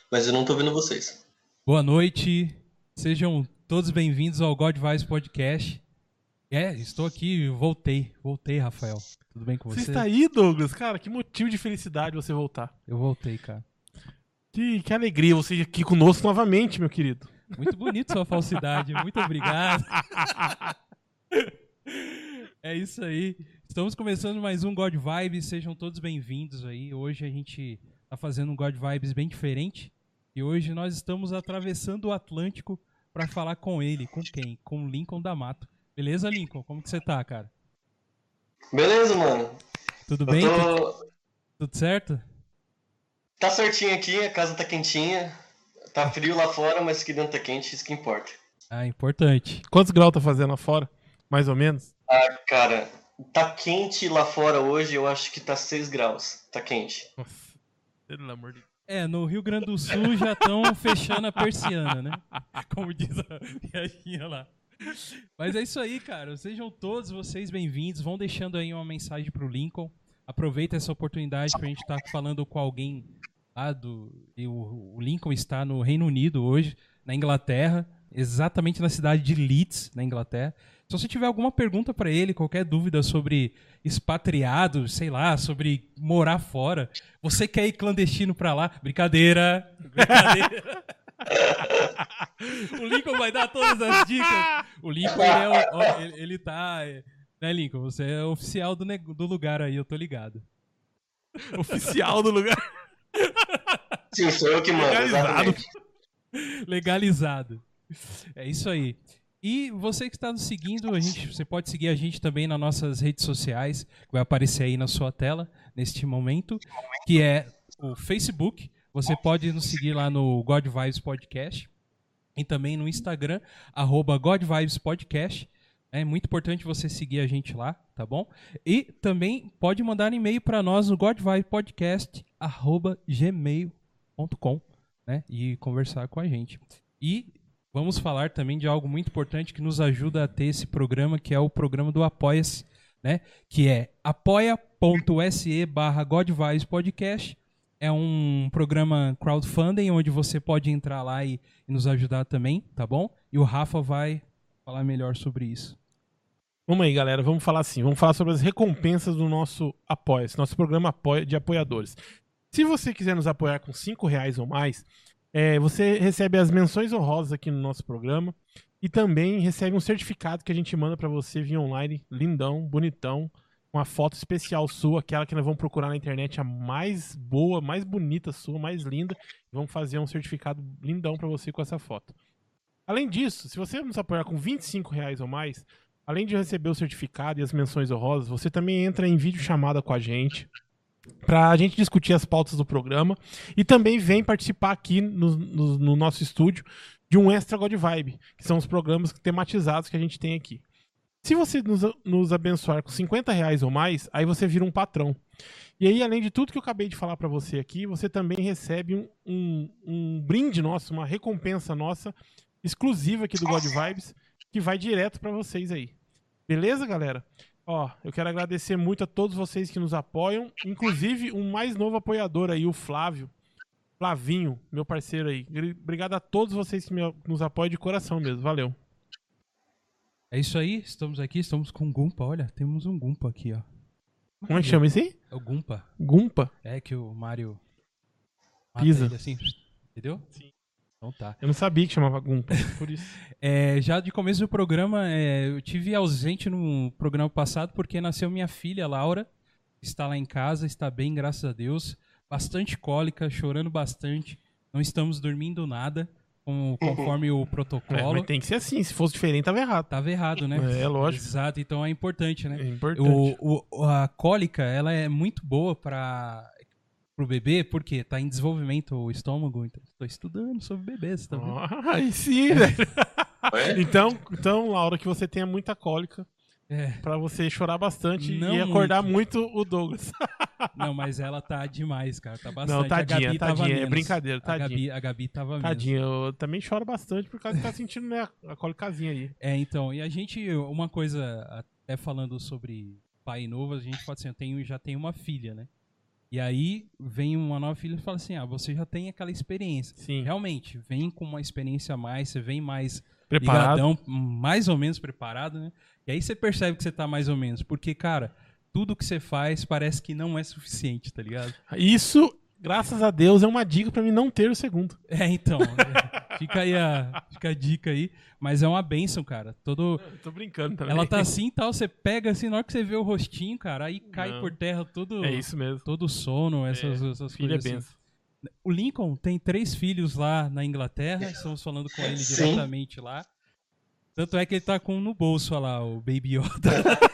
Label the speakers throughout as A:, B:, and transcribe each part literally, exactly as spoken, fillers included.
A: mas eu não tô vendo vocês.
B: Boa noite, sejam todos bem-vindos ao God Vibes Podcast. É, estou aqui, voltei, voltei, Rafael. Tudo bem com você?
C: Você está aí, Douglas? Cara, que motivo de felicidade você voltar.
B: Eu voltei, cara.
C: Que, que alegria você aqui conosco novamente, meu querido.
B: Muito bonito sua falsidade, muito obrigado. É isso aí. Estamos começando mais um God Vibes, sejam todos bem-vindos aí. Hoje a gente tá fazendo um God Vibes bem diferente. E hoje nós estamos atravessando o Atlântico para falar com ele. Com quem? Com o Lincoln da Mato. Beleza, Lincoln? Como que você tá, cara?
A: Beleza, mano?
B: Tudo
A: Eu
B: bem?
A: tô...
B: Tudo, tudo certo?
A: Tá certinho aqui, a casa tá quentinha. Tá frio lá fora, mas aqui dentro tá quente, isso que importa.
B: Ah, importante.
C: Quantos graus tá fazendo lá fora? Mais ou menos?
A: Ah, cara, tá quente lá fora hoje, eu acho que tá seis graus. Tá quente.
C: Nossa, pelo amor de Deus.
B: É, no Rio Grande do Sul já estão fechando a persiana, né? Como diz a viaginha lá. Mas é isso aí, cara. Sejam todos vocês bem-vindos. Vão deixando aí uma mensagem pro Lincoln. Aproveita essa oportunidade pra gente estar falando com alguém lá do... E o, o Lincoln está no Reino Unido hoje, na Inglaterra, exatamente na cidade de Leeds, na Inglaterra. Se você tiver alguma pergunta pra ele, qualquer dúvida sobre expatriado, sei lá, sobre morar fora, você quer ir clandestino pra lá? Brincadeira! Brincadeira! O Lincoln vai dar todas as dicas. O Lincoln, ele, é o, o- ele, ele tá... é, Né, Lincoln? Você é oficial do, nego- do lugar aí, eu tô ligado.
C: Oficial do lugar.
A: Sim, sou eu que mando,
C: Legalizado.
A: exatamente.
B: Legalizado. É isso aí. E você que está nos seguindo, a gente, você pode seguir a gente também nas nossas redes sociais, que vai aparecer aí na sua tela neste momento, que é o Facebook. Você pode nos seguir lá no God Vibes Podcast e também no Instagram, arroba God Vibes Podcast. É muito importante você seguir a gente lá, tá bom? E também pode mandar e-mail para nós no godvibepodcast arroba gmail ponto com, né? E conversar com a gente. E vamos falar também de algo muito importante que nos ajuda a ter esse programa, que é o programa do Apoia-se, né? Que é apoia.se barra godvibespodcast. É um programa crowdfunding onde você pode entrar lá e, e nos ajudar também, tá bom? E o Rafa vai falar melhor sobre isso.
C: Vamos aí, galera. Vamos falar assim. Vamos falar sobre as recompensas do nosso Apoia-se, nosso programa apoia de apoiadores. Se você quiser nos apoiar com cinco reais ou mais, é, você recebe as menções honrosas aqui no nosso programa e também recebe um certificado que a gente manda pra você via online, lindão, bonitão, com a foto especial sua, aquela que nós vamos procurar na internet, a mais boa, mais bonita sua, mais linda. Vamos fazer um certificado lindão pra você com essa foto. Além disso, se você nos apoiar com vinte e cinco reais ou mais, além de receber o certificado e as menções honrosas, você também entra em vídeo chamada com a gente pra gente discutir as pautas do programa e também vem participar aqui no, no- no nosso estúdio de um Extra God Vibe, que são os programas tematizados que a gente tem aqui. Se você nos, nos abençoar com cinquenta reais ou mais, aí você vira um patrão. E aí, além de tudo que eu acabei de falar pra você aqui, você também recebe um, um- um brinde nosso, uma recompensa nossa, exclusiva aqui do God Vibes, que vai direto pra vocês aí. Beleza, galera? Ó, eu quero agradecer muito a todos vocês que nos apoiam, inclusive um mais novo apoiador aí, o Flávio. Flavinho, meu parceiro aí. Gri- Obrigado a todos vocês que me- nos apoiam de coração mesmo. Valeu.
B: É isso aí, estamos aqui, estamos com o Gumpa. Olha, temos um Gumpa aqui, ó.
C: Como é que chama isso aí?
B: É o Gumpa.
C: Gumpa?
B: É que o Mario mata
C: Pisa.
B: ele assim, entendeu?
C: Sim.
B: Então tá.
C: Eu não sabia que chamava Gumpa, por isso.
B: É, já de começo do programa, é, eu tive ausente no programa passado porque nasceu minha filha, Laura. Está lá em casa, está bem, graças a Deus. Bastante cólica, chorando bastante. Não estamos dormindo nada, com- conforme o
C: É,
B: protocolo.
C: mas tem que ser assim, se fosse diferente tava errado.
B: Tava errado, né?
C: É, lógico.
B: Exato, então é importante, né?
C: É importante.
B: O, o- a cólica, ela é muito boa para o bebê, porque tá em desenvolvimento o estômago. Então, estou estudando sobre bebês, tá vendo?
C: Ah, aí sim, velho.
A: É?
C: Então, então, Laura, que você tenha muita cólica
B: É.
C: pra você chorar bastante
B: Não
C: e acordar
B: muito.
C: muito o Douglas.
B: Não, mas ela tá demais, cara. Tá bastante.
C: Não,
B: a
C: tadinha,
B: Gabi tava
C: tadinha, é
B: menos.
C: brincadeira,
B: A
C: tadinha.
B: Gabi, a Gabi tava menos.
C: Tadinha, eu também choro bastante por causa que tá sentindo, né, a cólicazinha aí.
B: É, então, e a gente, uma coisa, até falando sobre pai novo, a gente fala assim, eu tenho, já tenho uma filha, né? E aí vem uma nova filha e fala assim, ah, você já tem aquela experiência.
C: Sim.
B: Realmente, vem com uma experiência a mais, você vem mais
C: Preparado.
B: ligadão, mais ou menos preparado, né? E aí você percebe que você tá mais ou menos. Porque, cara, tudo que você faz parece que não é suficiente, tá ligado?
C: Isso, graças a Deus, é uma dica pra mim não ter o segundo.
B: É, então. é, fica aí a, fica a dica aí. Mas é uma bênção, cara. Todo...
C: Eu tô brincando também.
B: Ela tá assim e tal, você pega assim, na hora que você vê o rostinho, cara, aí cai
C: Não.
B: por terra todo,
C: É isso mesmo.
B: todo o sono, essas,
C: É,
B: essas
C: filho é
B: coisas assim.
C: benção.
B: O Lincoln tem três filhos lá na Inglaterra, estamos falando com ele
A: Sim.
B: diretamente lá. Tanto é que ele tá com um no bolso, olha lá, o Baby Yoda.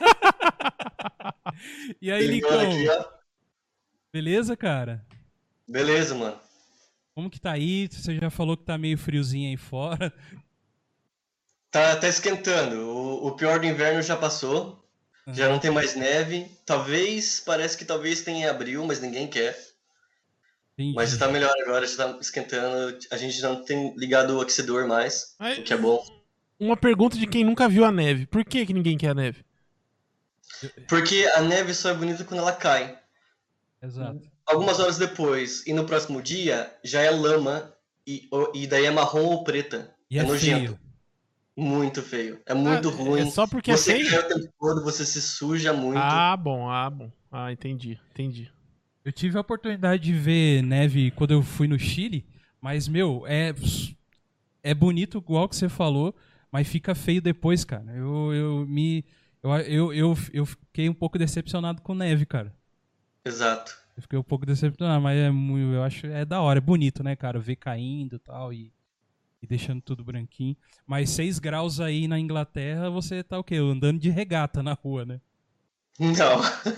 B: E aí,
A: Ligando aqui,
B: Lincoln,
A: ó.
B: beleza, cara?
A: Beleza, mano.
B: Como que tá aí? Você já falou que tá meio friozinho aí fora.
A: Tá, tá esquentando. O, o pior do inverno já passou. Já não tem mais neve. Talvez, parece que talvez tenha em abril, mas ninguém quer.
B: Entendi.
A: Mas já tá melhor agora, já tá esquentando. A gente já não tem ligado o aquecedor mais,
C: Aí,
A: o que é bom.
C: Uma pergunta de quem nunca viu a neve. Por que, que ninguém quer a neve?
A: Porque a neve só é bonita quando ela cai.
B: Exato.
A: Algumas horas depois, e no próximo dia, já é lama, e, e daí é marrom ou preta.
B: E é,
A: é nojento.
B: feio.
A: Muito feio. É muito
C: Ah,
A: ruim.
C: É só porque
A: Você
C: é feio?
A: cai o tempo todo, você se suja muito.
C: Ah, bom, ah, bom. Ah, entendi, entendi.
B: Eu tive a oportunidade de ver neve quando eu fui no Chile, mas, meu, é, é bonito igual que você falou, mas fica feio depois, cara. Eu, eu me. Eu, eu, eu, eu fiquei um pouco decepcionado com neve, cara.
A: Exato.
B: Eu fiquei um pouco decepcionado, mas é muito, eu acho é da hora, é bonito, né, cara? Ver caindo tal, e tal, e deixando tudo branquinho. Mas seis graus aí na Inglaterra, você tá o quê? Andando de regata na rua, né?
A: Não.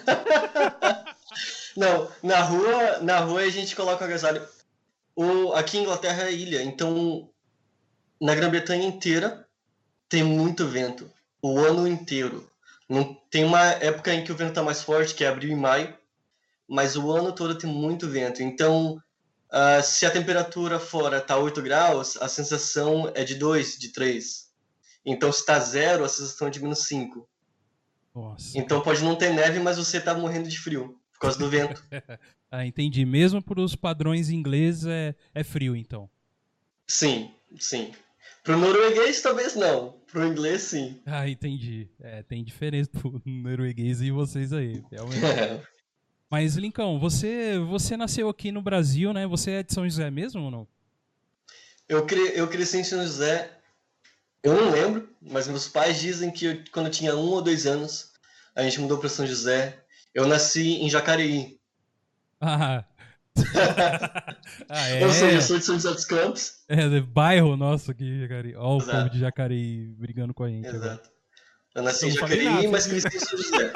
A: Não, na rua, na rua a gente coloca o agasalho. O, aqui em Inglaterra é ilha, então na Grã-Bretanha inteira tem muito vento. O ano inteiro. Não, tem uma época em que o vento tá mais forte, que é abril e maio, mas o ano todo tem muito vento. Então, uh, se a temperatura fora tá oito graus, a sensação é de dois, de três. Então, se tá zero, a sensação é de menos cinco.
B: Nossa.
A: Então pode não ter neve, mas você tá morrendo de frio, por causa do vento.
B: Ah, entendi. Mesmo para os padrões ingleses é, é frio, então.
A: Sim, sim. Pro norueguês, talvez não. Pro inglês, sim.
B: Ah, entendi. É, tem diferença pro norueguês e vocês aí, realmente. Mas, Lincão, você, você nasceu aqui no Brasil, né? Você é de São José mesmo ou não?
A: Eu, cre... eu cresci em São José, eu não lembro, mas meus pais dizem que eu, quando eu tinha um ou dois anos, a gente mudou para São José. Eu nasci em Jacareí.
B: Ah, ah é?
A: Ou seja, eu sou de São José dos Campos.
B: É, de bairro nosso aqui, Jacareí. Ó o
A: Exato.
B: povo de Jacareí brigando com a gente agora.
A: Exato. Eu nasci
C: Eu
A: em
C: não falei
A: Jacareí,
C: nada,
A: mas
C: você
A: cresci em São José.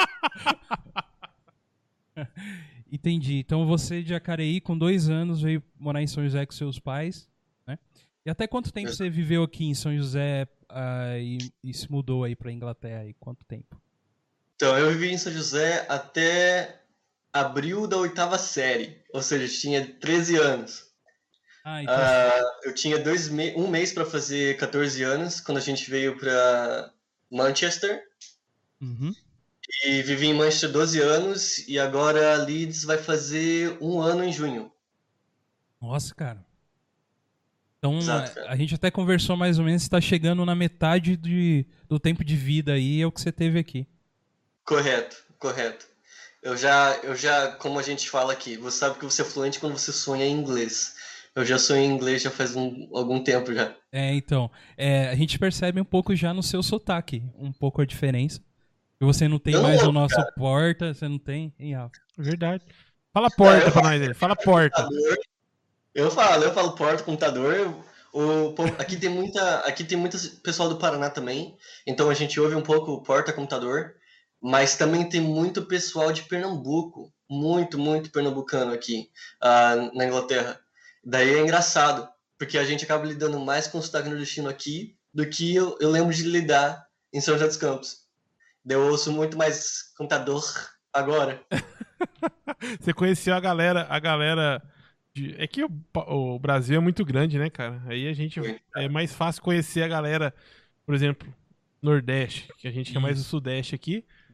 B: Entendi. Então você de Jacareí, com dois anos, veio morar em São José com seus pais, né? E até quanto tempo você viveu aqui em São José uh, e, e se mudou aí pra Inglaterra? E quanto tempo?
A: Então, eu vivi em São José até abril da oitava série, ou seja, eu tinha treze anos.
B: Ah, então...
A: Uh, eu tinha dois me um mês para fazer quatorze anos, quando a gente veio para Manchester.
B: Uhum.
A: E vivi em Manchester doze anos, e agora Leeds vai fazer um ano em junho.
B: Nossa, cara. Então,
A: Exato, cara.
B: A gente até conversou mais ou menos, você tá chegando na metade de, do tempo de vida aí, é o que você teve aqui.
A: Correto, correto. Eu já, eu já, como a gente fala aqui, você sabe que você é fluente quando você sonha em inglês. Eu já sonho em inglês já faz um, algum tempo já.
B: É, então, é, a gente percebe um pouco já no seu sotaque, um pouco a diferença. Você não tem
A: Eu não
B: mais o
A: amo,
B: nosso
A: cara.
B: porta, você não tem, hein, Rafa?
C: Verdade. Fala porta
A: eu
C: pra nós aí. Fala porta.
A: Eu falo, eu falo porta, computador. O, povo- aqui tem muita, aqui tem muito pessoal do Paraná também, então a gente ouve um pouco porta, computador, mas também tem muito pessoal de Pernambuco, muito, muito pernambucano aqui, ah, na Inglaterra. Daí é engraçado, porque a gente acaba lidando mais com o sotaque nordestino aqui do que eu, eu lembro de lidar em São José dos Campos. Daí eu ouço muito mais computador agora.
C: Você conheceu a galera, a galera de... É que o, o Brasil é muito grande, né, cara? Aí a gente
A: Muito.
C: é mais fácil conhecer a galera, por exemplo, Nordeste, que a gente quer mais o
B: Isso.
C: Sudeste aqui.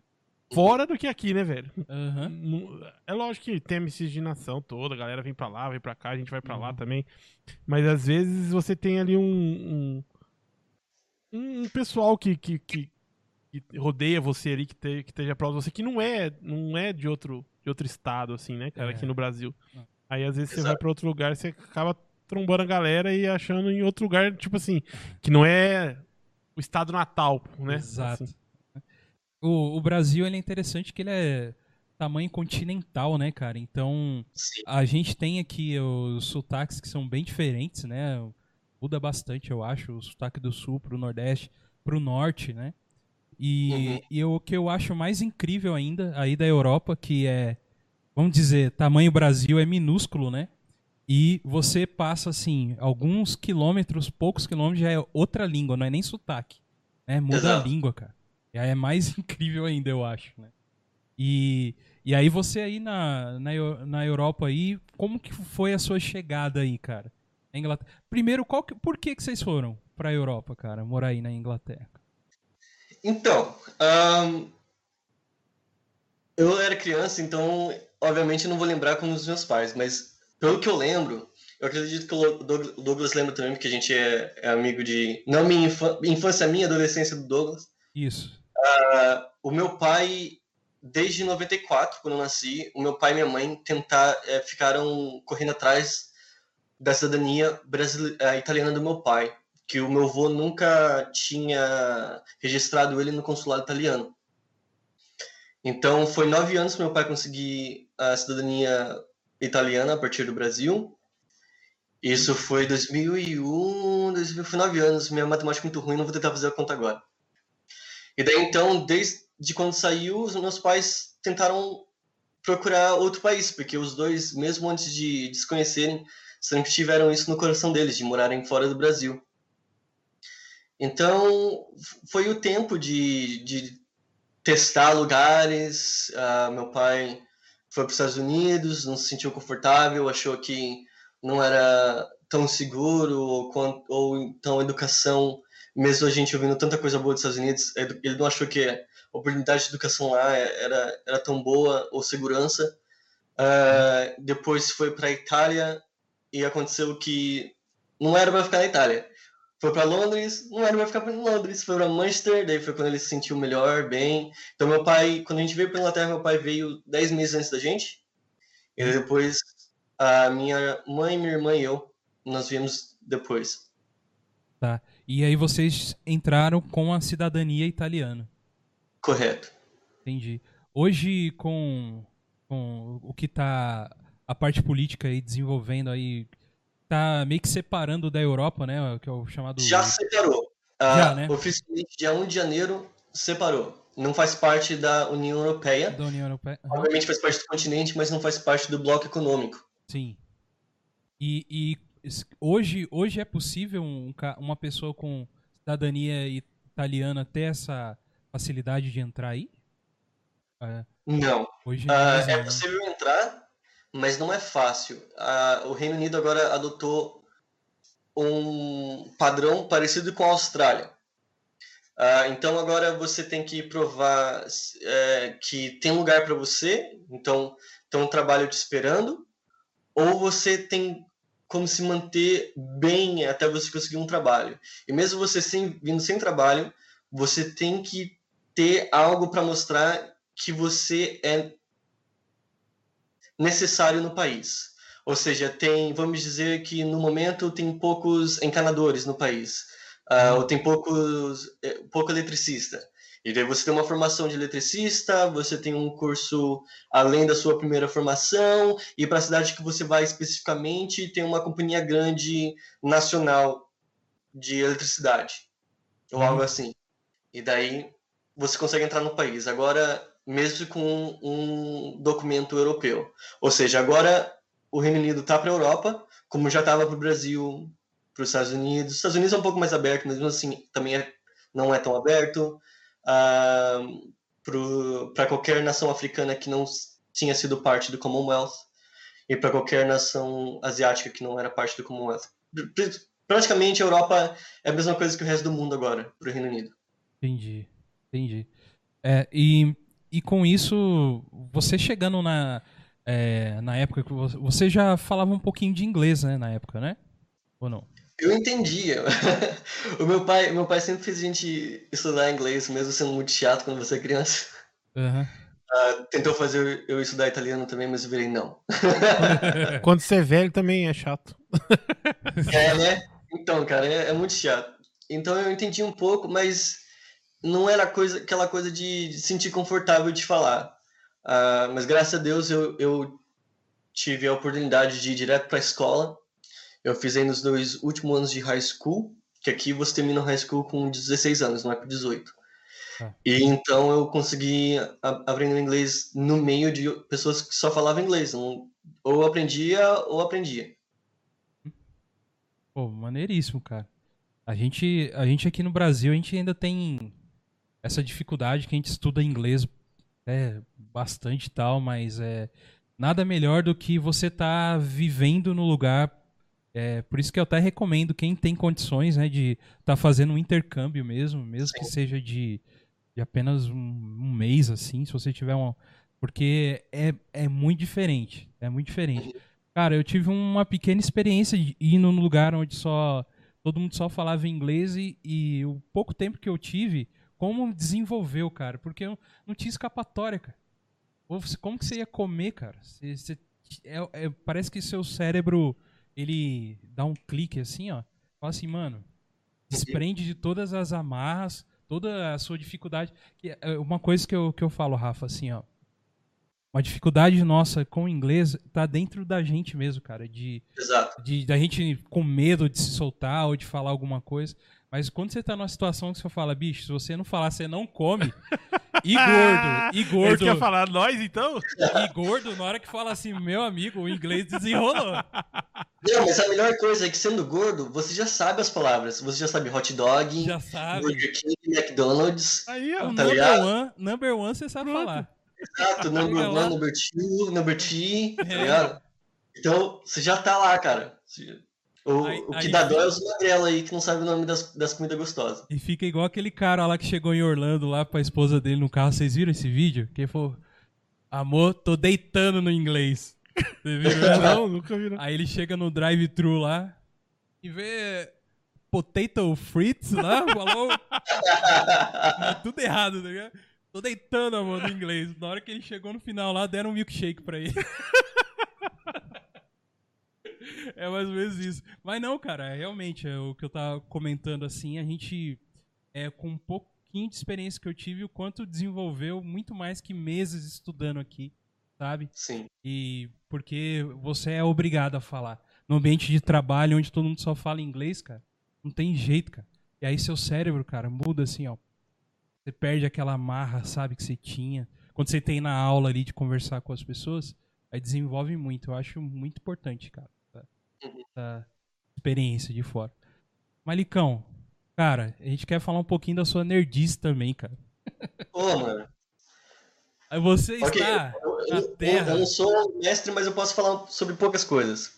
C: fora do que aqui, né, velho?
B: Aham.
C: Não- É lógico que tem a miscigenação toda, a galera vem pra lá, vem pra cá, a gente vai pra lá
B: Uhum.
C: também. Mas às vezes você tem ali um, um, um pessoal que, que, que, que rodeia você ali, que, te, que esteja próximo de você, que não é, não é de, outro, de outro estado, assim, né, cara,
B: É.
C: aqui no Brasil.
B: Não.
C: Aí às vezes você
A: Exato.
C: vai pra outro lugar e você acaba trombando a galera e achando em outro lugar, tipo assim, que não é o estado natal, né?
B: Exato.
C: Assim.
B: O, o Brasil, ele é interessante que ele é tamanho continental, né, cara? Então,
A: Sim.
B: a gente tem aqui os sotaques que são bem diferentes, né? Muda bastante, eu acho, o sotaque do sul pro nordeste, pro norte, né?
A: Uhum.
B: E, e o que eu acho mais incrível ainda, aí da Europa, que é, vamos dizer, tamanho Brasil é minúsculo, né? E você passa, assim, alguns quilômetros, poucos quilômetros, já é outra língua, não é nem sotaque, né? Muda a
A: Exato.
B: língua, cara. E aí é mais incrível ainda, eu acho, né? E, e aí você aí na, na, Eu- na Europa aí, como que foi a sua chegada aí, cara? Na Inglaterra. Primeiro, qual que, por que que vocês foram pra Europa, cara, morar aí na Inglaterra?
A: Então, ahn, eu era criança, então, obviamente, eu não vou lembrar como os meus pais, mas pelo que eu lembro, eu acredito que o Doug- o Douglas lembra também, porque a gente é, é amigo de. Não minha infância, infância minha, adolescência do Douglas.
B: Isso.
A: Ah, o meu pai, desde noventa e quatro, quando eu nasci, o meu pai e minha mãe tentar, é, ficaram correndo atrás da cidadania brasile- eh, italiana do meu pai, que o meu avô nunca tinha registrado ele no consulado italiano. Então, foi nove anos para meu pai conseguir a cidadania italiana a partir do Brasil. Isso foi dois mil e um, dois mil, foi nove anos. Minha matemática é muito ruim, não vou tentar fazer a conta agora. E daí, então, desde quando saiu, os meus pais tentaram procurar outro país, porque os dois, mesmo antes de, de se conhecerem, sempre tiveram isso no coração deles, de morarem fora do Brasil. Então, foi o tempo de, de testar lugares. Uh, meu pai foi para os Estados Unidos, não se sentiu confortável, achou que não era tão seguro, ou, ou então a educação, mesmo a gente ouvindo tanta coisa boa dos Estados Unidos, ele não achou que a oportunidade de educação lá era, era tão boa, ou segurança. Uh, depois foi para a Itália e aconteceu que não era para ficar na Itália. Foi para Londres, não era para ficar em Londres, foi para Manchester, daí foi quando ele se sentiu melhor, bem. Então meu pai, quando a gente veio para Inglaterra, meu pai veio dez meses antes da gente. E depois a minha mãe, minha irmã e eu, nós viemos depois.
B: Tá. E aí vocês entraram com a cidadania italiana.
A: Correto.
B: Entendi. Hoje, com, com o que tá a parte política aí desenvolvendo aí, tá meio que separando da Europa, né? Que é o chamado.
A: Já separou.
B: Já,
A: Uh,
B: né?
A: oficialmente, dia um de janeiro, separou. Não faz parte da União Europeia.
B: Da União Europeia. Uhum.
A: Obviamente faz parte do continente, mas não faz parte do bloco econômico.
B: Sim. E, e hoje, hoje é possível um, uma pessoa com cidadania italiana ter essa facilidade de entrar aí? É,
A: Não.
B: hoje
A: Uh,
B: mais
A: é
B: não, né?
A: possível entrar, mas não é fácil. Uh, o Reino Unido agora adotou um padrão parecido com a Austrália. Uh, então agora você tem que provar é, que tem lugar para você, então tem um trabalho te esperando, ou você tem como se manter bem até você conseguir um trabalho. E mesmo você sem, vindo sem trabalho, você tem que ter algo para mostrar que você é necessário no país. Ou seja, tem, vamos dizer que no momento tem poucos encanadores no país, uh, ou tem poucos, pouco eletricista. E daí você tem uma formação de eletricista, você tem um curso além da sua primeira formação, e para a cidade que você vai especificamente, tem uma companhia grande nacional de eletricidade, ou algo assim. E daí você consegue entrar no país. Agora, mesmo com um documento europeu. Ou seja, agora o Reino Unido está para a Europa, como já estava para o Brasil, para os Estados Unidos. Os Estados Unidos é um pouco mais aberto, mas mesmo assim também é, não é tão aberto. Uh, para qualquer nação africana que não tinha sido parte do Commonwealth e para qualquer nação asiática que não era parte do Commonwealth. Praticamente a Europa é a mesma coisa que o resto do mundo agora, para o Reino Unido.
B: Entendi, entendi. É, e e com isso, você chegando na, é, na época que você, você já falava um pouquinho de inglês, né, na época, né? Ou não?
A: Eu entendia. O meu pai, meu pai sempre fez a gente estudar inglês, mesmo sendo muito chato quando você é criança.
B: Aham.
A: Ah, tentou fazer eu estudar italiano também, mas eu virei não.
C: Quando você é velho também é chato.
A: É, né? Então, cara, é, é muito chato. Então eu entendi um pouco, mas não era coisa, aquela coisa de, de sentir confortável de falar. Ah, mas graças a Deus eu, eu tive a oportunidade de ir direto para a escola. Eu fiz aí nos dois últimos anos de high school, que aqui você termina o high school com dezesseis anos, não é com dezoito.
B: Tá.
A: E então eu consegui a- aprender inglês no meio de pessoas que só falavam inglês. Não- ou aprendia ou aprendia.
B: Pô, maneiríssimo, cara. A gente, a gente aqui no Brasil, a gente ainda tem essa dificuldade que a gente estuda inglês é, bastante e tal, mas é nada melhor do que você tá vivendo no lugar. É, por isso que eu até recomendo quem tem condições, né, de estar fazendo um intercâmbio mesmo, mesmo que
A: Sim.
B: seja de, de apenas um, um mês, assim, se você tiver um. Porque é, é muito diferente. É muito diferente. Cara, eu tive uma pequena experiência de ir num lugar onde só todo mundo só falava inglês e, e o pouco tempo que eu tive, como desenvolveu, cara? Porque eu não tinha escapatória, cara. Ou você- como que você ia comer, cara? Você- você- é- é- parece que seu cérebro, ele dá um clique assim, ó. Fala assim, mano, desprende de todas as amarras, toda a sua dificuldade. Que é uma coisa que eu, que eu falo, Rafa, assim, ó. Uma dificuldade nossa com o inglês tá dentro da gente mesmo, cara. De,
A: Exato.
B: de da gente com medo de se soltar ou de falar alguma coisa. Mas quando você tá numa situação que você fala, bicho, se você não falar, você não come. E gordo, e
C: É isso
B: gordo.
C: que eu ia falar, nós então?
B: E gordo, na hora que fala assim, meu amigo, o inglês desenrolou.
A: Não, mas a melhor coisa é que sendo gordo, você já sabe as palavras. Você já sabe hot dog,
B: Já sabe.
A: Burger King, McDonald's,
C: Aí, ó.
B: O
A: tá
B: number
A: ligado?
B: one, number one você sabe
C: Pronto.
B: falar.
A: Exato, number
B: Chega lá.
A: one, number two, number three, tá
B: É.
A: ligado? Então, você já tá lá, cara. Você- O,
B: Aí-
A: o que
B: aí
A: dá
B: fica-
A: dó é os magrelos aí que não sabem o nome das, das comidas gostosas.
B: E fica igual aquele cara lá que chegou em Orlando lá com a esposa dele no carro. Vocês viram esse vídeo? Que ele falou, amor, tô deitando no inglês. Você viu? essa?
C: Não, nunca vi. Não.
B: Aí ele chega no drive-thru lá e vê potato frites lá, falou tudo errado, tá ligado? Tô deitando, amor, no inglês. Na hora que ele chegou no final lá, deram um milkshake pra ele. É mais ou menos isso. Mas não, cara, é realmente é o que eu tava comentando assim, a gente, é, com um pouquinho de experiência que eu tive, o quanto desenvolveu muito mais que meses estudando aqui, sabe?
A: Sim.
B: E porque você é obrigado a falar. No ambiente de trabalho, onde todo mundo só fala inglês, cara, não tem jeito, cara. E aí seu cérebro, cara, muda assim, ó. Você perde aquela marra, sabe, que você tinha. Quando você tem na aula ali de conversar com as pessoas, aí desenvolve muito. Eu acho muito importante, cara, essa, essa experiência de fora. Malicão, cara, a gente quer falar um pouquinho da sua nerdice também, cara.
A: Ô, mano.
B: Aí você
A: Ok,
B: está
A: eu, eu-
B: na
A: eu-
B: terra.
A: eu não sou mestre, mas eu posso falar sobre poucas coisas.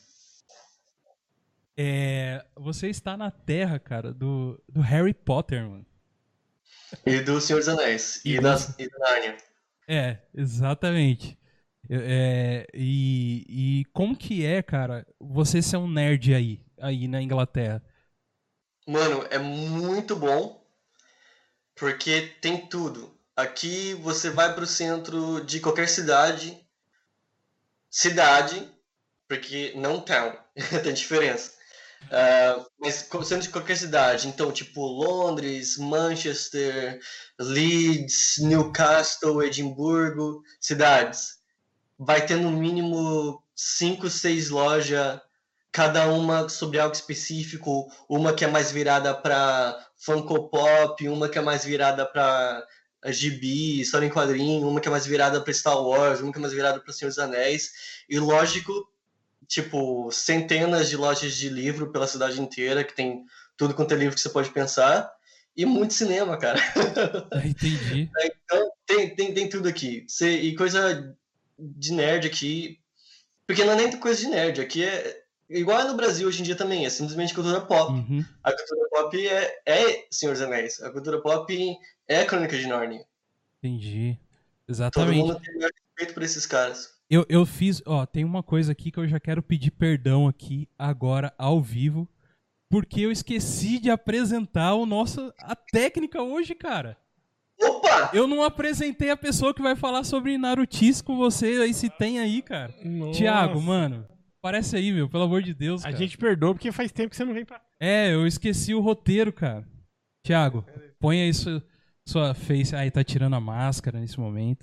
B: É, você está na terra, cara, do, do Harry Potter, mano.
A: E do Senhor dos Anéis.
B: E
A: E,
B: do-
A: das, e da Nárnia.
B: É, exatamente. É, e, e como que é, cara, você ser um nerd aí, aí na Inglaterra?
A: Mano, é muito bom. Porque tem tudo. Aqui você vai pro centro de qualquer cidade. Cidade. Porque não town. Tem diferença. Ah, mas co- centro de qualquer cidade. Então, tipo, Londres, Manchester, Leeds, Newcastle, Edimburgo. Cidades. Vai ter no mínimo cinco, seis lojas, cada uma sobre algo específico, uma que é mais virada para Funko Pop, uma que é mais virada para gibi, história em quadrinho, uma que é mais virada para Star Wars, uma que é mais virada para Senhor dos Anéis, e lógico, tipo, centenas de lojas de livro pela cidade inteira, que tem tudo quanto é livro que você pode pensar, e muito cinema, cara.
B: Ah, entendi.
A: Então, tem, tem, tem tudo aqui. Cê- e coisa de nerd aqui. Porque não é nem coisa de nerd. Aqui é igual é no Brasil hoje em dia também. É simplesmente cultura pop.
B: Uhum,
A: A cultura pop é, é Senhor dos Anéis. A cultura pop é Crônica de Nárnia.
B: entendi. Exatamente.
A: Todo mundo tem mais respeito por esses caras.
B: Eu, eu fiz, ó, tem uma coisa aqui que eu já quero pedir perdão aqui, agora, ao vivo, porque eu esqueci de apresentar o nosso, a técnica hoje, cara.
A: Opa!
B: Eu não apresentei a pessoa que vai falar sobre Narutice com você, aí se tem aí, cara.
C: Nossa.
B: Thiago, mano, aparece aí, meu, pelo amor de Deus,
C: A
B: cara.
C: gente perdoa porque faz tempo que você não vem pra...
B: É, eu esqueci o roteiro, cara. Thiago, põe aí sua, sua face. Aí, tá tirando a máscara nesse momento.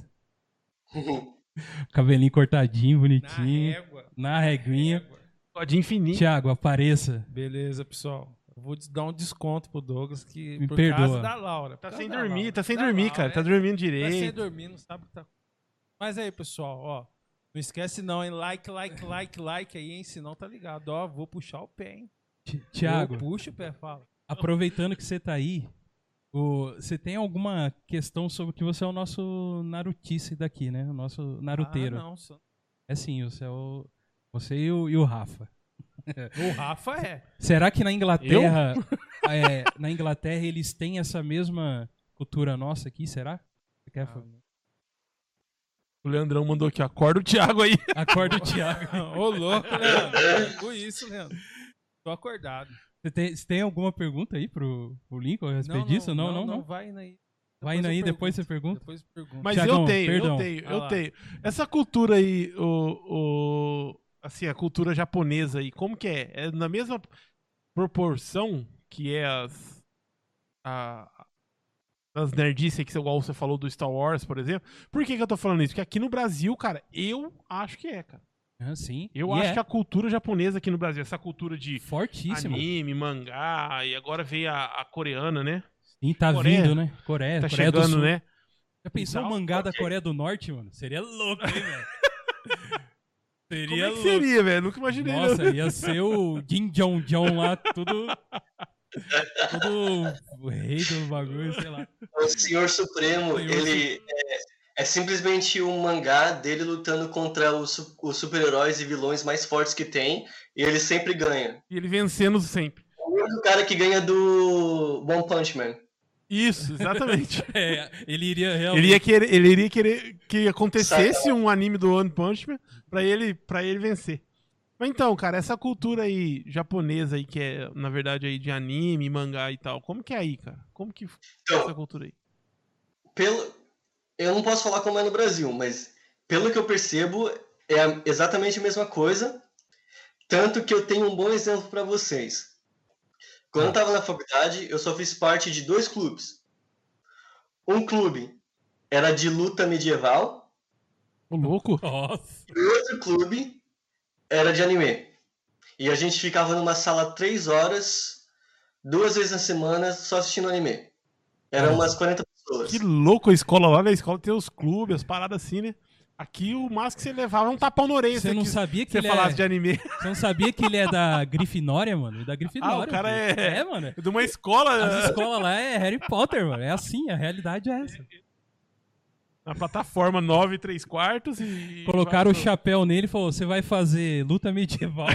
B: Cabelinho cortadinho, bonitinho.
D: Na régua.
B: Na reguinha.
D: Régua.
C: Pode infinito.
B: Thiago, apareça.
D: Beleza, pessoal. Eu vou te dar um desconto pro Douglas que
B: Me
D: por
B: perdoa.
D: causa da Laura.
C: Tá
D: Por
C: sem
D: causa da
C: dormir,
D: Laura.
C: tá sem
D: Da
C: dormir,
D: Laura,
C: cara.
D: é.
C: Tá dormindo
D: Tá sem
C: direito.
D: dormir, não sabe o que tá. Mas aí, pessoal, ó. Não esquece não, hein? Like, like, like, like aí, hein? Senão tá ligado. Ó, vou puxar o pé, hein?
B: Ti- Thiago,
D: Eu puxo o pé, fala.
B: aproveitando que você tá aí, o- você tem alguma questão sobre que você é o nosso Narutice daqui, né? O nosso naruteiro.
D: Ah, não. Só...
B: É sim, você é o. Você e o, e o Rafa.
D: O Rafa é.
B: Será que na Inglaterra. é, na Inglaterra eles têm essa mesma cultura nossa aqui, será? Você quer
D: Ah,
C: O Leandrão mandou aqui, acorda o Thiago aí.
B: Acorda o Thiago.
D: Ô, louco, Leandro. Com isso, Leandro. Tô acordado.
B: Você tem, você tem alguma pergunta aí pro, pro Lincoln a respeito disso? Não, não, não.
D: Vai indo aí.
B: Vai indo
D: eu
B: aí,
D: pergunto.
B: depois você pergunta.
D: Depois eu pergunto.
C: Mas
B: Thiagão,
C: eu tenho,
B: perdão.
C: eu tenho,
D: Ah
C: eu
D: lá.
C: tenho. Essa cultura aí, o, o, assim, a cultura japonesa aí, como que é? É na mesma proporção que é as, a, as nerdices que igual você falou do Star Wars, por exemplo? Por que que eu tô falando isso? Porque aqui no Brasil, cara, eu acho que é, cara.
B: Ah, sim.
C: Eu
B: E
C: acho
B: é
C: que a cultura japonesa aqui no Brasil, essa cultura de
B: fortíssimo.
C: anime, mangá, e agora veio a, a coreana, né?
B: Sim, tá
C: Coreia.
B: vindo, né? Coreia,
C: Tá
B: Coreia do
C: chegando,
B: Sul.
C: né?
B: Já pensou o
C: Então,
B: mangá da
A: ok.
B: Coreia do Norte, mano? Seria louco, hein, velho?
C: Como
B: Seria
C: é que
B: louco.
C: seria, velho? Nunca imaginei. não.
B: Nossa, ia ser o Jin Jong Jong lá, tudo. Tudo o rei do bagulho, sei lá.
A: O Senhor Supremo,
B: Senhor
A: ele é, é simplesmente um mangá dele lutando contra os, su- os super-heróis e vilões mais fortes que tem, e ele sempre ganha.
C: E ele vencendo sempre.
A: O único cara que ganha do One Punch Man.
C: Isso, exatamente.
B: É, ele iria realmente.
C: ele, ia querer, ele iria querer que acontecesse um anime do One Punch Man pra ele, pra ele vencer. Mas então, cara, essa cultura aí japonesa aí, que é, na verdade, aí de anime, mangá e tal, como que é aí, cara? Como que é
A: Então,
C: essa cultura aí?
A: pelo, eu não posso falar como é no Brasil, mas pelo que eu percebo, é a- exatamente a mesma coisa. Tanto que eu tenho um bom exemplo para vocês. Quando eu estava na faculdade, eu só fiz parte de dois clubes. Um clube era de luta medieval
C: Ô, louco.
B: Nossa.
A: e o outro clube era de anime. E a gente ficava numa sala três horas, duas vezes na semana, só assistindo anime. Eram umas quarenta pessoas.
C: Que louco a escola lá, na escola tem os clubes, as paradas assim, né? Aqui o máximo que você levava é um tapão na orelha.
B: Você
C: se
B: não
C: quis-
B: sabia que
C: se
B: ele
C: você falasse
B: é...
C: de anime.
B: Você não sabia que ele é da Grifinória, mano? Da Grifinória.
C: Ah, o cara
B: pô.
C: é-
B: É, mano.
C: De uma escola
B: As escolas lá é Harry Potter, mano. É assim, a realidade é essa.
C: na plataforma nove e três quartos e...
B: Colocaram o chapéu nele e falou: você vai fazer luta medieval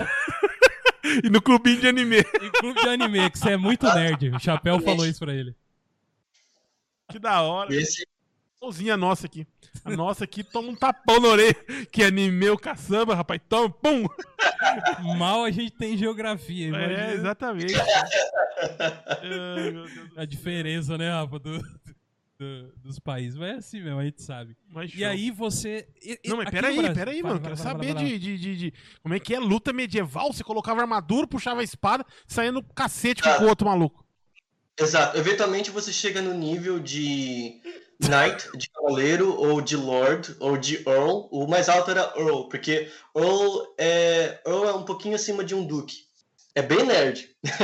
C: E no clubinho de anime.
B: e clube de anime, que você é muito nerd. O chapéu falou isso pra ele.
C: Que da hora.
A: E esse,
C: Igualzinha a nossa aqui. A nossa aqui toma um tapão na orelha. Que anime o caçamba, rapaz. Toma, pum.
B: Mal a gente tem geografia.
C: É,
B: Imagina
C: exatamente. Ai, meu Deus.
B: a diferença, né, Rafa, do, do- dos países. Mas é assim mesmo, a gente sabe.
C: Mas
B: E
C: show.
B: aí você... e- e-
C: Não, mas
B: aqui
C: peraí,
B: no Brasil-
C: peraí,
B: Vai,
C: mano.
B: vai,
C: Quero
B: vai,
C: saber
B: vai, vai.
C: de, de, de, de- como é que é luta medieval. Você colocava armadura, puxava a espada, saía no cacete com
A: Ah.
C: o outro maluco.
A: exato. Eventualmente você chega no nível de Knight, de Cavaleiro, ou de Lord, ou de Earl. O mais alto era Earl, porque Earl é, Earl é um pouquinho acima de um Duque. É bem nerd.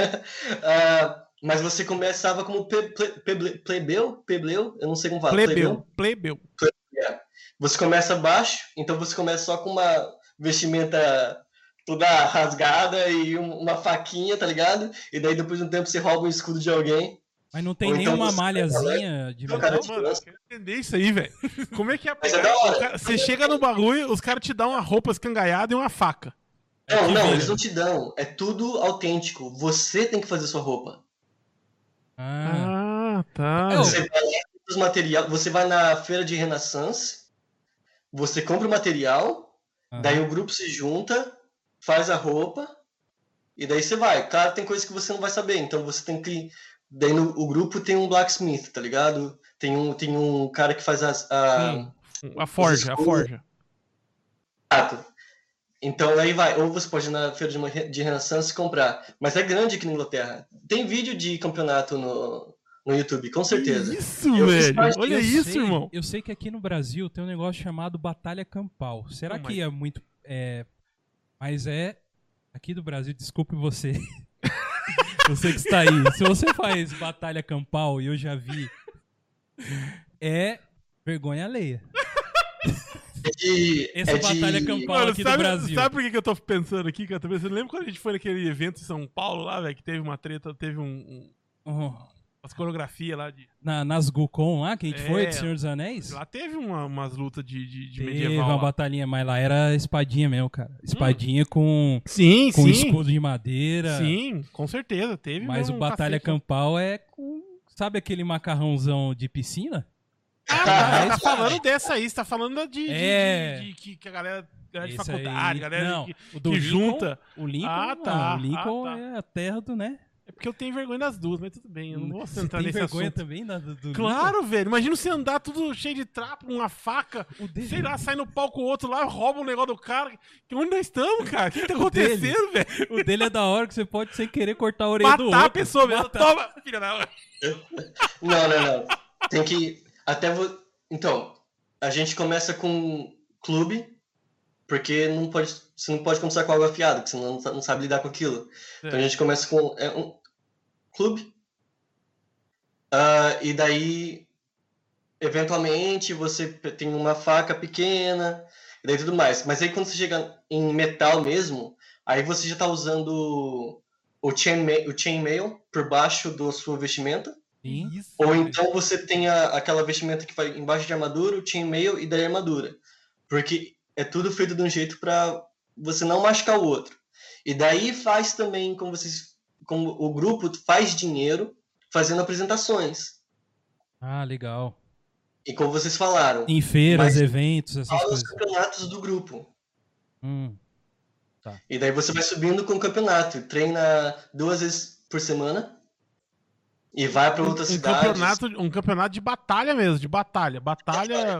A: Ah, mas você começava como ple- ple- pleble- plebeu, plebeu, eu não sei como fala.
C: Plebeu, plebeu.
A: É. Você começa baixo, então você começa só com uma vestimenta toda rasgada e um- uma faquinha, tá ligado? E daí depois de um tempo você rouba um escudo de alguém.
B: Mas não tem
A: Ou então
B: nenhuma
A: você-
B: malhazinha de
A: Não,
B: metal?
A: cara,
C: Não, mano, eu quero entender isso aí, velho. Como é que é?
A: Mas é da hora.
C: O cara- Você chega no bagulho, os caras te dão uma roupa escangaiada e uma faca.
A: Não,
B: que
A: não,
B: vira.
A: eles não te dão. É tudo autêntico. Você tem que fazer sua roupa.
B: Ah,
C: Ah, tá.
B: É,
A: Você vai lá e os material, você vai na feira de Renaissance, você compra o material,
B: Aham.
A: daí o grupo se junta, faz a roupa, e daí você vai. Claro, tem coisas que você não vai saber, então você tem que... Daí no, o grupo tem um blacksmith, tá ligado? Tem um, tem um cara que faz as... A,
C: Sim, a forja, a forja.
A: Exato. Então aí vai, ou você pode ir na feira de, de Renaissance comprar. Mas é grande aqui na Inglaterra. Tem vídeo de campeonato no, no YouTube, com certeza.
C: Que isso,
A: Eu fiz
C: velho.
A: parte-
C: Olha
B: Eu
C: isso,
B: sei-
C: irmão.
B: Eu sei que aqui no Brasil tem um negócio chamado Batalha Campal. Será
C: Oh,
B: que
C: my-
B: é muito. É, mas é. Aqui do Brasil, desculpe você. Você que está aí. Se você faz Batalha Campal e eu já vi. É vergonha alheia.
A: É de,
B: Essa
A: é
B: batalha
A: de...
B: campal
C: Mano,
B: aqui do
C: sabe,
B: Brasil.
C: sabe por que que eu tô pensando aqui, cara? Tô pensando, lembra quando a gente foi naquele evento em São Paulo lá, velho, que teve uma treta, teve um, um,
B: Uhum.
C: umas coreografias lá de...
B: Na, nas Gucon lá, que a gente
C: É,
B: foi, do Senhor dos Anéis.
C: Lá teve uma- umas lutas de, de, de
B: Teve
C: medieval
B: uma
C: lá.
B: batalhinha, mas lá era espadinha mesmo, cara. Espadinha com,
C: Sim,
B: com
C: sim.
B: escudo de madeira.
C: Sim, com certeza. Teve
B: Mas
C: mesmo
B: o
C: um
B: Batalha
C: cacete lá.
B: Campal é com. Sabe aquele macarrãozão de piscina?
C: Ah, tá,
B: É
C: tá
B: isso,
C: falando dessa aí, você tá falando da de, de,
B: É.
C: de- de- que, que a galera, galera de
B: Esse
C: faculdade,
B: aí-
C: galera
B: não,
C: que,
B: o do
C: que
B: Lincoln-
C: junta.
B: O Lincoln,
C: Ah,
B: não,
C: tá,
B: o Lincoln
C: ah, tá.
B: é a terra do, né?
C: É porque eu tenho vergonha das duas, mas tudo bem, eu não vou
B: Você
C: entrar
B: tem
C: nesse
B: vergonha
C: assunto.
B: também da, do, do
C: Claro, velho. Imagina você andar tudo cheio de trapo, uma faca,
B: O dele-
C: sei lá, sai no palco o outro lá, rouba um negócio do cara. Que onde nós estamos, cara? O que, que tá
B: O dele.
C: acontecendo, velho?
B: Lincoln. O dele é da hora que você pode sem querer cortar a orelha do outro.
C: Matar a pessoa mesmo.
B: Matar.
C: Toma, filha da...
A: Não, não, não. Tem que... Até vo... Então, a gente começa com clube, porque não pode, você não pode começar com água afiada, porque você não, não sabe lidar com aquilo. Então a gente começa com é, um clube. Ah, e daí, eventualmente, você tem uma faca pequena, e daí tudo mais. Mas aí quando você chega em metal mesmo, aí você já está usando o chainmail, o chainmail por baixo da sua vestimenta.
B: Sim.
C: Isso,
A: Ou
C: velho.
A: então você tem a, aquela vestimenta que vai embaixo de armadura, o chainmail e daí a armadura. Porque é tudo feito de um jeito para você não machucar o outro. E daí faz também, como vocês, como o grupo faz dinheiro fazendo apresentações.
B: Ah, legal.
A: E como vocês falaram,
B: Em feiras,
A: Mas-
B: eventos, essas
A: aos
B: coisas.
A: campeonatos do grupo.
B: Hum.
A: E daí você vai subindo com o campeonato. Treina duas vezes por semana. E vai para outras
C: um
A: cidades.
C: campeonato, um campeonato de batalha mesmo, de batalha. Batalha.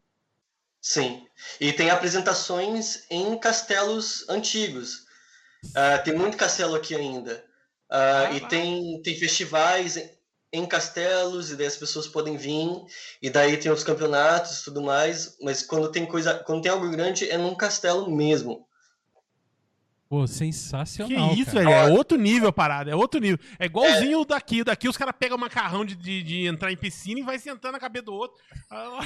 A: Sim. E tem apresentações em castelos antigos. Ah, tem muito castelo aqui ainda. Ah, e
C: Caraca.
A: tem, tem festivais em, em castelos, e daí as pessoas podem vir. E daí tem os campeonatos e tudo mais. Mas quando tem coisa, quando tem algo grande, é num castelo mesmo.
B: Pô,
C: Que
B: sensacional.
C: isso,
B: cara.
C: velho. É outro nível a parada, é outro nível. É igualzinho o daqui. O daqui os caras pegam o macarrão de, de, de entrar em piscina e vai sentando na cabeça do outro. Ah,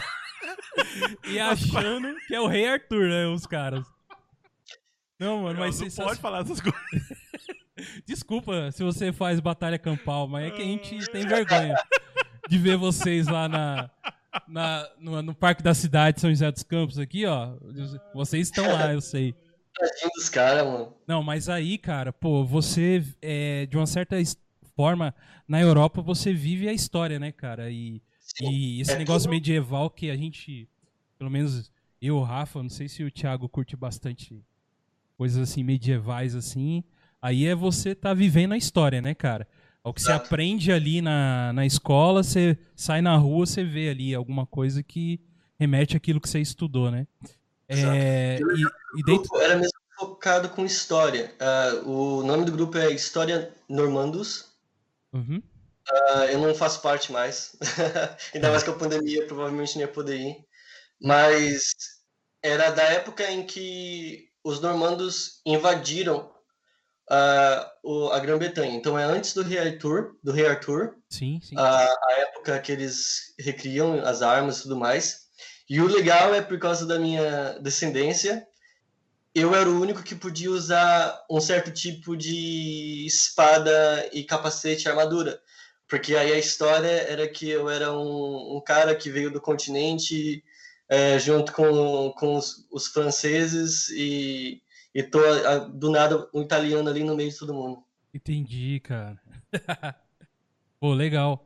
B: E achando que é o Rei Arthur, né? Os caras. Não, mano,
C: não,
B: mas
C: não
B: sensacional.
C: pode falar essas coisas.
B: Desculpa se você faz batalha campal, mas é que a gente tem vergonha de ver vocês lá na, na, no, no Parque da Cidade, São José dos Campos, aqui, ó. Vocês estão lá, eu sei.
A: Tadinho dos caras, mano.
B: Não, mas aí, cara, pô, você, é, de uma certa es- forma, na Europa, você vive a história, né, cara? E, e esse
A: É
B: negócio
A: tudo-
B: medieval que a gente, pelo menos eu, o Rafa, não sei se o Thiago curte bastante coisas assim, medievais, assim. Aí é você tá vivendo a história, né, cara? O que você
A: Exato.
B: aprende ali na, na escola, você sai na rua, você vê ali alguma coisa que remete àquilo que você estudou, né? É, e, e
A: O
B: dentro...
A: grupo era mesmo focado com história. Ah, o nome do grupo é História Normandus.
B: Uhum.
A: Ah, eu não faço parte mais. Ainda mais com a pandemia, provavelmente não ia poder ir. Mas era da época em que os normandos invadiram ah, o- a Grã-Bretanha. Então é antes do Rei Arthur, do Rei Arthur,
B: Sim, sim.
A: a, a época que eles recriam as armas e tudo mais. E o legal é por causa da minha descendência, eu era o único que podia usar um certo tipo de espada e capacete e armadura. Porque aí a história era que eu era um, um cara que veio do continente é, junto com, com os, os franceses e, e tô a- do nada um italiano ali no meio de todo mundo.
B: Entendi, cara. Pô, legal.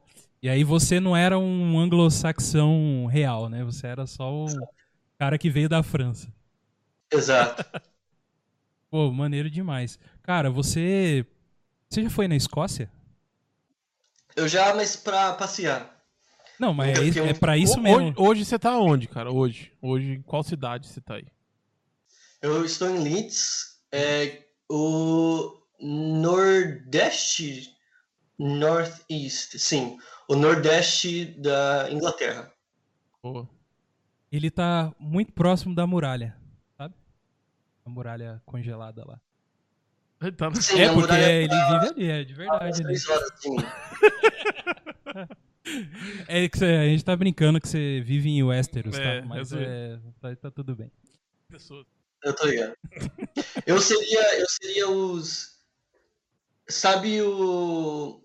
B: E aí você não era um anglo-saxão real, né? Você era só um cara que veio da França.
A: Exato.
B: Pô, maneiro demais. Cara, você. Você já foi na Escócia?
A: Eu já, mas pra passear.
B: Não, mas
A: Nunca
B: é,
A: fiquei
B: é
A: muito-
B: pra isso
C: Ho-
B: mesmo.
C: Hoje, hoje você tá onde, cara? Hoje. Hoje, em qual cidade você tá aí?
A: Eu estou em Leeds, é o Nordeste, Northeast, sim, o Nordeste da Inglaterra.
C: Boa.
B: Ele tá muito próximo da muralha, sabe? A muralha congelada lá.
C: Tá-
A: Sim,
B: É
A: a
B: porque
A: muralha
B: ele vive ali, é de
A: tá
B: verdade
A: umas
B: ali.
A: três horas de mim.
B: É que você- a gente tá brincando que você vive em Westeros,
C: É,
B: tá? Mas
C: eu tô-
B: é, tá, tá tudo bem.
C: Pessoas.
A: Eu tô ligado. Eu seria, eu seria os. Sabe o.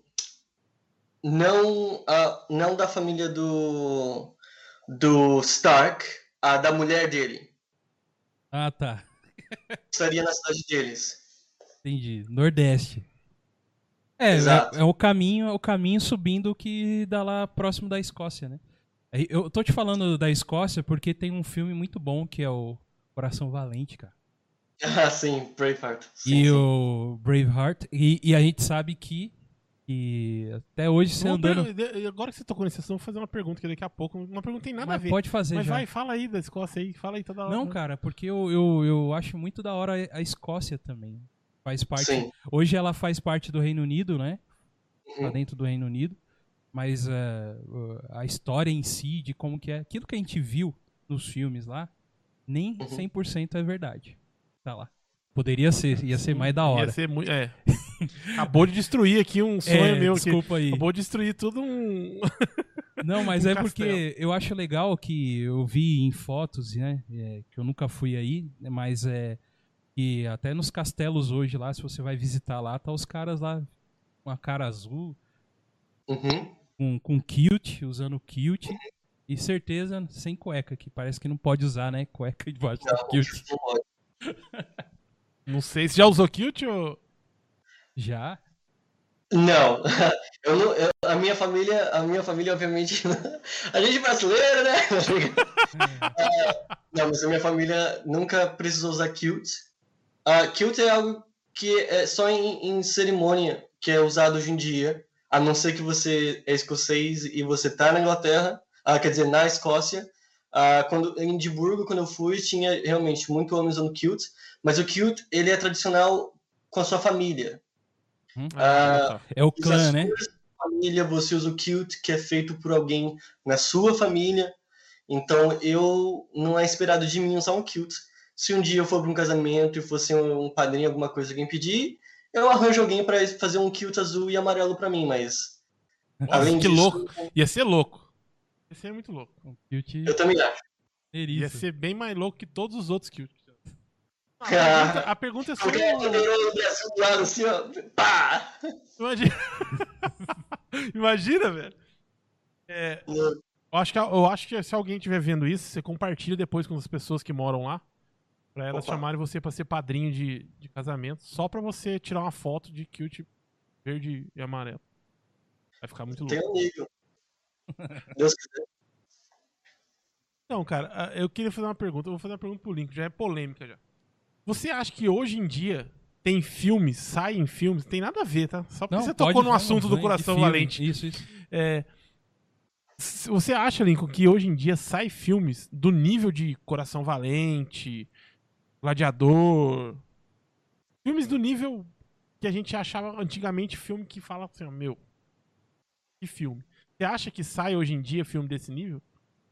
A: Não, a, não da família do. Do Stark, a da mulher dele.
B: Ah, tá.
A: Estaria na cidade deles.
B: Entendi. Nordeste. É,
A: Exato.
B: é, é o caminho, é o caminho subindo que dá lá próximo da Escócia, né? Aí, eu tô te falando da Escócia porque tem um filme muito bom que é o Coração Valente, cara.
A: Ah, sim, Braveheart. Sim,
B: E
A: sim.
B: o Braveheart. E, e a gente sabe que, que até hoje você
C: Vou
B: andando.
C: per- de- Agora que você tocou nesse assunto, eu vou fazer uma pergunta que daqui a pouco. Uma pergunta tem nada a
B: Mas
C: ver.
B: pode fazer
C: Mas
B: já.
C: vai, fala aí da Escócia aí. Fala aí toda hora.
B: Não, cara, porque eu, eu, eu acho muito da hora a Escócia também. Faz parte.
A: Sim.
B: Hoje ela faz parte do Reino Unido, né? Tá
A: Uhum.
B: dentro do Reino Unido. Mas uh, uh, a história em si, de como que é. Aquilo que a gente viu nos filmes lá, nem
A: Uhum.
B: cem por cento é verdade. Tá lá. Poderia ser, ia ser mais da hora.
C: Ia ser muito. É. Acabou de destruir aqui um sonho
B: É,
C: meu. Aqui.
B: desculpa aí.
C: Acabou de destruir tudo um.
B: Não, mas
C: Um
B: é
C: castelo.
B: porque eu acho legal que eu vi em fotos, né? é, que eu nunca fui aí, mas é que até nos castelos hoje lá, se você vai visitar lá, tá os caras lá com a cara azul,
A: Uhum.
B: com, com kilt, usando kilt, e certeza sem cueca, que parece que não pode usar, né? Cueca debaixo do
A: Não,
B: kilt.
A: não pode.
C: Não sei se já usou kilt ou.
B: Já?
A: Não, eu não, eu- a minha família, a minha família, obviamente, a gente é brasileiro, né? É, não, mas a minha família nunca precisou usar kilt. Ah, kilt é algo que é só em, em cerimônia que é usado hoje em dia, a não ser que você é escocês e você tá na Inglaterra, ah, quer dizer, na Escócia. Ah, quando, em Edimburgo, quando eu fui, tinha realmente muito homem usando kilt, mas o kilt, ele é tradicional com a sua família.
C: Ah, tá.
B: É o
A: Se
B: clã,
A: a
B: né?
A: sua família, você usa o kilt, que é feito por alguém na sua família. Então, eu não é esperado de mim usar um kilt. Se um dia eu for para um casamento e fosse um, um padrinho, alguma coisa que alguém pedir, eu arranjo alguém para fazer um kilt azul e amarelo para mim, mas
C: Nossa,
A: além
C: que
A: disso,
C: louco. Ia ser louco. Ia ser muito louco.
B: O kilt
A: eu também acho.
C: Ia
B: eriço.
C: ser bem mais louco que todos os outros kilts. A pergunta, a pergunta é só.
A: Qualquer bandeirão no Brasil do lado assim, ó, pá!
C: Imagina, Imagina velho. É, eu, acho que, eu acho que se alguém estiver vendo isso, você compartilha depois com as pessoas que moram lá. Pra elas
A: Opa.
C: chamarem você pra ser padrinho de, de casamento. Só pra você tirar uma foto de kilt verde e amarelo. Vai ficar muito louco.
A: Tem um nível. Deus quiser.
C: Não, cara, a- eu queria fazer uma pergunta. Eu vou fazer uma pergunta pro Link, já é polêmica já. Você acha que hoje em dia tem filmes, saem filmes, tem nada a ver, tá? Só porque
B: Não,
C: você
B: pode
C: tocou no
B: ver,
C: assunto
B: não,
C: do
B: de
C: Coração
B: filme.
C: Valente.
B: Isso, isso.
C: É, s- você acha, Lincoln, que hoje em dia sai filmes do nível de Coração Valente, Gladiador, filmes do nível que a gente achava antigamente, filme que fala assim, ó, meu, que filme. Você acha que sai hoje em dia filme desse nível?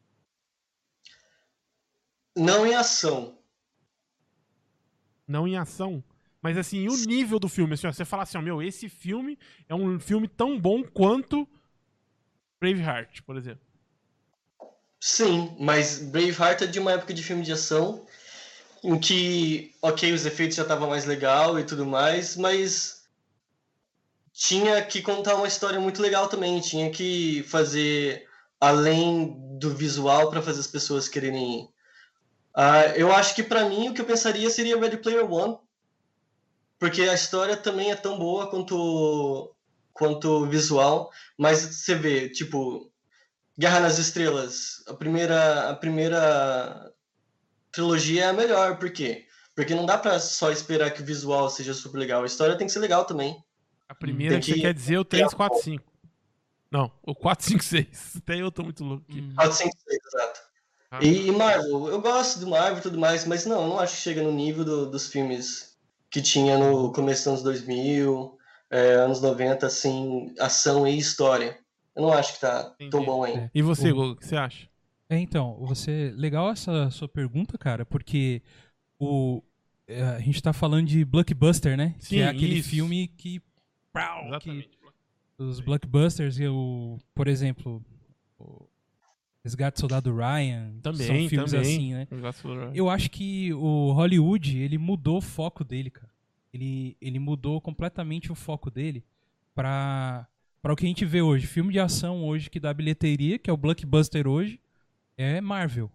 A: Não em ação.
C: Não em ação, mas assim, o nível do filme, assim, ó, você fala assim, ó, meu, esse filme é um filme tão bom quanto Braveheart, por exemplo.
A: Sim, mas Braveheart é de uma época de filme de ação em que, ok, os efeitos já estavam mais legal e tudo mais, mas tinha que contar uma história muito legal também, tinha que fazer além do visual para fazer as pessoas quererem ir. Ah, eu acho que para mim o que eu pensaria seria Ready Player One, porque a história também é tão boa quanto quanto visual, mas você vê, tipo, Guerra nas Estrelas, a primeira, a primeira trilogia é a melhor, por quê? Porque não dá pra só esperar que o visual seja super legal, a história tem que ser legal também.
C: A primeira
A: Tem
C: que você
A: que-
C: quer dizer é o três, quatro, cinco. Não, o quatro, cinco, seis. Até eu tô muito louco aqui.
B: Hum.
A: quatro, cinco, seis, exato.
C: Ah,
A: E, e Marvel, eu gosto do Marvel e tudo mais, mas não, eu não acho que chega no nível do- dos filmes que tinha no começo dos anos dois mil, é, anos noventa, assim, ação e história. Eu não acho que tá
C: Entendi.
A: tão bom ainda.
B: É.
C: E você,
B: O-
C: Gogo, o que você acha?
B: É, então, você. Legal essa sua pergunta, cara, porque o. é, A gente tá falando de blockbuster, né?
C: Sim,
B: que é aquele
C: isso.
B: filme que. Pau, que
C: Exatamente.
B: os blockbusters, e o, por exemplo, o Resgate do Soldado Ryan,
C: Também,
B: são filmes
C: também.
B: assim, né?
C: Eu...
B: Eu acho que o Hollywood, ele mudou o foco dele, cara. Ele, ele mudou completamente o foco dele pra, pra o que a gente vê hoje. Filme de ação hoje que dá bilheteria, que é o blockbuster hoje, é Marvel.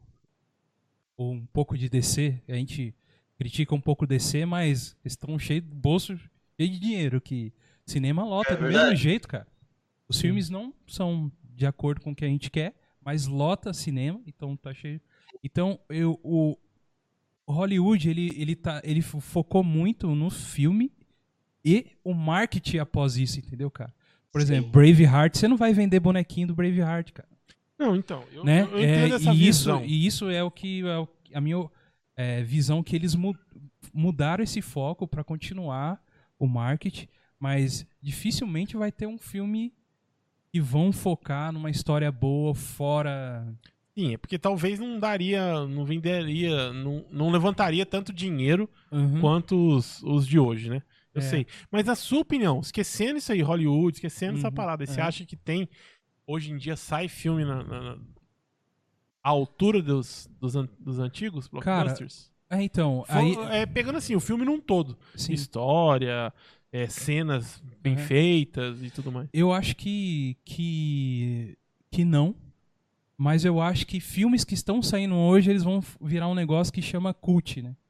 B: Ou um pouco de D C. A gente critica um pouco D C, mas eles estão cheios de bolso, cheio de dinheiro, que cinema lota
A: É
B: do
A: verdade.
B: mesmo jeito, cara. Os filmes não são de acordo com o que a gente quer, mas lota cinema, então tá cheio. Então, eu, o o Hollywood, ele, ele, tá, ele fo- focou muito no filme e o marketing após isso, entendeu, cara? Por
A: Sim.
B: exemplo, Braveheart, você não vai vender bonequinho do Braveheart, cara.
C: Não, então, eu,
B: Né?
C: eu
B: É,
C: entendo essa
B: e, isso,
C: visão.
B: e isso é o que é o- a minha é, visão, que eles mu- mudaram esse foco para continuar o marketing, mas dificilmente vai ter um filme que vão focar numa história boa fora.
C: Sim, é porque talvez não daria, não venderia, não, não levantaria tanto dinheiro
B: Uhum.
C: quanto os, os de hoje, né? Eu
B: É.
C: sei. Mas a sua opinião, esquecendo isso aí, Hollywood, esquecendo essa
B: Uhum,
C: parada, você
B: é.
C: acha que tem, hoje em dia, sai filme na, na- na- à altura dos, dos, an- dos antigos
B: Cara,
C: blockbusters?
B: É, então,
C: Fo-
B: aí,
C: é, pegando assim, o filme num todo.
B: sim,
C: História, é, cenas bem
B: Uhum.
C: feitas e tudo mais.
B: eu acho que, que que não, mas eu acho que filmes que estão saindo hoje, eles vão f- virar um negócio que chama cult, né?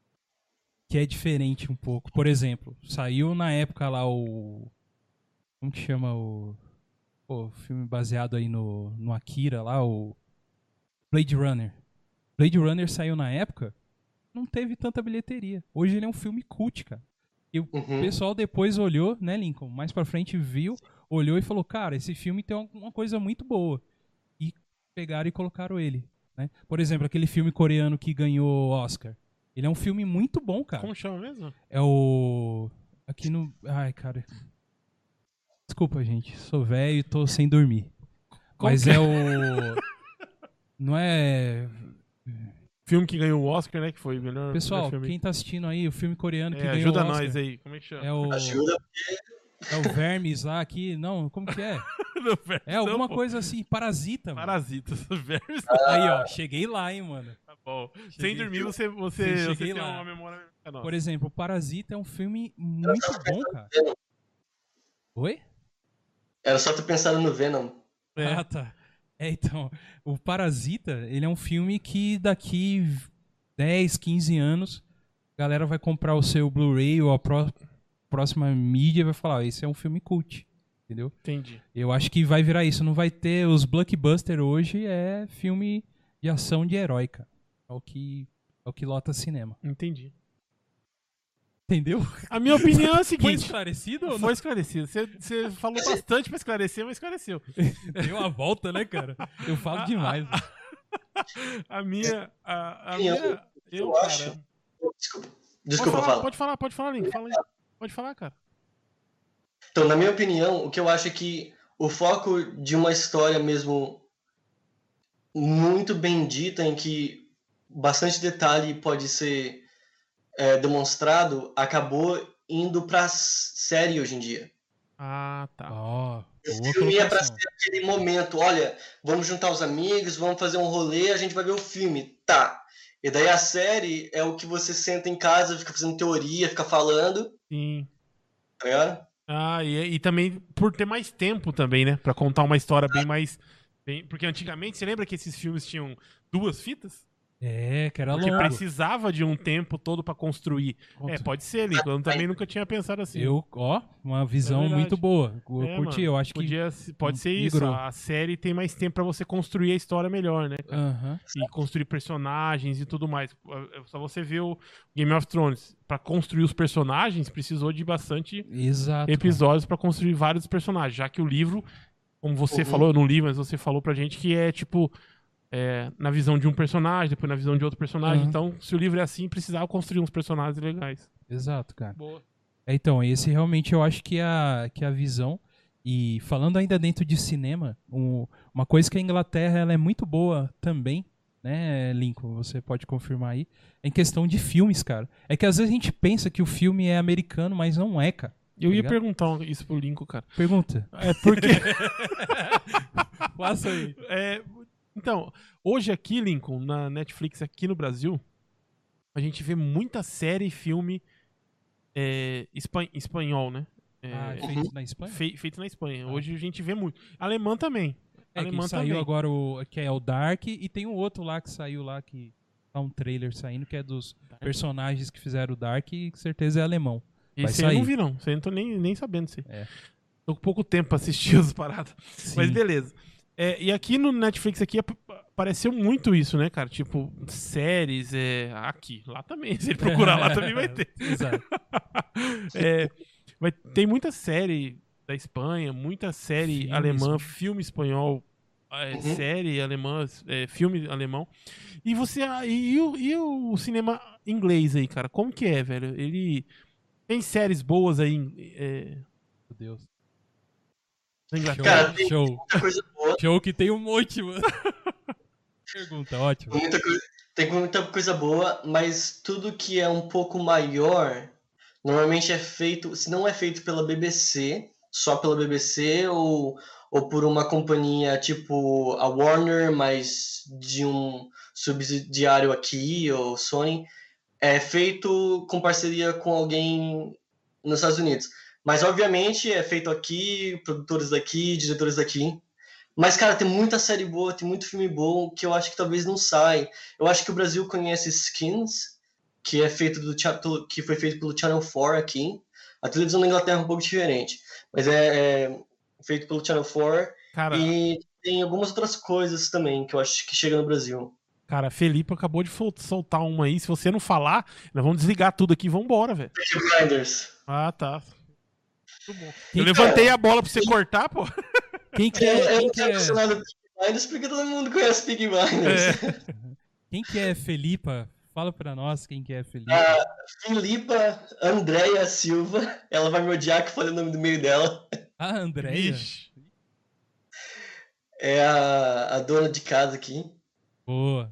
B: Que é diferente um pouco. Por exemplo, saiu na época lá o como que chama o pô, filme baseado aí no, no Akira lá, o Blade Runner. Blade Runner saiu na época, não teve tanta bilheteria. Hoje ele é um filme cult, cara. E o
A: Uhum.
B: pessoal depois olhou, né, Lincoln? Mais pra frente viu, olhou e falou, cara, esse filme tem uma coisa muito boa. E pegaram e colocaram ele, né? Por exemplo, aquele filme coreano que ganhou Oscar. Ele é um filme muito bom, cara.
C: Como chama mesmo?
B: É o... Aqui no... Ai, cara... Desculpa, gente. Sou velho e tô sem dormir.
C: Como
B: Mas
C: que-
B: é o... Não é...
C: Filme que ganhou o Oscar, né? Que foi o melhor,
B: Pessoal,
C: melhor filme.
B: quem tá assistindo aí, o filme coreano que
C: É,
B: ganhou
C: ajuda
B: o Oscar.
C: nós aí. Como é que chama?
B: É o...
A: Ajuda.
B: É o Vermes lá aqui. Não, como que é?
C: Não, Vermes
B: É alguma
C: não, pô.
B: coisa assim, Parasita, mano.
C: Parasitas. Vermes.
B: Aí, ó, cheguei lá, hein, mano.
C: Tá bom. Sem
B: Cheguei-
C: dormir, você, você,
B: Sim,
C: você
B: cheguei
C: tem
B: lá.
C: uma memória. Ah, nossa.
B: Por exemplo, o Parasita é um filme muito bom, cara.
A: Venom.
B: Oi?
A: Era só ter pensado no Venom.
C: É.
B: Ah, tá. É, então, o Parasita, ele é um filme que daqui dez, quinze anos, a galera vai comprar o seu Blu-ray ou a pró- próxima mídia e vai falar, "Ah, esse é um filme cult", entendeu?
C: Entendi.
B: Eu acho que vai virar isso, não vai ter os blockbuster hoje, é filme de ação de herói, cara. É o que, é o que lota cinema.
C: Entendi.
B: Entendeu?
C: A minha opinião é a
B: Foi
C: seguinte.
B: esclarecido ou não?
C: Foi esclarecido. Você, você falou bastante pra esclarecer, mas esclareceu.
B: Deu uma volta, né, cara? Eu falo demais. né?
C: A minha. A, a
A: Eu-
C: minha.
A: eu
C: Eu,
A: acho-
C: cara.
A: Desculpa.
C: Pode
A: Desculpa
C: falar,
A: falar.
C: pode falar, pode falar, Link. Fala aí. Pode falar, cara.
A: Então, na minha opinião, o que eu acho é que o foco de uma história mesmo muito bem dita, em que bastante detalhe pode ser é, demonstrado, acabou indo pra série hoje em dia.
C: Ah, tá.
B: Ó,
A: O
B: boa
A: filme é pra
B: colocação.
A: ser aquele momento, olha, vamos juntar os amigos, vamos fazer um rolê, a gente vai ver o filme. Tá. E daí a série é o que você senta em casa, fica fazendo teoria, fica falando,
C: Sim.
A: tá ligado?
C: Ah, e, e também por ter mais tempo também, né? Pra contar uma história bem mais. Bem, porque antigamente, você lembra que esses filmes tinham duas fitas?
B: É, que era
C: Porque
B: longo.
C: precisava de um tempo todo pra construir. É, pode ser, Lincoln. Eu também nunca tinha pensado assim.
B: Eu, ó, uma visão
C: É verdade.
B: muito boa. Eu
C: É,
B: curti,
C: mano,
B: eu acho que...
C: podia, pode ser isso.
B: migrou.
C: A série tem mais tempo pra você construir a história melhor, né, cara?
B: Aham.
C: E construir personagens e tudo mais. É só você ver o Game of Thrones. Pra construir os personagens, precisou de bastante
B: Exato.
C: episódios pra construir vários personagens. Já que o livro, como você
A: Uhum.
C: falou, eu não li, mas você falou pra gente que é tipo... É, na visão de um personagem, depois na visão de outro personagem.
B: Uhum.
C: Então, se o livro é assim, precisava construir uns personagens legais.
B: Exato, cara.
C: Boa.
B: É, então, esse realmente eu acho que é a, que é a visão. E falando ainda dentro de cinema, um- uma coisa que a Inglaterra ela é muito boa também, né, Lincoln? Você pode confirmar aí. É em questão de filmes, cara. É que às vezes a gente pensa que o filme é americano, mas não é, cara.
C: Eu
B: Tá
C: ia
B: ligado?
C: perguntar isso pro Lincoln, cara.
B: Pergunta.
C: É porque.
B: Passa aí.
C: é, então, hoje aqui, Lincoln, na Netflix, aqui no Brasil, a gente vê muita série e filme é, espan- espanhol, né? É,
B: Ah, é feito na Espanha?
C: fei- feito na Espanha.
B: Ah.
C: Hoje a gente vê muito. Alemã também.
B: É,
C: Alemã
B: que saiu
C: também.
B: agora o que é o Dark e tem um outro lá que saiu lá que tá um trailer saindo que é dos personagens que fizeram o Dark e com certeza é alemão. vai
C: Esse eu
B: sair.
C: não vi, não. Esse eu não tô nem, nem sabendo. Se.
B: É.
C: Tô com pouco tempo pra assistir as paradas.
B: Sim.
C: Mas beleza. É, e aqui no Netflix aqui ap- apareceu muito isso, né, cara? Tipo, séries, é, aqui, lá também. Se ele procurar lá também vai ter.
B: Exato.
C: É, vai, tem muita série da Espanha, muita série
B: Filme
C: alemã,
B: espanhol.
C: filme espanhol, é,
A: Uhum.
C: série alemã, é, filme alemão. E você, ah, e, e o, e o cinema inglês aí, cara? Como que é, velho? Ele tem séries boas aí em- é,
B: Meu Deus.
C: na Inglaterra?
A: Cara, tem
B: Show.
A: muita coisa boa.
B: Show que tem um monte, mano. Pergunta, ótimo.
A: Muita coisa, tem muita coisa boa, mas tudo que é um pouco maior, normalmente é feito, se não é feito pela B B C, só pela B B C, ou, ou por uma companhia tipo a Warner, mas de um subsidiário aqui, ou Sony, é feito com parceria com alguém nos Estados Unidos. Mas, obviamente, é feito aqui, produtores daqui, diretores daqui. Mas, cara, tem muita série boa, tem muito filme bom que eu acho que talvez não sai. Eu acho que o Brasil conhece Skins, que é feito do cha- que foi feito pelo Channel quatro aqui. A televisão da Inglaterra é um pouco diferente, mas é, é feito pelo Channel quatro.
C: Cara,
A: E tem algumas outras coisas também que eu acho que chegam no Brasil.
C: cara, Felipe acabou de fol- soltar uma aí. Se você não falar, nós vamos desligar tudo aqui e vambora, velho.
A: Peaky Blinders.
C: Ah, tá. Muito bom.
B: Quem-
C: Eu levantei a bola pra você cortar, pô.
B: Quem que
A: Eu,
B: é,
A: eu
B: quem
A: não
B: que
A: tenho
B: é,
A: mencionado Peaky Blinders porque todo mundo conhece Peaky Blinders.
C: É.
B: quem que é Felipa? Fala pra nós quem que é Felipa.
A: Ah, Filipa Andréia Silva, ela vai me odiar que eu falei o nome do meio dela.
B: Ah, Andréia.
C: Ixi.
A: É a, a dona de casa aqui.
B: Boa.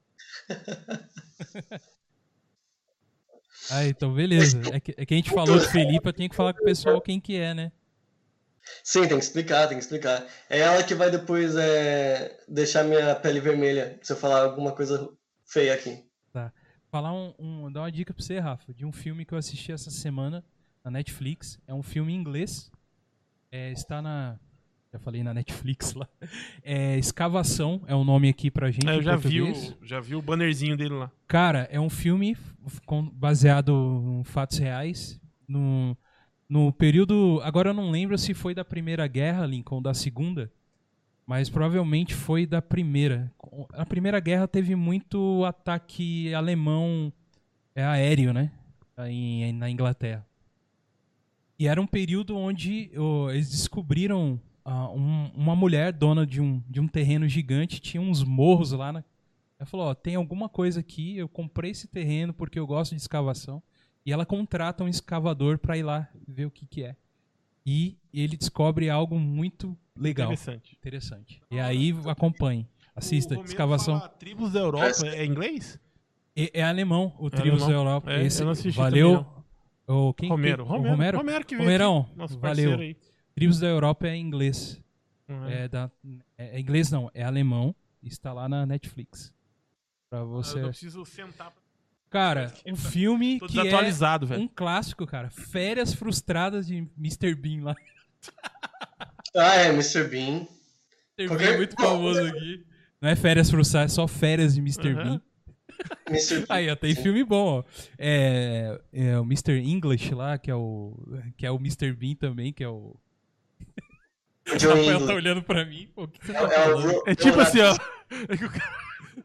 B: Ah, então beleza. É que, é que a gente falou de Felipa, tem que falar com o pessoal quem que é, né?
A: Sim, tem que explicar, tem que explicar. É ela que vai depois é, deixar minha pele vermelha se eu falar alguma coisa feia aqui.
B: Falar um, um- dar uma dica pra você, Rafa, de um filme que eu assisti essa semana na Netflix. É um filme em inglês. É, está na. Já falei na Netflix lá. É, Escavação é o nome aqui pra gente.
C: É, eu
B: em
C: já vi,
B: português.
C: o, já vi o bannerzinho dele lá.
B: Cara, é um filme f- com- baseado em fatos reais. No, no período. Agora eu não lembro se foi da Primeira Guerra, Lincoln, ou da Segunda. Mas provavelmente foi da Primeira. A Primeira Guerra teve muito ataque alemão é, aéreo, né? Em, na Inglaterra. E era um período onde oh, eles descobriram ah, um- uma mulher dona de um, de um terreno gigante, tinha uns morros lá. Na... Ela falou, ó, tem alguma coisa aqui, eu comprei esse terreno porque eu gosto de escavação. E ela contrata um escavador para ir lá ver o que que é. E ele descobre algo muito legal,
C: Interessante.
B: interessante. E aí acompanhe, assista,
C: O Romero
B: escavação.
C: fala Tribos da Europa, é inglês?
B: É, é alemão, o
C: É
B: Tribos da
C: alemão.
B: Europa.
C: É,
B: Esse,
C: eu não assisti
B: valeu.
C: também,
B: O, quem,
C: Romero.
B: quem- o
C: Romero.
B: Romero.
C: Romero que veio
B: Romerão,
C: aqui, nosso parceiro
B: valeu.
C: aí.
B: Tribos da Europa é em inglês.
C: Uhum.
B: É, da, é, é inglês não, é alemão. Está lá na Netflix. Pra você.
C: Eu não preciso sentar. Pra...
B: Cara, um filme
C: Tô
B: que é
C: desatualizado, velho.
B: um clássico, cara. Férias Frustradas de mister Bean lá.
A: Ah, é, mister Bean.
B: mister Bean
A: Qualquer-
B: é muito famoso aqui. Não é Férias Frustradas, é só Férias de mister
C: Uhum.
B: Bean.
A: mister Bean.
B: Aí, ó, tem
A: Sim.
B: filme bom, ó. É, é o mister English lá, que é o que é o mister Bean também, que é o...
A: O
B: O
A: Johnny
B: Rafael tá
A: English.
B: olhando pra mim, pô, o que você
A: É,
B: tá
A: é o
B: falando?
A: Ro-
C: É tipo
A: Leonardo
C: assim, ó. É que o cara.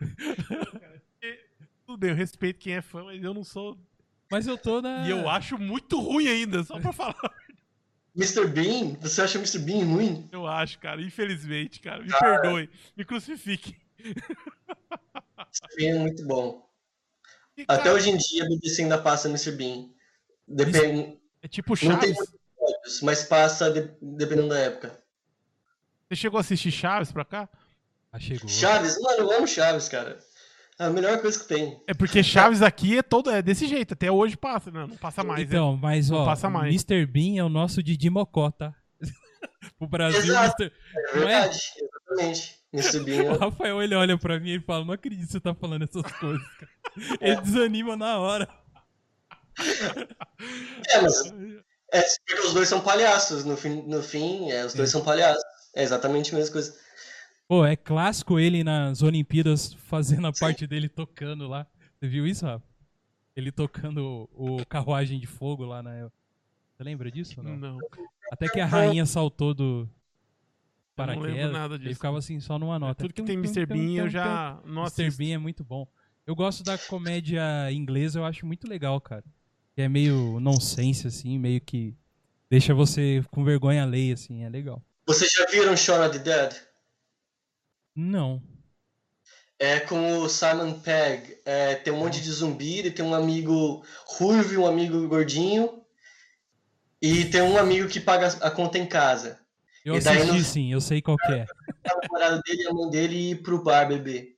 C: Tudo bem, eu respeito quem é fã, mas eu não sou.
B: Mas eu tô na...
C: E eu acho muito ruim ainda, só pra falar.
A: mister Bean? Você acha o mister Bean ruim?
C: Eu acho, cara, infelizmente, cara. Me
A: Cara.
C: perdoe, me crucifique.
A: mister Bean é muito bom.
C: E,
A: Até
C: cara,
A: hoje em dia a B B C ainda passa mister Bean. Depende,
C: é tipo
A: não tem
C: Chaves.
A: muitos episódios, mas passa de- dependendo da época.
C: Você chegou a assistir Chaves pra cá?
B: Ah, chegou.
A: Chaves, mano, eu amo Chaves, cara. É a melhor coisa que tem.
C: É porque Chaves aqui é todo é desse jeito, até hoje passa, não, não passa mais. né?
B: Então, mas
C: Não
B: ó,
C: passa
B: o
C: mais.
B: mister Bean é o nosso Didi Mocó, tá? O Brasil,
A: Exato.
B: mister
A: É
B: Não é?
A: verdade, exatamente. mister Bean.
B: O
A: é-
B: Rafael, ele olha pra mim e ele fala, não acredito que você tá falando essas coisas, cara. Ele desanima na hora.
A: É, mas é porque os dois são palhaços. No fim, no fim é, os dois
B: É.
A: são palhaços. É exatamente a mesma coisa.
B: Pô, é clássico ele nas Olimpíadas fazendo a
A: Sim.
B: parte dele tocando lá. Você viu isso, Rafa? Ele tocando o, o Carruagem de Fogo lá na... Você lembra disso ou não?
C: Não,
B: Até que a rainha saltou do
C: eu não
B: paraquedas.
C: lembro nada
B: Ele
C: disso.
B: ficava assim, só numa nota.
C: Tudo que tem mister Bean eu já não
B: mister
C: assisto.
B: Bean é muito bom. Eu gosto da comédia inglesa, eu acho muito legal, cara. Que é meio nonsense, assim, meio que deixa você com vergonha alheia, assim, é legal.
A: Vocês já viram Shaun of the Dead?
B: Não.
A: É com o Simon Pegg. É, tem um monte de zumbi, ele tem um amigo ruivo e um amigo gordinho. E tem um amigo que paga a conta em casa.
B: Eu
A: E daí
B: assisti
A: no-
B: sim, eu sei qual que é.
A: A namorada dele e a mãe dele ir pro bar beber.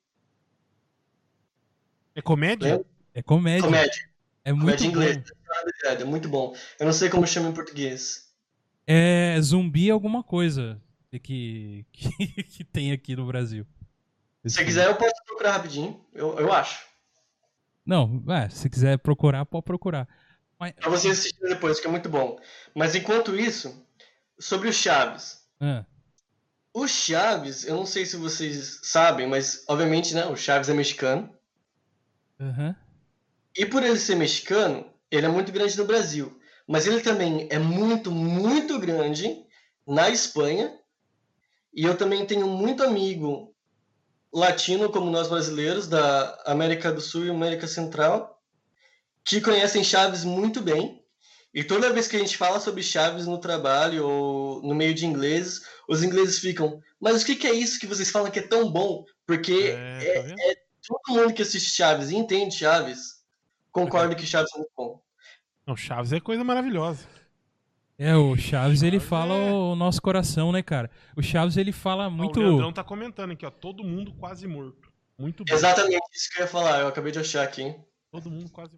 C: É comédia?
A: Lembra?
B: É comédia.
A: Comédia.
B: É muito
A: Comédia inglesa.
B: bom.
A: Shaun of the Dead, é muito bom. Eu não sei como chama em português.
B: É zumbi alguma coisa que, que, que tem aqui no Brasil.
A: Se você quiser, eu posso procurar rapidinho. Eu, eu acho.
B: Não, é, se quiser procurar, pode procurar. Mas,
A: Pra vocês assistirem depois, que é muito bom. Mas enquanto isso, sobre o Chaves.
B: ah,
A: O Chaves, eu não sei se vocês sabem, mas obviamente, né, o Chaves é mexicano.
B: aham.
A: E por ele ser mexicano, ele é muito grande no Brasil. Mas ele também é muito, muito grande na Espanha. E eu também tenho muito amigo latino, como nós brasileiros, da América do Sul e América Central, que conhecem Chaves muito bem. E toda vez que a gente fala sobre Chaves no trabalho ou no meio de ingleses, os ingleses ficam, mas o que que é isso que vocês falam que é tão bom? Porque
C: É, tá vendo?
A: todo mundo que assiste Chaves e entende Chaves concorda que Chaves é muito bom.
C: Não, Chaves é coisa maravilhosa.
B: É, o Chaves, ele
C: Chaves
B: fala
C: é-
B: o nosso coração, né, cara? O Chaves, ele fala muito...
C: Ó, o Leandrão tá comentando aqui, ó. Todo mundo quase morto. Muito bom.
A: Exatamente isso que eu ia falar, eu acabei de achar aqui, hein?
C: Todo mundo quase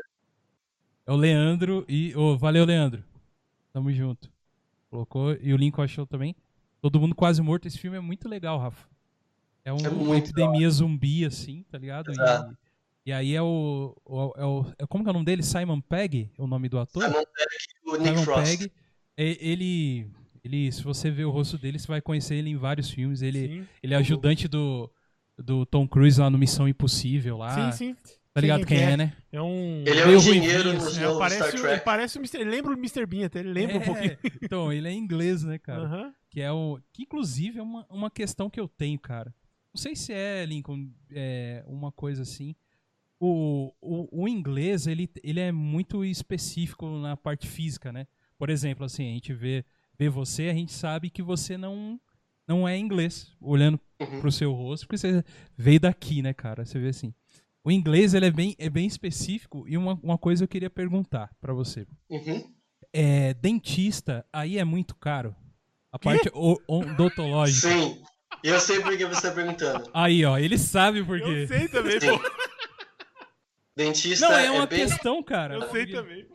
B: É o Leandro e... Ô, valeu, Leandro. Tamo junto. Colocou, e o Lincoln achou também. Todo mundo quase morto. Esse filme é muito legal, Rafa. É, um,
A: É
B: uma
A: muito
B: epidemia zumbi, assim, tá ligado?
A: Exato.
B: E, e aí é o, o, é o... é- Como que é o nome dele? Simon Pegg? É o nome do ator?
A: Simon Pegg e o Nick
B: Simon
A: Frost.
B: Pegg. E- Ele... Ele, se você ver o rosto dele, você vai conhecer ele em vários filmes. Ele,
C: Sim,
B: ele é ajudante do, do Tom Cruise lá no Missão Impossível lá.
C: sim, sim.
B: Tá ligado
C: Sim,
B: quem
C: que
B: é,
C: é.
B: né?
C: É um.
A: Ele é um
B: Meio
A: engenheiro
B: ruivinho,
A: nos
C: É,
A: novos
C: parece,
A: Star
C: o- ele
A: Trek.
C: parece o mister Ele lembra o mister Bean até, ele lembra um
B: É,
C: pouquinho.
B: Então, ele é inglês, né, cara?
C: Aham.
B: Que é o. Que inclusive é uma, uma questão que eu tenho, cara. Não sei se é, Lincoln, é uma coisa assim. O, o, o inglês, ele, ele é muito específico na parte física, né? Por exemplo, assim, a gente vê, vê você, a gente sabe que você não, não é inglês, olhando
A: Uhum.
B: pro seu rosto, porque você veio daqui, né, cara? Você vê assim. O inglês, ele é bem, é bem específico, e uma, uma coisa eu queria perguntar pra você.
A: Uhum.
B: É, dentista, aí é muito caro? A parte o- odontológica.
A: Sim, eu sei por que você está perguntando.
B: Aí, ó, ele sabe por quê.
C: Eu sei também,
A: Sim.
C: pô.
A: Dentista
B: Não, é uma
A: bem...
B: questão, cara.
C: Eu sei também.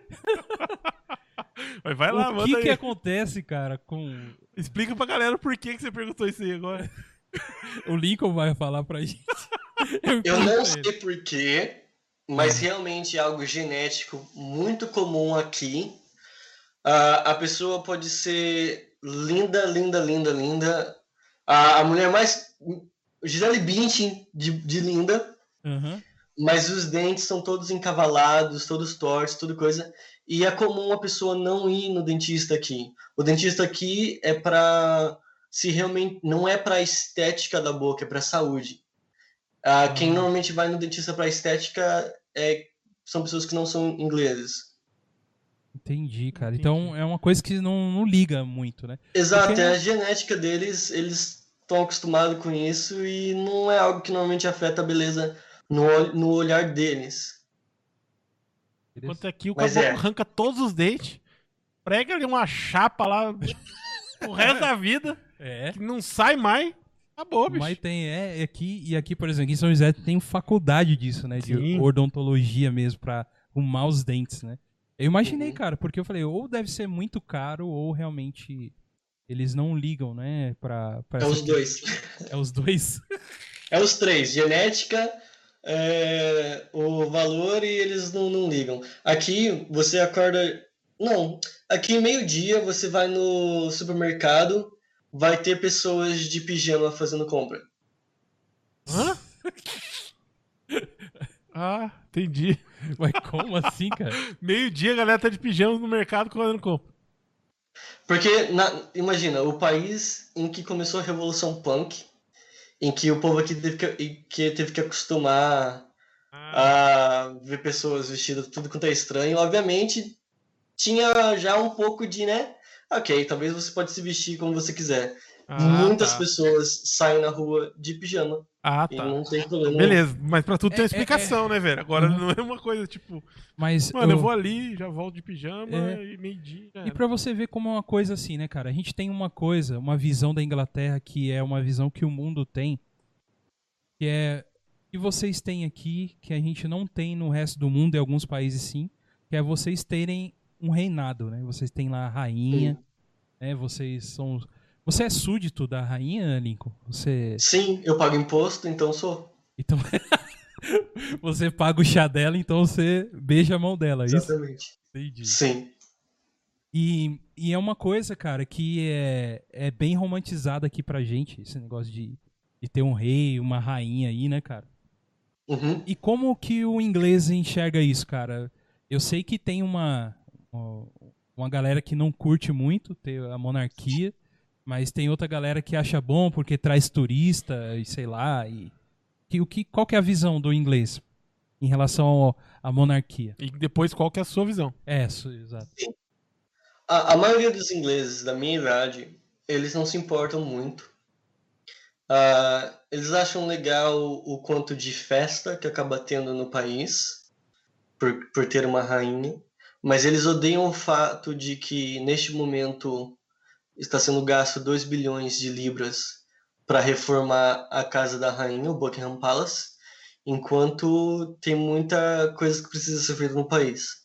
C: Mas vai lá,
B: O
C: manda
B: que
C: aí.
B: que acontece, cara, com...
C: Explica pra galera por que, que você perguntou isso aí agora.
B: O Lincoln vai falar pra gente.
A: Eu
B: pergunto
A: não
B: pra
A: sei
B: ele.
A: porquê, mas realmente é algo genético muito comum aqui. Ah, a pessoa pode ser linda, linda, linda, linda. A, a mulher mais... Gisele Bündchen de, de linda.
B: Aham.
A: mas os dentes são todos encavalados, todos tortos, tudo coisa. E é comum a pessoa não ir no dentista aqui. O dentista aqui é para se realmente não é para estética da boca, é para saúde. Ah,
C: Ah.
A: quem normalmente vai no dentista para estética é, são pessoas que não são ingleses.
B: Entendi, cara.
C: Entendi.
B: Então é uma coisa que não, não liga muito, né?
A: Exato,
B: Porque-
A: é a genética deles, eles estão acostumados com isso e não é algo que normalmente afeta a beleza no, ol- no olhar deles.
C: Enquanto aqui o
A: Mas
C: caboclo
A: é.
C: arranca todos os dentes, prega ali uma chapa lá o resto da vida,
B: É.
C: que não sai mais. Acabou, bicho.
B: Mas tem, é, aqui, e aqui, por exemplo, aqui em São José tem faculdade disso, né? De
C: Sim.
B: odontologia mesmo, pra arrumar os dentes, né? Eu imaginei,
A: Uhum.
B: cara, porque eu falei, ou deve ser muito caro, ou realmente eles não ligam, né? Pra, pra
A: É
B: essa
A: os
B: que-
A: dois.
B: É os dois?
A: É os três, genética, é, o valor e eles não, não ligam. Aqui você acorda. Não, aqui meio-dia você vai no supermercado, vai ter pessoas de pijama fazendo compra.
C: Hã? Ah, entendi.
B: Mas como assim, cara?
C: Meio-dia a galera tá de pijama no mercado correndo compra.
A: Porque, na- imagina, o país em que começou a Revolução Punk, em que o povo aqui teve que, e que teve que acostumar
C: Ah,
A: a ver pessoas vestidas tudo quanto é estranho, obviamente tinha já um pouco de, né? Ok, talvez você pode se vestir como você quiser.
C: ah,
A: Muitas
C: tá.
A: pessoas saem na rua de pijama
C: Ah,
A: e
C: tá.
A: não tem problema.
C: Beleza, mas pra tudo tem
B: É,
C: uma
B: é,
C: explicação, né, velho? Agora
B: Uhum.
C: não é uma coisa tipo,
B: Mas.
C: mano, eu
B: ô,
C: vou ali, já volto de pijama
B: É.
C: e meio-dia. já
B: E
C: era.
B: pra você ver como é uma coisa assim, né, cara? A gente tem uma coisa, uma visão da Inglaterra que é uma visão que o mundo tem, que é que vocês têm aqui, que a gente não tem no resto do mundo, em alguns países sim, que é vocês terem um reinado, né? Vocês têm lá a rainha, né? Vocês são. Você é súdito da rainha, Lincoln? Você.
A: Sim, eu pago imposto, então sou.
B: Então. Você paga o chá dela, então você beija a mão dela, é isso?
A: Exatamente.
B: Entendi.
A: Sim.
B: E, e é uma coisa, cara, que é, é bem romantizada aqui pra gente, esse negócio de, de ter um rei, uma rainha aí, né, cara?
A: Uhum.
B: E como que o inglês enxerga isso, cara? Eu sei que tem uma, uma galera que não curte muito ter a monarquia, mas tem outra galera que acha bom porque traz turista e sei lá. E, que, o que, qual que é a visão do inglês em relação ao- à monarquia?
C: E depois, qual que é a sua visão?
B: É, isso, exato.
A: A, a maioria dos ingleses da minha idade, eles não se importam muito. Ah, eles acham legal o quanto de festa que acaba tendo no país por, por ter uma rainha, mas eles odeiam o fato de que neste momento está sendo gasto dois bilhões de libras para reformar a casa da rainha, o Buckingham Palace, enquanto tem muita coisa que precisa ser feita no país.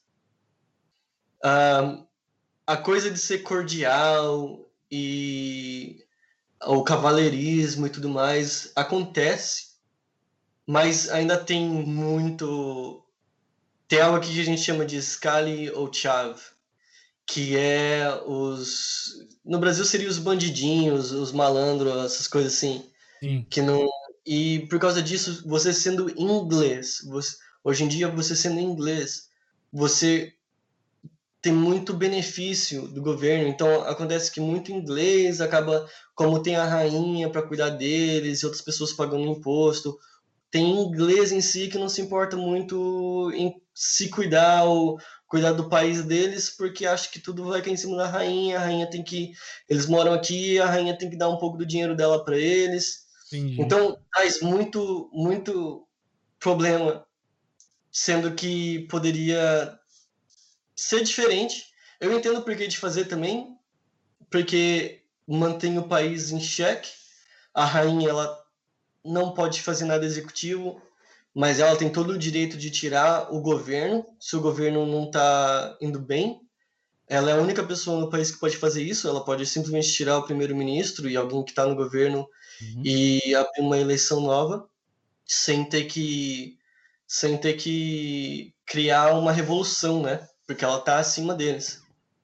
A: Ah, a coisa de ser cordial e o cavalheirismo e tudo mais acontece, mas ainda tem muito. Tem algo aqui que a gente chama de Scali ou Chav, que é os. No Brasil seria os bandidinhos, os malandros, essas coisas assim.
B: Sim.
A: Que não. E por causa disso, você sendo inglês, você... hoje em dia você sendo inglês, você tem muito benefício do governo. Então acontece que muito inglês acaba, como tem a rainha para cuidar deles e outras pessoas pagando imposto, tem inglês em si que não se importa muito em se cuidar ou cuidar do país deles, porque acha que tudo vai cair em cima da rainha, a rainha tem que, eles moram aqui, a rainha tem que dar um pouco do dinheiro dela para eles.
C: Entendi.
A: Então traz muito muito problema, sendo que poderia ser diferente. Eu entendo o porquê de fazer também, porque mantém o país em xeque. A rainha, ela não pode fazer nada executivo, mas ela tem todo o direito de tirar o governo, se o governo não está indo bem. Ela é a única pessoa no país que pode fazer isso. Ela pode simplesmente tirar o primeiro-ministro e alguém que está no governo
B: Uhum.
A: e abrir uma eleição nova, sem ter que sem ter que criar uma revolução, né? Porque ela está acima deles.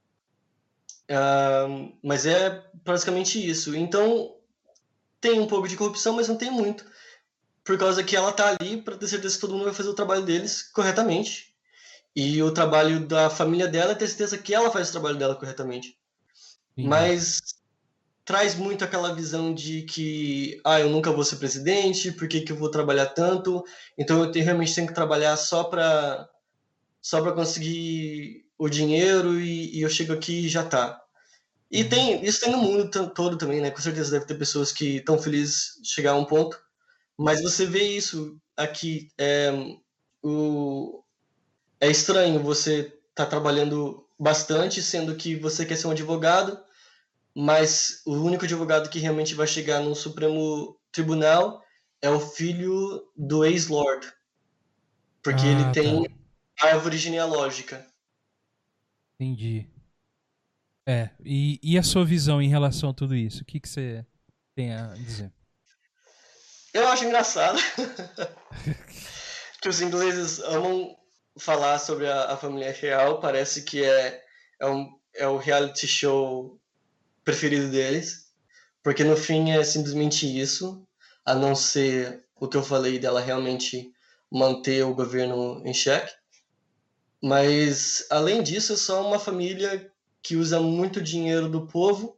A: Uh, mas é basicamente isso. Então, tem um pouco de corrupção, mas não tem muito. por causa que ela tá ali para ter certeza que todo mundo vai fazer o trabalho deles corretamente. E o trabalho da família dela é ter certeza que ela faz o trabalho dela corretamente.
B: Entendi.
A: Mas traz muito aquela visão de que, ah, eu nunca vou ser presidente, por que, que eu vou trabalhar tanto? Então eu tenho, realmente tenho que trabalhar só para só para conseguir o dinheiro e, e eu chego aqui e já tá. E
B: Uhum.
A: tem, isso tem no mundo t- todo também, né? Com certeza deve ter pessoas que estão felizes de chegar a um ponto, mas você vê isso aqui, é, o, é estranho você tá trabalhando bastante, sendo que você quer ser um advogado, mas o único advogado que realmente vai chegar no Supremo Tribunal é o filho do ex-lord, porque ele
B: Ah,
A: tem
B: tá.
A: árvore genealógica.
B: Entendi. É, e, e a sua visão em relação a tudo isso? O que, que você tem a dizer?
A: Eu acho engraçado que os ingleses amam falar sobre a, a família real, parece que é, é, um, é o reality show preferido deles, porque no fim é simplesmente isso, a não ser o que eu falei dela realmente manter o governo em xeque. Mas, além disso, é só uma família que usa muito dinheiro do povo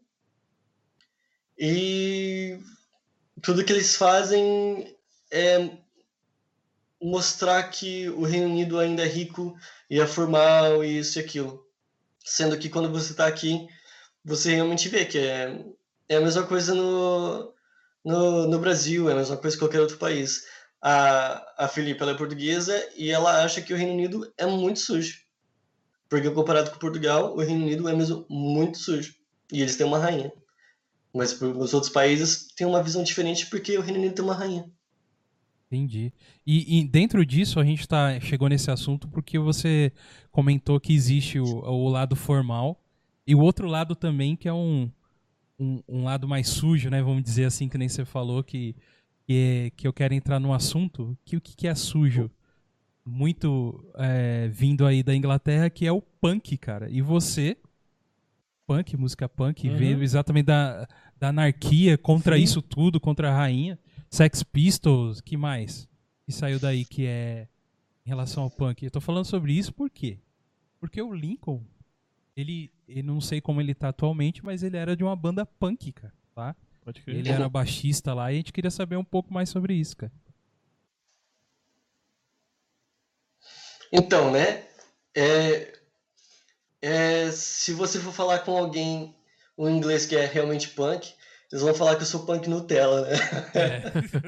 A: e tudo que eles fazem é mostrar que o Reino Unido ainda é rico e é formal e isso e aquilo. Sendo que quando você está aqui, você realmente vê que é, é a mesma coisa no, no, no Brasil, é a mesma coisa que qualquer outro país. A, a Filipe, ela é portuguesa e ela acha que o Reino Unido é muito sujo. Porque comparado com Portugal, o Reino Unido é mesmo muito sujo. E eles têm uma rainha. Mas os outros países têm uma visão diferente porque o Reino Unido tem uma rainha.
B: Entendi. E, e dentro disso, a gente tá, chegou nesse assunto porque você comentou que existe o, o lado formal e o outro lado também, que é um, um, um lado mais sujo, né? Vamos dizer assim, que nem você falou, que, que, é- que eu quero entrar num assunto que o que, que é sujo? Muito é, vindo aí da Inglaterra, que é o punk, cara. E você, punk, música punk,
C: Uhum.
B: veio exatamente da, da anarquia contra
C: Sim.
B: isso tudo, contra a rainha. Sex Pistols, que mais? Que saiu daí que é em relação ao punk. Eu tô falando sobre isso por quê? Porque o Lincoln, ele, eu não sei como ele tá atualmente, mas ele era de uma banda punk, cara, tá?
C: Pode crer.
B: Ele era baixista lá e a gente queria saber um pouco mais sobre isso, cara.
A: Então, né? É, é, se você for falar com alguém, um inglês que é realmente punk, eles vão falar que eu sou punk Nutella, né?
B: É.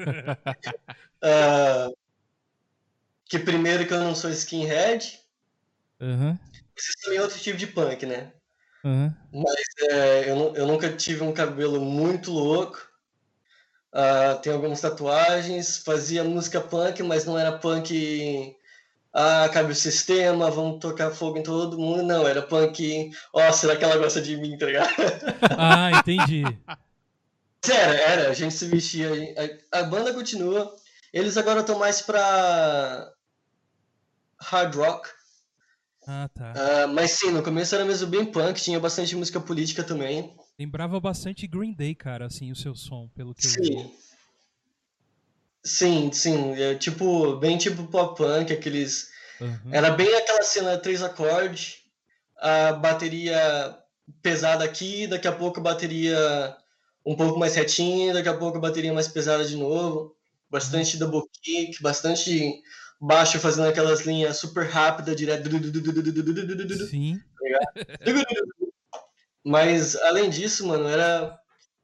A: Ah, que primeiro que eu não sou skinhead,
B: Aham,
A: isso também é outro tipo de punk, né?
B: aham.
A: Mas é, eu, nu- eu nunca tive um cabelo muito louco. Ah, tenho algumas tatuagens, fazia música punk, mas não era punk. Ah, cabe o sistema, vamos tocar fogo em todo mundo. Não, era punk. Ó, será que ela gosta de mim, tá ligado?
B: Ah, entendi.
A: Mas Era, era, a gente se vestia. A, a banda continua. Eles agora estão mais pra hard rock.
B: Ah, tá.
A: Ah, mas sim, no começo era mesmo bem punk, tinha bastante música política também.
B: Lembrava bastante Green Day, cara, assim, o seu som, pelo que eu vi.
A: Sim, sim, sim. É tipo, bem tipo pop punk, aqueles.
B: Aham.
A: Era bem aquela cena três acordes, a bateria pesada aqui, daqui a pouco a bateria um pouco mais retinha, daqui a pouco a bateria mais pesada de novo.
B: Aham.
A: Bastante double kick, bastante baixo fazendo aquelas linhas super rápidas, direto.
B: Sim.
A: Mas além disso, mano, era.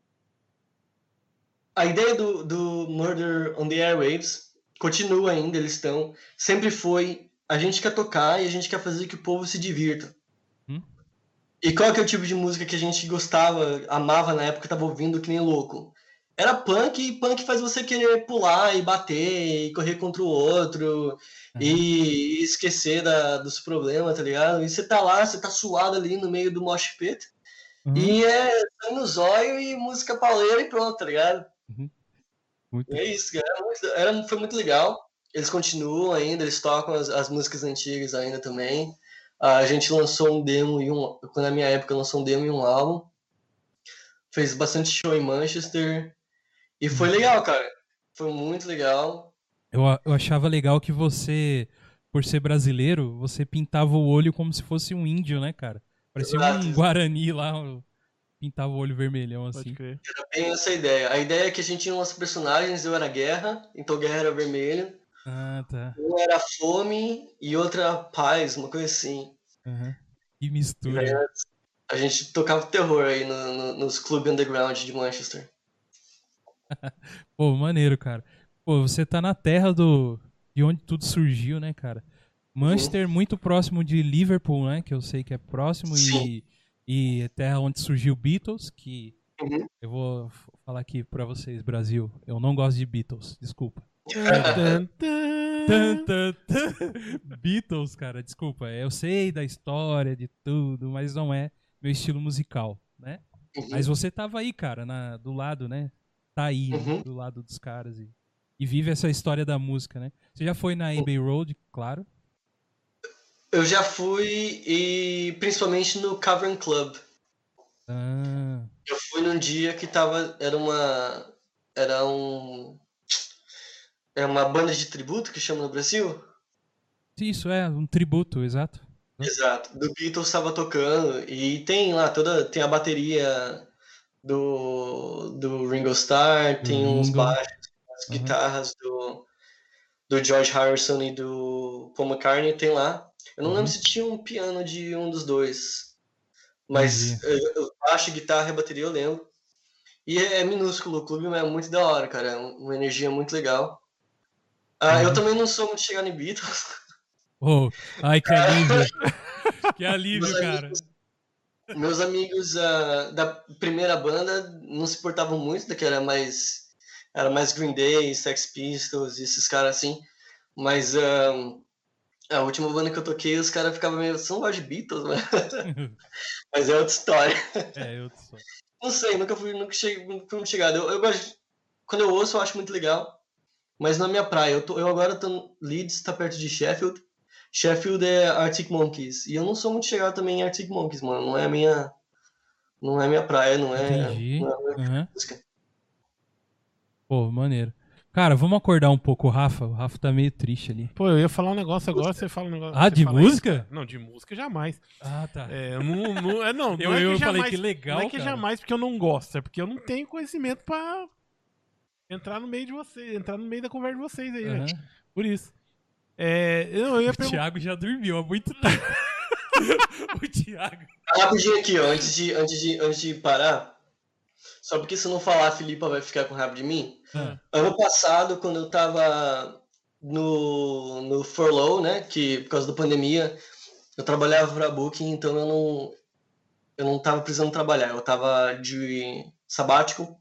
A: A ideia do, do Murder on the Airwaves continua ainda, eles estão. Sempre foi. A gente quer tocar e a gente quer fazer que o povo se divirta.
B: Hum?
A: E qual que é o tipo de música que a gente gostava, amava na época, tava ouvindo que nem louco? Era punk, e punk faz você querer pular e bater e correr contra o outro
B: Aham.
A: e esquecer da, dos problemas, tá ligado? E você tá lá, você tá suado ali no meio do mosh pit
B: Uhum.
A: e é sangue no zóio e música pauleira e pronto, tá ligado?
B: Uhum.
A: E
B: Muito.
A: é isso, cara. Era, muito- era- foi muito legal. Eles continuam ainda, eles tocam as, as músicas antigas ainda também. A gente lançou um demo e um. Quando na minha época lançou um demo e um álbum. Fez bastante show em Manchester. E foi
B: Uhum.
A: legal, cara. Foi muito legal.
B: Eu, a- eu achava legal que você, por ser brasileiro, você pintava o olho como se fosse um índio, né, cara? Parecia um
A: Exato,
B: Guarani lá, ó, pintava o olho vermelhão
C: Pode
B: assim.
C: crer.
A: era bem essa a ideia. A ideia é que a gente tinha uns personagens, eu era guerra, então guerra era vermelho,
B: Ah, tá.
A: um era fome e outra paz, uma coisa assim.
B: Aham. Que
A: E daí
B: mistura.
A: a gente tocava terror aí no- no- nos clubes underground de Manchester.
B: Pô, maneiro, cara. Pô, você tá na terra do de onde tudo surgiu, né, cara?
A: Uhum.
B: Manchester muito próximo de Liverpool, né, que eu sei que é próximo
A: Sim.
B: e e é terra onde surgiu Beatles, que
A: Uhum.
B: eu vou f- falar aqui pra vocês, Brasil. Eu não gosto de Beatles, desculpa.
C: Tan, tan,
B: Tan,
C: tan.
B: tan, tan. Beatles, cara, desculpa. Eu sei da história, de tudo, mas não é meu estilo musical, né? Mas
A: Uhum.
B: você tava aí, cara, na, do lado, né? Tá aí, né?
A: Uhum.
B: Do lado dos caras e, e vive essa história da música, né? Você já foi na Abbey Road, claro.
A: Eu já fui e principalmente no Cavern Club.
B: Ah,
A: Eu fui num dia que tava. Era uma. Era um. É uma banda de tributo que chama no Brasil?
B: isso é um tributo, exato.
A: Exato. Do Beatles estava tocando. E tem lá toda. Tem a bateria do, do Ringo Starr,
B: Do
A: tem uns
B: Ringo.
A: baixos, as
B: Aham.
A: guitarras do, do George Harrison e do Paul McCartney, tem lá. Eu não lembro
B: Uhum.
A: se tinha um piano de um dos dois.
B: Entendi.
A: Mas eh, eu baixo, guitarra e bateria eu lembro. E é, é minúsculo o clube, mas é muito da hora, cara. É uma energia muito legal. Ah, eu
B: Uhum.
A: também não sou muito chegado em Beatles.
B: Oh, ai, que alívio. Que
A: Meus
B: alívio, cara.
A: amigos, meus amigos ah, da primeira banda não se portavam muito, que era mais, era mais Green Day, Sex Pistols, e esses caras assim. Mas ah, a última banda que eu toquei, os caras ficavam meio, você não gosta de Beatles, né? Mas é outra história.
B: É, eu só.
A: Não sei, nunca fui, nunca cheguei, nunca fui muito chegado. Eu, eu gosto, de- quando eu ouço, eu acho muito legal. Mas na minha praia, eu, tô, eu agora tô em Leeds, tá perto de Sheffield. Sheffield é Arctic Monkeys. E eu não sou muito chegado também em Arctic Monkeys, mano. Não é a minha, não é minha praia, não é,
B: Entendi.
A: não é a minha
B: Aham.
A: música.
B: Pô, maneiro. Cara, vamos acordar um pouco o Rafa. O Rafa tá meio triste ali.
C: Pô, eu ia falar um negócio agora, você fala um negócio.
B: Ah,
C: você
B: de
C: fala isso,
B: música?
C: cara. Não, de música jamais.
B: Ah, tá.
C: É, eu não, não, é, não,
B: Eu,
C: não é
B: eu
C: que
B: falei
C: jamais,
B: que legal,
C: não é que
B: cara.
C: jamais porque eu não gosto, é porque eu não tenho conhecimento pra entrar no meio de vocês, entrar no meio da conversa de vocês aí, velho.
B: Aham.
C: Por isso. É, eu, eu ia
B: O
C: perguntar.
B: Thiago já dormiu há muito tempo. O Thiago.
A: Rapidinho aqui, ó, antes de, antes de, antes de parar. Só porque se eu não falar, a Filipa vai ficar com raiva de mim.
B: Ah,
A: Ano passado, quando eu tava no, no furlough, né? Que por causa da pandemia, eu trabalhava pra Booking, então eu não, eu não tava precisando trabalhar. Eu tava de sabático.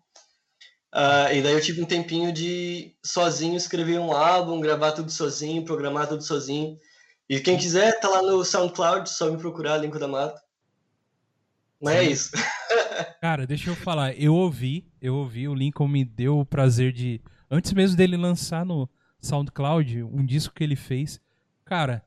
A: Ah, e daí eu tive um tempinho de sozinho escrever um álbum, gravar tudo sozinho, programar tudo sozinho. E quem quiser, tá lá no SoundCloud, só me procurar, Linko da Mata. Mas é
B: sim.
A: isso.
B: Cara, deixa eu falar. Eu ouvi, eu ouvi. O Lincoln me deu o prazer de. Antes mesmo dele lançar no SoundCloud, um disco que ele fez. Cara,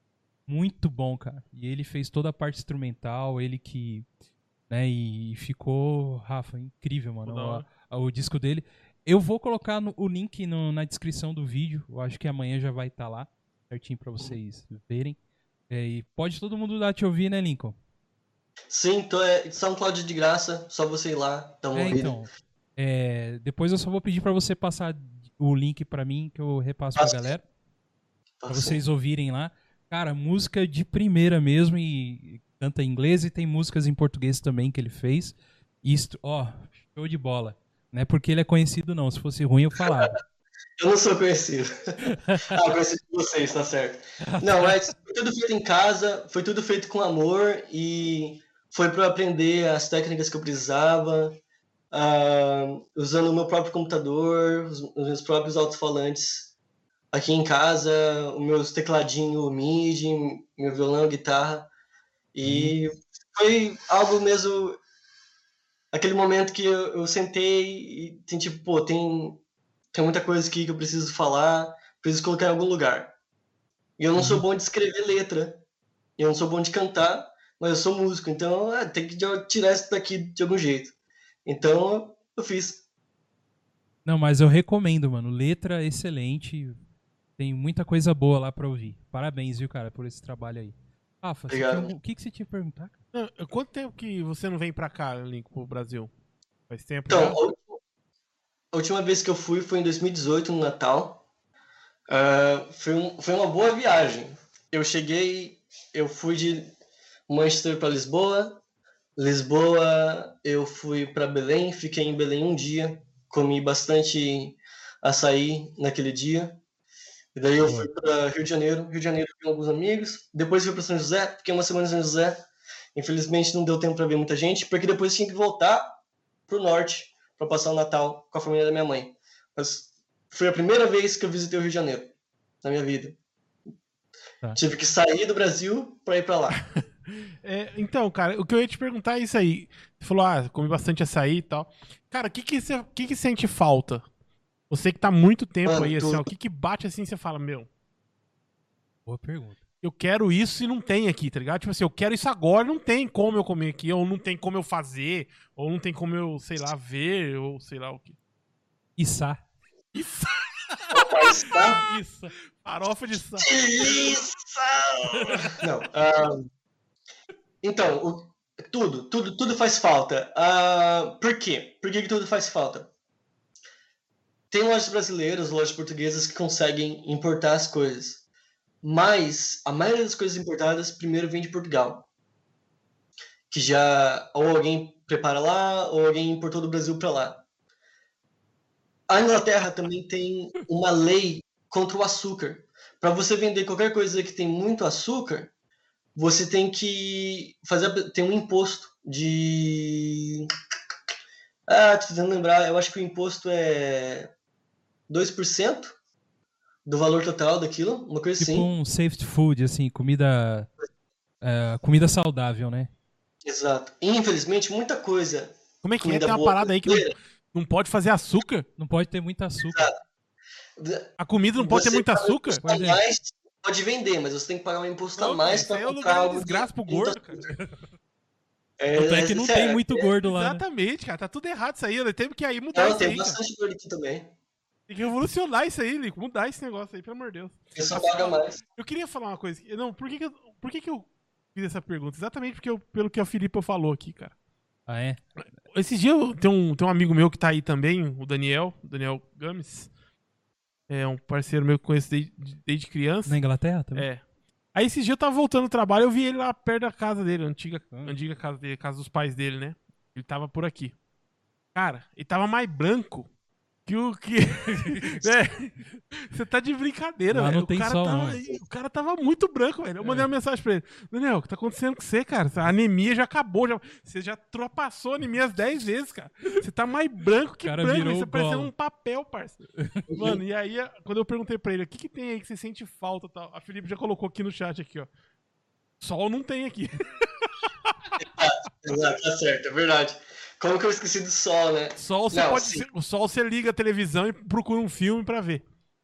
B: muito bom, cara. E ele fez toda a parte instrumental, ele que. Né, e ficou, Rafa, incrível, mano.
C: Da hora.
B: O, o disco dele. Eu vou colocar no- o link no- na descrição do vídeo. Eu acho que amanhã já vai estar lá, certinho pra vocês verem. É, e pode todo mundo dar te ouvir, né, Lincoln?
A: Sim, tô, é SoundCloud de graça, só você ir lá, dar uma
B: É,
A: ouvida.
B: então. É, depois eu só vou pedir pra você passar o link pra mim, que eu repasso pra
A: Passa-
B: galera, pra
A: passa.
B: vocês ouvirem lá. Cara, música de primeira mesmo e canta em inglês e tem músicas em português também que ele fez. Isto, ó, show de bola. Não é porque ele é conhecido não, se fosse ruim eu falava.
A: Eu não sou conhecido. Ah, conhecido de vocês, tá certo. Não, mas foi tudo feito em casa, foi tudo feito com amor e foi para aprender as técnicas que eu precisava, ah, usando o meu próprio computador, os, os meus próprios alto-falantes aqui em casa, os meus tecladinhos MIDI, meu violão, guitarra. E foi algo mesmo, aquele momento que eu, eu sentei e tem tipo, pô, tem, tem muita coisa aqui que eu preciso falar, preciso colocar em algum lugar. E eu não sou
B: Uhum.
A: bom de escrever letra, eu não sou bom de cantar, mas eu sou músico, então ah, tem que tirar isso daqui de algum jeito. Então eu fiz.
B: Não, mas eu recomendo, mano. Letra excelente. Tem muita coisa boa lá pra ouvir. Parabéns, viu, cara, por esse trabalho aí. Rafa, você
A: Obrigado.
B: tinha algum- o que, que você tinha que perguntar, cara?
C: Não, quanto tempo que você não vem pra cá, Link, pro Brasil? Faz tempo
A: Então,
C: já?
A: a última- a última vez que eu fui foi em dois mil e dezoito, no Natal. Ah, foi, um- foi uma boa viagem. Eu cheguei, eu fui de Manchester para Lisboa. Lisboa, eu fui para Belém, fiquei em Belém um dia, comi bastante açaí naquele dia. E daí eu
B: Boa.
A: fui para Rio de Janeiro. Rio de Janeiro com alguns amigos. Depois fui para São José, fiquei uma semana em São José. Infelizmente não deu tempo para ver muita gente, porque depois tinha que voltar pro norte para passar o Natal com a família da minha mãe. Mas foi a primeira vez que eu visitei o Rio de Janeiro na minha vida.
B: Tá.
A: Tive que sair do Brasil para ir para lá.
C: É, então, cara, o que eu ia te perguntar é isso aí. Você falou, ah, comi bastante açaí e tal. Cara, o que que você que que sente falta? Você que tá há muito tempo
A: Mano,
C: aí, assim,
A: tudo.
C: ó, o que que bate assim e você fala, meu,
B: Boa pergunta.
C: eu quero isso e não tem aqui, tá ligado? Tipo assim, eu quero isso agora e não tem como eu comer aqui, ou não tem como eu fazer, ou não tem como eu, sei lá, ver, ou sei lá o que.
B: Içá.
C: Isso,
A: Mas, tá?
C: isso. Farofa de sal.
A: Isso! Não. ah, então, o- tudo, tudo, tudo faz falta. Ah, por quê? Por que, que tudo faz falta? Tem lojas brasileiras, lojas portuguesas que conseguem importar as coisas. Mas a maioria das coisas importadas primeiro vem de Portugal. Que já ou alguém prepara lá, ou alguém importou do Brasil para lá. A Inglaterra também tem uma lei contra o açúcar. Para você vender qualquer coisa que tem muito açúcar, você tem que fazer tem um imposto de ah, tô tentando lembrar, eu acho que o imposto é dois por cento do valor total daquilo, uma coisa
B: Tipo
A: assim.
B: um safety food, assim, comida. é, comida saudável, né?
A: Exato. E, infelizmente, muita coisa.
C: Como é que é?
A: Comida
C: Tem uma
A: boa
C: parada aí que não,
A: brasileira.
C: não pode fazer açúcar?
B: Não pode ter muito açúcar.
C: A comida não pode ter
A: Você
C: muito
A: paga um
C: açúcar?
A: imposto
B: Pois
A: a
B: é.
A: mais, pode vender, mas você tem que pagar um imposto a
C: Não,
A: mais
C: isso aí
A: para
C: é o
A: comprar
C: lugar de
A: algo
C: desgraça pro
A: de muito
C: gordo,
A: açúcar.
C: cara.
A: É,
B: Tanto é que não tem
A: sério,
B: muito
A: é-
B: gordo lá, né?
C: Exatamente, cara. Tá tudo errado isso aí. Temos que aí mudar
A: Não,
C: isso
A: tem
C: aí, cara.
A: bastante gordo aqui também.
C: Tem que revolucionar isso aí, Lico. Mudar esse negócio aí, pelo amor de Deus.
A: Você só paga mais.
C: Eu queria falar uma coisa. Não, por que que eu, por que que eu fiz essa pergunta? Exatamente porque eu, pelo que o Filipe falou aqui, cara.
B: Ah, é?
C: Esses dias eu- tem um, tem um amigo meu que tá aí também, o Daniel, o Daniel Gomes. É um parceiro meu que eu conheço desde, desde criança.
B: Na Inglaterra também?
C: É. Aí esses dias eu tava voltando do trabalho, eu vi ele lá perto da casa dele, a antiga,
B: Hum.
C: antiga casa dele, casa dos pais dele, né? Ele tava por aqui. Cara, ele tava mais branco que o que. né? Você tá de brincadeira,
B: Lá
C: velho.
B: não
C: O
B: tem
C: cara
B: sol,
C: tava,
B: não, é.
C: o cara tava muito branco, velho. Eu mandei
B: É.
C: uma mensagem pra ele. Daniel, o que tá acontecendo com você, cara? A anemia já acabou. Já... Você já ultrapassou a anemia as dez vezes, cara. Você tá mais branco que
B: O cara
C: branco.
B: virou
C: Você
B: o
C: parecendo
B: Gollum.
C: um papel, parceiro. Mano, e aí, quando eu perguntei pra ele, o que, que tem aí que você sente falta e tal? A Felipe já colocou aqui no chat, aqui, ó. Sol não tem aqui.
A: Exato, tá certo, é verdade. Como que eu esqueci do sol, né?
C: Sol você
A: Não,
C: pode.
A: sim.
C: O sol você liga a televisão e procura um filme pra ver.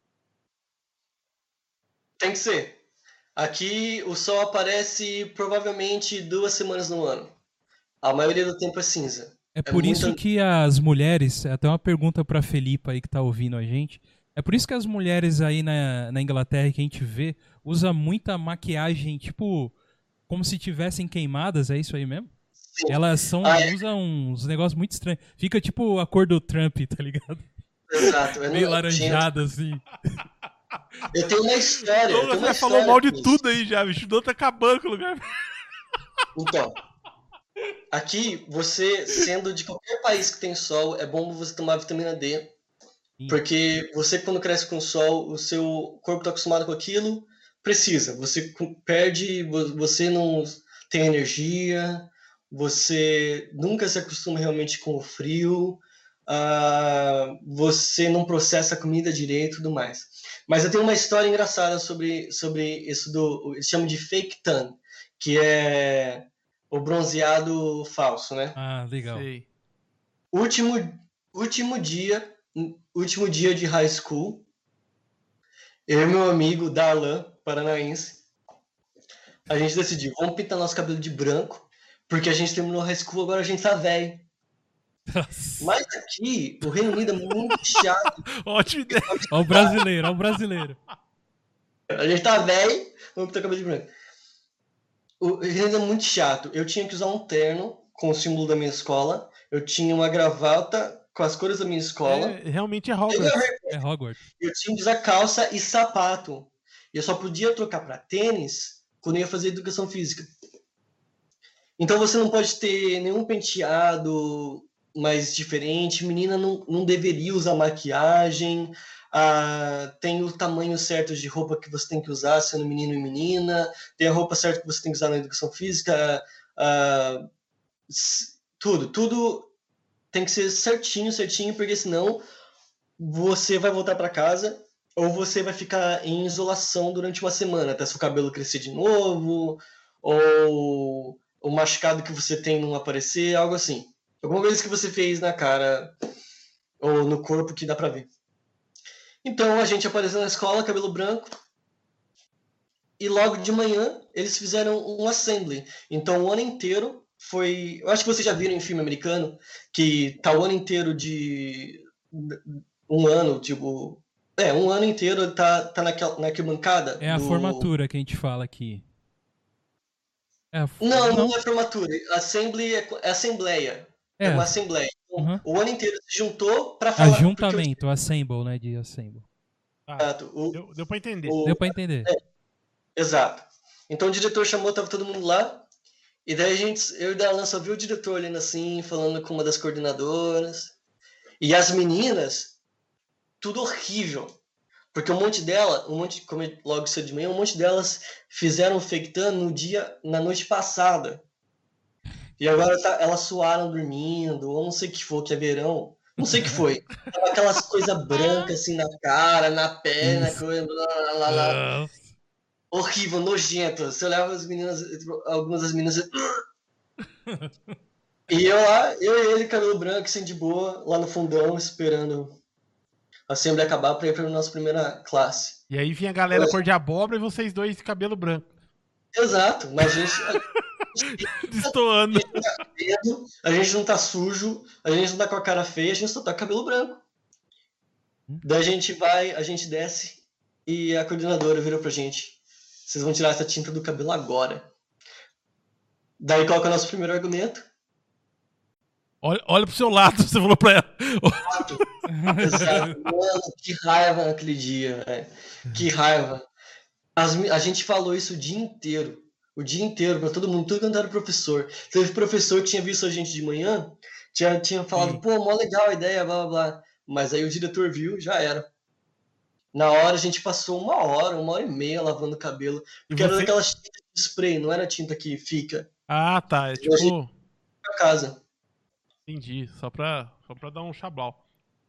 A: Tem que ser. Aqui o sol aparece provavelmente duas semanas no ano. A maioria do tempo é cinza.
B: É por
A: muito-
B: isso que as mulheres, até uma pergunta pra Felipa aí que tá ouvindo a gente, é por isso que as mulheres aí na, na Inglaterra que a gente vê, usa muita maquiagem, tipo, como se tivessem queimadas, é isso aí mesmo?
A: Sim.
B: Elas são,
A: Ah, é.
B: usam uns negócios muito estranhos. Fica tipo a cor do Trump, tá ligado?
A: Exato. É
B: Meio
A: no-
B: laranjada, assim.
A: Eu tenho uma história. eu
C: O
A: tenho
C: Douglas
A: uma
C: já falou
A: história
C: mal de
A: com isso.
C: tudo aí já, bicho. O Douglas tá acabando com o lugar.
A: Então, aqui, você, sendo de qualquer país que tem sol, é bom você tomar vitamina D.
B: Sim.
A: Porque você, quando cresce com sol, o seu corpo está acostumado com aquilo, precisa. Você cu- perde, vo- você não tem energia, você nunca se acostuma realmente com o frio, ah, você não processa a comida direito e tudo mais. Mas eu tenho uma história engraçada sobre, sobre isso do. Eles chamam de fake tan, que é o bronzeado falso, né?
B: Ah, legal.
C: Sei.
A: Último, último dia, último dia de high school, eu e meu amigo Darlan, paranaense, a gente decidiu, vamos pintar nosso cabelo de branco, porque a gente terminou high school, agora a gente tá velho. Mas aqui, o Reino Unido é muito chato.
C: Ótima ideia.
B: Ó o brasileiro, ó o brasileiro.
A: A gente tá velho, vamos pintar o cabelo de branco. O ainda é muito chato. Eu tinha que usar um terno com o símbolo da minha escola. Eu tinha uma gravata com as cores da minha escola.
C: É, realmente é Hogwarts.
B: É Hogwarts.
A: Eu tinha que usar calça e sapato. E eu só podia trocar para tênis quando eu ia fazer educação física. Então você não pode ter nenhum penteado mais diferente. Menina não, não deveria usar maquiagem. Ah, tem o tamanho certo de roupa que você tem que usar, sendo menino e menina. Tem a roupa certa que você tem que usar na educação física. Ah, tudo, tudo tem que ser certinho, certinho, porque senão você vai voltar para casa ou você vai ficar em isolação durante uma semana, até seu cabelo crescer de novo, ou o machucado que você tem não aparecer, algo assim. Alguma coisa que você fez na cara ou no corpo que dá pra ver. Então a gente apareceu na escola, cabelo branco, e logo de manhã eles fizeram um assembly. Então o ano inteiro foi... Eu acho que vocês já viram em filme americano, que tá o ano inteiro de... Um ano, tipo... É, um ano inteiro tá, tá naquela, na arquibancada.
B: É a
A: do...
B: formatura que a gente fala aqui. É a...
A: Não, não, não é formatura. Assembly é, é assembleia. É, é uma assembleia. Então, uhum. O ano inteiro se juntou pra falar...
B: Ajuntamento, eu... assemble, né? De assemble.
C: Ah, exato. O, deu, deu pra entender.
B: O, deu pra entender.
A: É, exato. Então o diretor chamou, tava todo mundo lá. E daí a gente, eu e o Darlan só viu o diretor olhando assim, falando com uma das coordenadoras. E as meninas... Tudo horrível. Porque um monte dela, um monte, como logo cedo de manhã, um monte delas fizeram fake tan no dia, na noite passada. E agora tá, elas suaram dormindo, ou não sei o que foi, que é verão. Não sei o que foi. Tava aquelas coisas brancas assim na cara, na perna, coisa, lá, lá, lá. Horrível, nojento. Você olhava as meninas, algumas das meninas. E eu lá, eu e ele, cabelo branco, assim, de boa, lá no fundão, esperando a assembleia acabar para ir para a nossa primeira classe.
C: E aí vinha a galera cor de abóbora e vocês dois de cabelo branco.
A: Exato, mas a gente...
C: Destoando.
A: A gente, tá vendo, a gente não tá sujo, a gente não tá com a cara feia, a gente só tá com cabelo branco. Daí a gente vai, a gente desce e a coordenadora virou pra gente: vocês vão tirar essa tinta do cabelo agora. Daí qual que é o nosso primeiro argumento?
C: Olha, olha pro seu lado, você falou pra ela.
A: Exato. Exato. Mano, que raiva naquele dia, velho. Que raiva. As, a gente falou isso o dia inteiro. O dia inteiro, pra todo mundo, tudo quanto era professor. Teve professor que tinha visto a gente de manhã, tinha, tinha falado, Sim. pô, mó legal a ideia, blá blá blá. Mas aí o diretor viu, já era. Na hora a gente passou uma hora, uma hora e meia lavando o cabelo. Porque você... era daquelas tintas de spray, não era tinta que fica.
C: Ah, tá. É tipo. A gente
A: pra casa.
C: Entendi, só pra, só pra dar um chablau.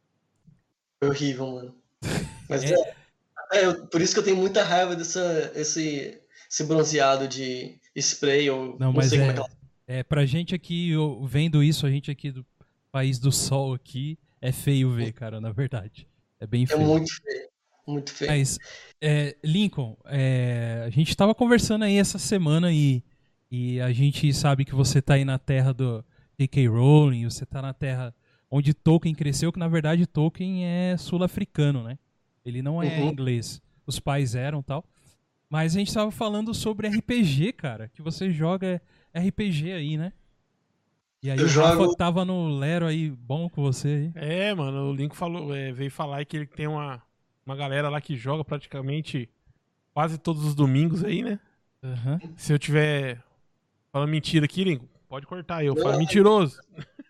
A: Foi horrível, mano. Mas é. É, é, por isso que eu tenho muita raiva dessa, esse, esse bronzeado de spray ou
B: não,
A: não
B: mas
A: sei
B: é,
A: como é que ela...
B: é, pra gente aqui, eu, vendo isso, a gente aqui do país do sol aqui, é feio ver, cara, na verdade. É bem feio.
A: É muito feio, muito feio.
B: Mas, é, Lincoln, é, a gente tava conversando aí essa semana e, e a gente sabe que você tá aí na terra do J K. Rowling, você tá na terra onde Tolkien cresceu, que na verdade Tolkien é sul-africano, né? Ele não é uhum. inglês. Os pais eram tal. Mas a gente tava falando sobre R P G, cara, que você joga R P G aí, né? E aí
A: Eu
B: o
A: jogo...
B: Rafa tava no Lero aí, bom com você aí.
C: É, mano, o Link falou, é, veio falar que ele tem uma, uma galera lá que joga praticamente quase todos os domingos aí, né?
B: Uhum.
C: Se eu tiver falando mentira aqui, Link, pode cortar aí, eu falo mentiroso.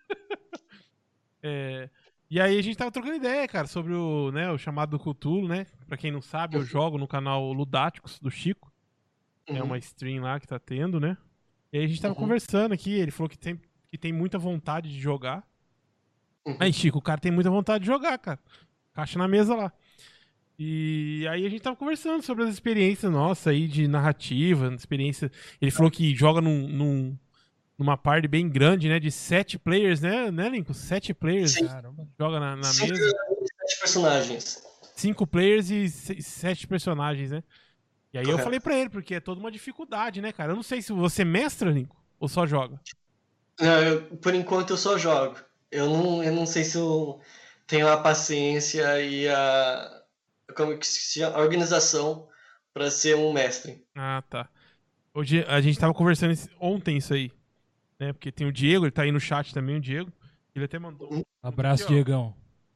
C: é, e aí a gente tava trocando ideia, cara, sobre o, né, o chamado do Cthulhu, né? Pra quem não sabe, eu jogo no canal Ludáticos, do Chico. Uhum. É uma stream lá que tá tendo, né? E aí a gente tava uhum. conversando aqui, ele falou que tem, que tem muita vontade de jogar. Uhum. Aí, Chico, o cara tem muita vontade de jogar, cara. Caixa na mesa lá. E aí a gente tava conversando sobre as experiências nossas aí de narrativa, experiência... Ele falou que joga num... num numa party bem grande, né? De sete players, né, né, Lincoln? Sete players.
A: Sim.
C: Joga na, na
A: Cinco
C: mesa.
A: Sete personagens.
C: Cinco players e sete personagens, né? E aí
A: Correto.
C: Eu falei pra ele, porque é toda uma dificuldade, né, cara? Eu não sei se você mestra, Lincoln, ou só joga.
A: Não, eu, por enquanto eu só jogo. Eu não, eu não sei se eu tenho a paciência e a, como que se chama? A organização pra ser um mestre.
C: Ah, tá. Hoje a gente tava conversando esse- ontem isso aí, né? Porque tem o Diego, ele tá aí no chat também, o Diego. Ele até mandou.
A: Uhum.
B: Abraço,
C: Aqui, ó.
B: Diegão.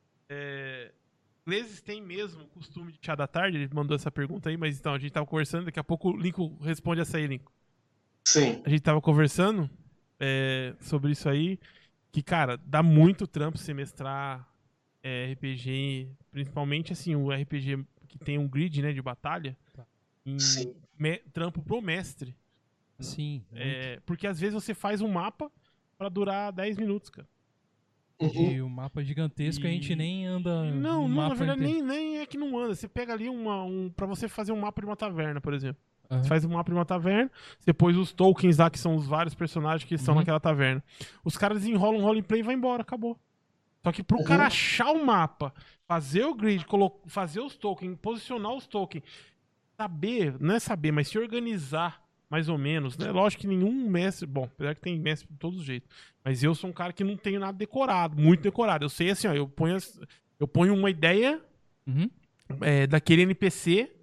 C: É, ingleses têm mesmo o costume de chá da tarde? Ele mandou essa pergunta aí, mas então, a gente tava conversando, daqui a pouco o Lincoln responde essa aí, Lincoln.
A: Sim.
C: A gente tava conversando é, sobre isso aí, que, cara, dá muito trampo você mestrar é, R P G, principalmente, assim, o R P G que tem um grid, né, de batalha, em
A: Sim.
C: me- trampo pro mestre.
B: Sim.
C: É, porque às vezes você faz um mapa pra durar dez minutos, cara.
B: muito.
A: Uhum.
B: De um mapa gigantesco, a gente
C: E-
B: nem anda
C: Não,
B: no
C: não,
B: mapa
C: na verdade
B: inteiro.
C: nem, nem é que não anda. Você pega ali uma, um. Pra você fazer um mapa de uma taverna, por exemplo.
B: Aham.
C: Você faz um mapa de uma taverna, você pôs os tokens lá, que são os vários personagens que estão
B: Uhum.
C: naquela taverna. Os caras desenrolam um roleplay e vai embora, acabou. Só que pro
A: Uhum.
C: cara achar o mapa, fazer o grid, colo- fazer os tokens, posicionar os tokens, saber, não é saber, mas se organizar mais ou menos, né? Lógico que nenhum mestre, bom, apesar que tem mestre de todos os jeitos, mas eu sou um cara que não tenho nada decorado, muito decorado. Eu sei assim, ó, eu ponho, as- eu ponho uma ideia
B: Uhum.
C: é, daquele N P C,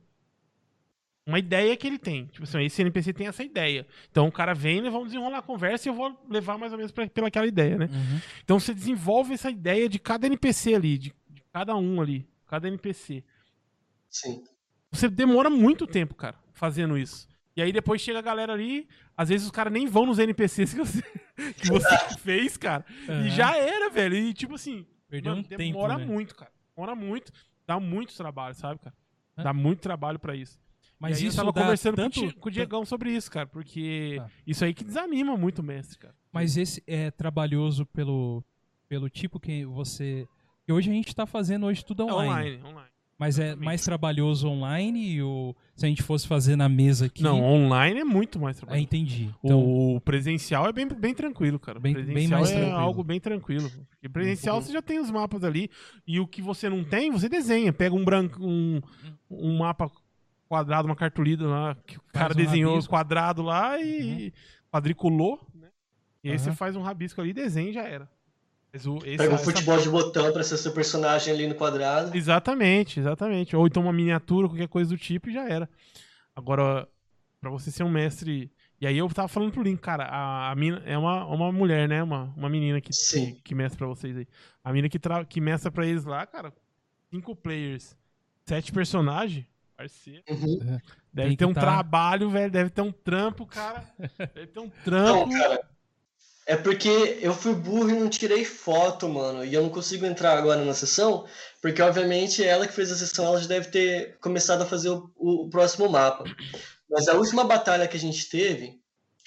C: uma ideia que ele tem. Tipo assim, esse N P C tem essa ideia. Então o cara vem, né, vamos desenrolar a conversa e eu vou levar mais ou menos pra, pelaquela ideia, né?
B: Uhum.
C: Então você desenvolve essa ideia de cada N P C ali, de, de cada um ali, cada N P C.
A: Sim.
C: Você demora muito tempo, cara, fazendo isso. E aí depois chega a galera ali, às vezes os caras nem vão nos N P Cs que você, que você fez, cara.
B: Aham.
C: E já era, velho. E tipo assim,
B: Perdeu
C: mano,
B: um tempo,
C: demora
B: né?
C: muito, cara. Demora muito. Dá muito trabalho, sabe, cara?
B: Hã?
C: Dá muito trabalho pra isso.
B: Mas
C: e aí
B: isso
C: eu tava
B: dá
C: conversando
B: tanto...
C: com, o Di- com o Diegão sobre isso, cara. Porque
B: Tá.
C: isso aí que desanima muito o mestre, cara.
B: Mas esse é trabalhoso pelo, pelo tipo que você... Que hoje a gente tá fazendo hoje tudo
C: É
B: online.
C: online, online.
B: Mas é
C: Exatamente.
B: mais trabalhoso online ou se a gente fosse fazer na mesa aqui...
C: Não, online é muito mais
B: Ah,
C: trabalhoso.
B: entendi. Então,
C: O presencial é bem, bem tranquilo, cara. O
B: Bem- bem
C: presencial
B: mais
C: é
B: tranquilo.
C: algo bem tranquilo. Porque presencial
A: Uhum.
C: você já tem os mapas ali. E o que você não tem, você desenha. Pega um branco, um, um mapa quadrado, uma cartolina lá, que o cara
B: um
C: desenhou
B: rabisco.
C: quadrado lá e quadriculou, né? E aí
B: Aham.
C: você faz um rabisco ali, desenha e já era. Mas o, esse,
A: Pega um
C: essa-
A: futebol de botão pra ser seu personagem ali no quadrado.
C: Exatamente, exatamente. Ou então uma miniatura, qualquer coisa do tipo e já era. Agora, pra você ser um mestre. E aí eu tava falando pro Link, cara, a, a mina é uma, uma mulher, né? Uma, uma menina que,
A: Sim.
C: que, que mestra pra vocês aí. A menina que, tra... que mestra pra eles lá, cara, cinco players, sete personagens, parceiro.
A: Uhum.
C: Deve
B: Tem
C: ter
B: que
C: um
B: tá-
C: trabalho, velho. Deve ter um trampo, cara. Deve ter um
A: Não,
C: trampo.
A: cara. É porque eu fui burro e não tirei foto, mano. E eu não consigo entrar agora na sessão, porque obviamente ela que fez a sessão, ela já deve ter começado a fazer o, o- o próximo mapa. Mas a última batalha que a gente teve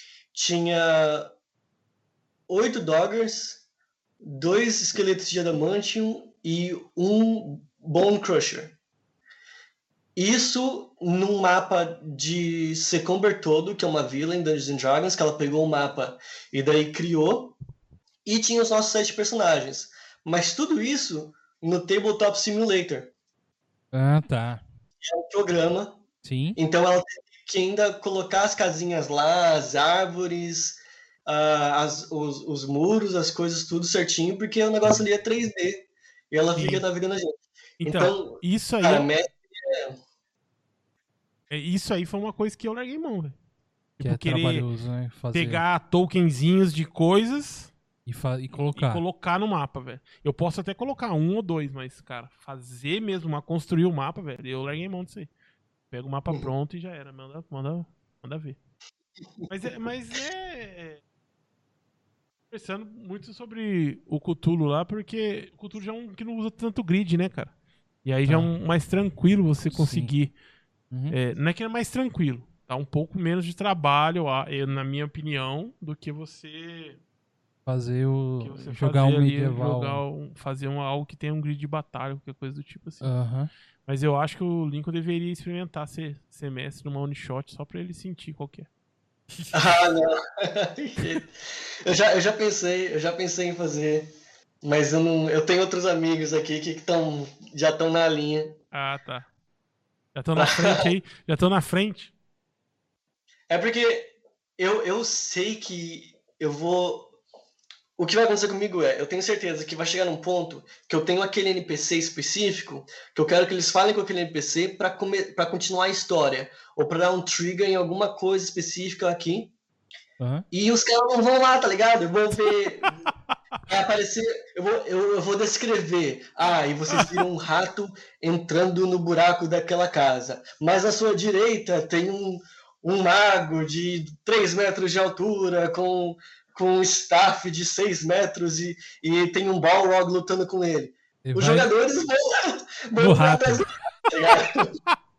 A: tinha oito doggers, dois esqueletos de adamantium e um bone crusher. Isso num mapa de Secomber todo, que é uma vila em Dungeons and Dragons, que ela pegou o mapa e daí criou. E tinha os nossos sete personagens. Mas tudo isso no Tabletop Simulator,
B: Ah, tá.
A: que é um programa.
B: Sim.
A: Então ela teve que ainda colocar as casinhas lá, as árvores, ah, as- os, os muros, as coisas, tudo certinho, porque o negócio ali é três D. E ela
C: Sim.
A: fica navegando a gente.
C: Então,
A: Então,
C: isso aí,
A: cara,
C: é-
A: mestre,
C: é- isso aí foi uma coisa que eu larguei mão, velho.
B: Que
C: Tipo,
B: é
C: querer
B: trabalhoso, né? Fazer
C: pegar tokenzinhos de coisas
B: e, fa- e
C: e
B: colocar.
C: colocar no mapa, velho. Eu posso até colocar um ou dois, mas, cara, fazer mesmo, uma, construir o mapa, velho, eu larguei mão disso aí. Pega o mapa
A: Uhum.
C: pronto e já era. Manda, manda, manda ver. Mas é. Mas é... Pensando muito sobre o Cthulhu lá, porque o Cthulhu já é um que não usa tanto grid, né, cara? E aí já é
B: Tá.
C: um mais tranquilo você
B: Sim.
C: conseguir.
B: Uhum.
C: É, não é que é mais tranquilo. Tá um pouco menos de trabalho, a- eu- na minha opinião, do que você,
B: Fazer o.
C: que você
B: jogar
C: fazer
B: um
C: ali,
B: medieval.
C: jogar um- fazer um, algo que tenha um grid de batalha, qualquer coisa do tipo assim.
B: Aham.
C: Mas eu acho que o Lincoln deveria experimentar ser, ser mestre numa one shot só pra ele sentir qual que é.
A: ah, não. eu, já, eu já pensei, eu já pensei em fazer, mas eu não. Eu tenho outros amigos aqui que tão, já estão na linha.
C: Ah, tá. Já estão na frente aí, já estão na frente.
A: É porque eu, eu sei que eu vou. o que vai acontecer comigo é, eu tenho certeza que vai chegar num ponto que eu tenho aquele N P C específico, que eu quero que eles falem com aquele N P C pra, come, pra continuar a história, ou pra dar um trigger em alguma coisa específica aqui,
B: Aham.
A: e os caras não vão lá, tá ligado? Eu vou ver... Vai aparecer, eu vou, eu, eu vou descrever. Ah, e vocês viram um rato entrando no buraco daquela casa. Mas à sua direita tem um, um mago de três metros de altura, com, com um staff de seis metros e, e tem um Balrog lutando com ele.
B: E
A: Os
B: vai
A: jogadores vão,
B: no
A: vão
B: rato.
A: atrás do rato, tá ligado?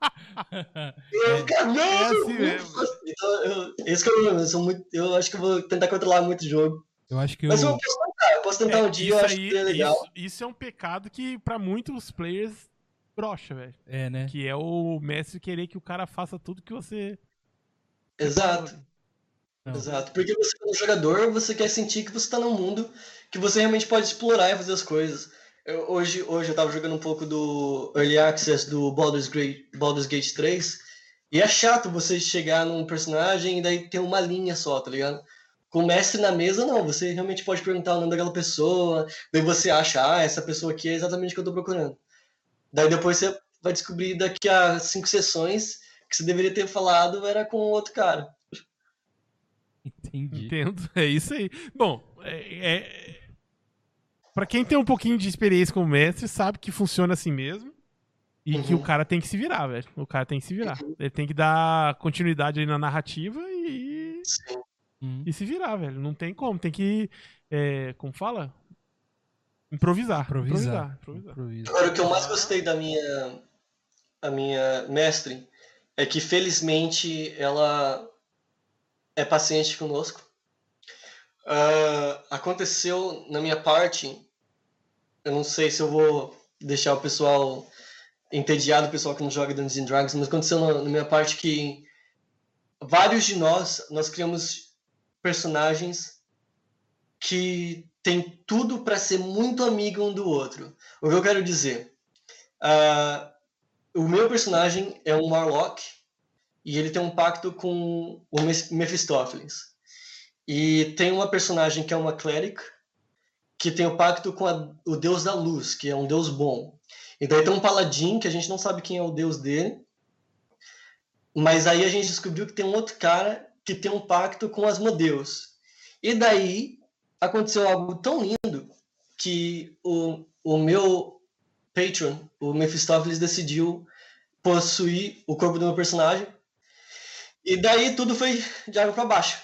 A: Eu, cara, não,
C: é assim
A: não,
C: mesmo.
A: Então, eu, esse que eu, eu, sou muito, eu acho que eu vou tentar controlar muito o jogo.
B: Eu acho que
A: Mas eu
B: o.
A: posso tentar, eu posso tentar
C: É,
A: um dia, eu
C: isso
A: acho
C: aí,
A: que é legal.
C: Isso, isso é um pecado que pra muitos players brocha, velho.
B: É, né?
C: Que é o mestre querer que o cara faça tudo que você...
A: Exato,
B: Não.
A: exato. Porque você, como jogador, você quer sentir que você tá num mundo que você realmente pode explorar e fazer as coisas. Eu- hoje, hoje eu tava jogando um pouco do Early Access do Baldur's Gate, Baldur's Gate três, e é chato você chegar num personagem e daí ter uma linha só, tá ligado? Com o mestre na mesa, não. Você realmente pode perguntar o nome daquela pessoa, daí você acha, ah, essa pessoa aqui é exatamente o que eu tô procurando. Daí depois você vai descobrir daqui a cinco sessões que você deveria ter falado era com outro cara.
B: Entendi.
C: Entendo, é isso aí. Bom, é, é... pra quem tem um pouquinho de experiência como mestre, sabe que funciona assim mesmo. E que
A: Uhum.
C: o cara tem que se virar, velho. O cara tem que se virar. Ele tem que dar continuidade ali na narrativa e,
A: Sim.
B: Hum.
C: e se virar, velho. Não tem como. Tem que. É, como fala? Improvisar.
B: Improvisar.
C: Improvisar.
B: Improvisa.
A: Agora, o que eu mais gostei da minha, a minha mestre é que, felizmente, ela é paciente conosco. Ah, aconteceu na minha parte, eu não sei se eu vou deixar o pessoal entediado, o pessoal que não joga Dungeons and Dragons, mas aconteceu na, na minha parte que vários de nós, nós criamos personagens que tem tudo para ser muito amigo um do outro. O que eu quero dizer? Ah, o meu personagem é um Warlock e ele tem um pacto com o Mes- Mephistófeles. E tem uma personagem que é uma Cleric que tem o pacto com a- o Deus da Luz, que é um Deus bom. E daí tem um Paladin, que a gente não sabe quem é o Deus dele, mas aí a gente descobriu que tem um outro cara que tem um pacto com Asmodeus. E daí aconteceu algo tão lindo que o, o meu patron, o Mephistófeles, decidiu possuir o corpo do meu personagem. E daí tudo foi de água para baixo.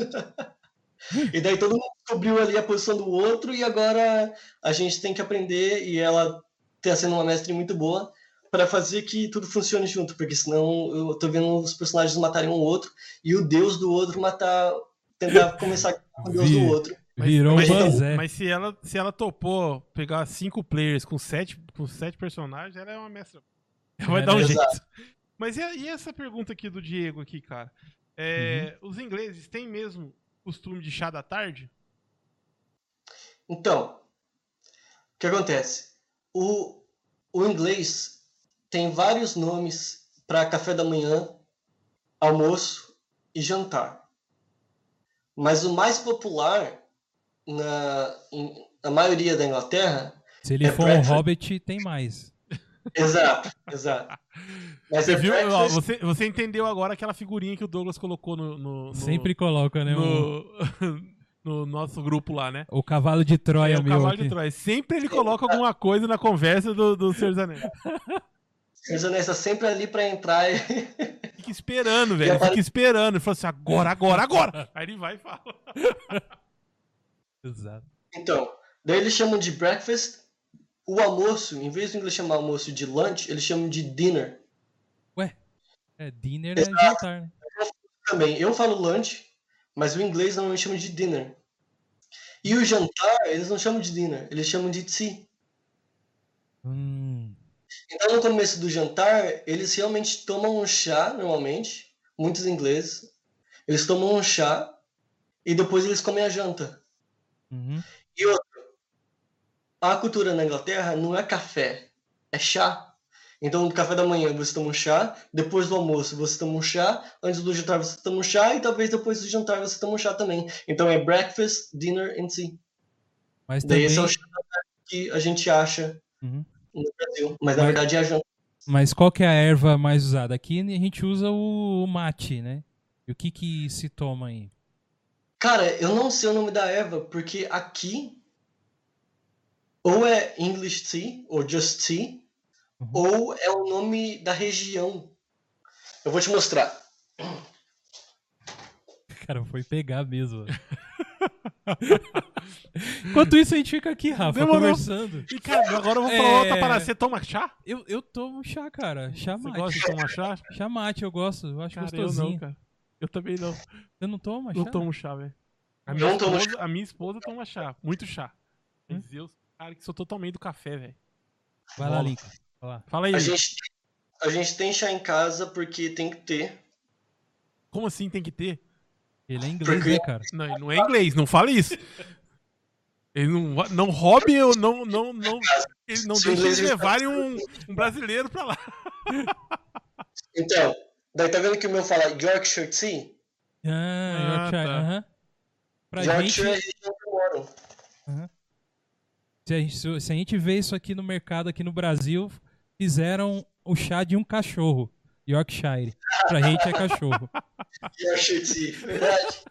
A: E daí todo mundo descobriu ali a posição do outro e agora a gente tem que aprender, e ela está sendo uma mestre muito boa, para fazer que tudo funcione junto, porque senão eu tô vendo os personagens matarem um outro e o deus do outro matar, tentar começar com o deus do
B: Vi-
A: outro.
B: Virou
C: mas,
B: um
A: então-
B: banzé.
C: mas se ela, se ela topou pegar cinco players com sete, com sete personagens, ela é uma mestra. Ela vai
B: É,
C: dar um
B: né?
C: jeito.
A: Exato.
C: Mas e, a- e essa pergunta aqui do Diego aqui, cara? É, Os ingleses têm mesmo costume de chá da tarde?
A: Então, o que acontece? O, o inglês tem vários nomes para café da manhã, almoço e jantar. Mas o mais popular na, em- na maioria da Inglaterra,
B: Se ele
A: é
B: for um
A: breakfast.
B: hobbit, tem mais.
A: exato, exato. Mas
C: Você
A: é
C: viu? Ó,
A: breakfast,
C: você, você entendeu agora aquela figurinha que o Douglas colocou no, no, no-
B: Sempre coloca, né? um-
C: no, no nosso grupo lá, né?
B: o cavalo de Troia
C: é o
B: meu
C: cavalo
B: aqui.
C: de Troia. Sempre ele coloca alguma coisa na conversa do, do Senhor dos Anéis.
A: Senhor Anéis está sempre ali para entrar e...
C: Fica esperando, velho.
A: E
C: Ele
A: apare-
C: fica esperando. Ele fala assim, agora, agora, agora. Aí ele vai e fala.
B: Exato.
A: Então, daí eles chamam de breakfast. O almoço, em vez de inglês chamar almoço de lunch, eles chamam de dinner
B: Ué, é dinner é jantar, né?
A: também. Eu falo lunch, mas o inglês normalmente chama de dinner. E o jantar, eles não chamam de dinner, eles chamam de tea.
B: Hum,
A: Então, no começo do jantar, eles realmente tomam um chá, normalmente, muitos ingleses. Eles tomam um chá e depois eles comem a janta.
B: uhum.
A: E outra, a cultura na Inglaterra não é café, é chá. Então, no café da manhã você toma um chá, depois do almoço você toma um chá, antes do jantar você toma um chá e talvez depois do jantar você toma um chá também. Então é breakfast, dinner and tea.
B: Mas
A: Daí
B: também...
A: esse é o chá que a gente acha
B: Uhum.
A: no Brasil. Mas na
B: Mas-
A: verdade é a janta.
B: Mas qual que é a erva mais usada? Aqui a gente usa o mate, né? E o que que se toma aí?
A: Cara, eu não sei o nome da erva, porque aqui ou é English Tea, ou Just Tea,
B: Uhum.
A: ou é o nome da região. Eu vou te mostrar.
B: Cara, foi pegar mesmo. Enquanto isso, a gente fica aqui, Rafa,
C: Demorou.
B: conversando.
C: E, cara, agora eu vou falar
B: É.
C: outra parada. Você toma chá?
B: Eu, eu tomo chá, cara. Chá
C: Você
B: mate.
C: gosta de tomar chá?
B: Chá mate, eu gosto. Eu acho
C: Cara, eu
B: gostosinho.
C: não, cara. Eu também não.
B: Você não toma
C: Não
B: chá?
C: tomo chá, velho. A
A: Eu
C: minha
A: não tomo
C: esposa, a minha esposa toma chá. Muito chá. Meu
B: Hum?
C: Deus. Cara, que sou totalmente do café, velho.
B: Vai lá,
C: Bola.
B: Lincoln. Vai lá.
C: Fala aí.
A: A
C: Lincoln.
A: gente, a gente tem chá em casa porque tem que ter.
C: Como assim tem que ter?
B: Ele é inglês,
A: Porque-
B: né, cara?
C: Não, ele não é inglês, não fala isso. Ele não, va- não roube, eu não, não, não, ele não
A: Se
C: deixa
A: inglês
C: eles levarem um, um brasileiro pra lá.
A: Então, daí tá vendo que o meu fala Yorkshire Tea?
B: Ah,
C: Ah,
B: Yorkshire,
C: tá.
B: aham. Pra
A: Yorkshire é a
B: gente,
A: região que eu moro.
B: se a, gente, se a gente vê isso aqui no mercado, aqui no Brasil, fizeram o chá de um cachorro. Yorkshire. Pra gente é cachorro.
A: Yorkshire Tea, verdade.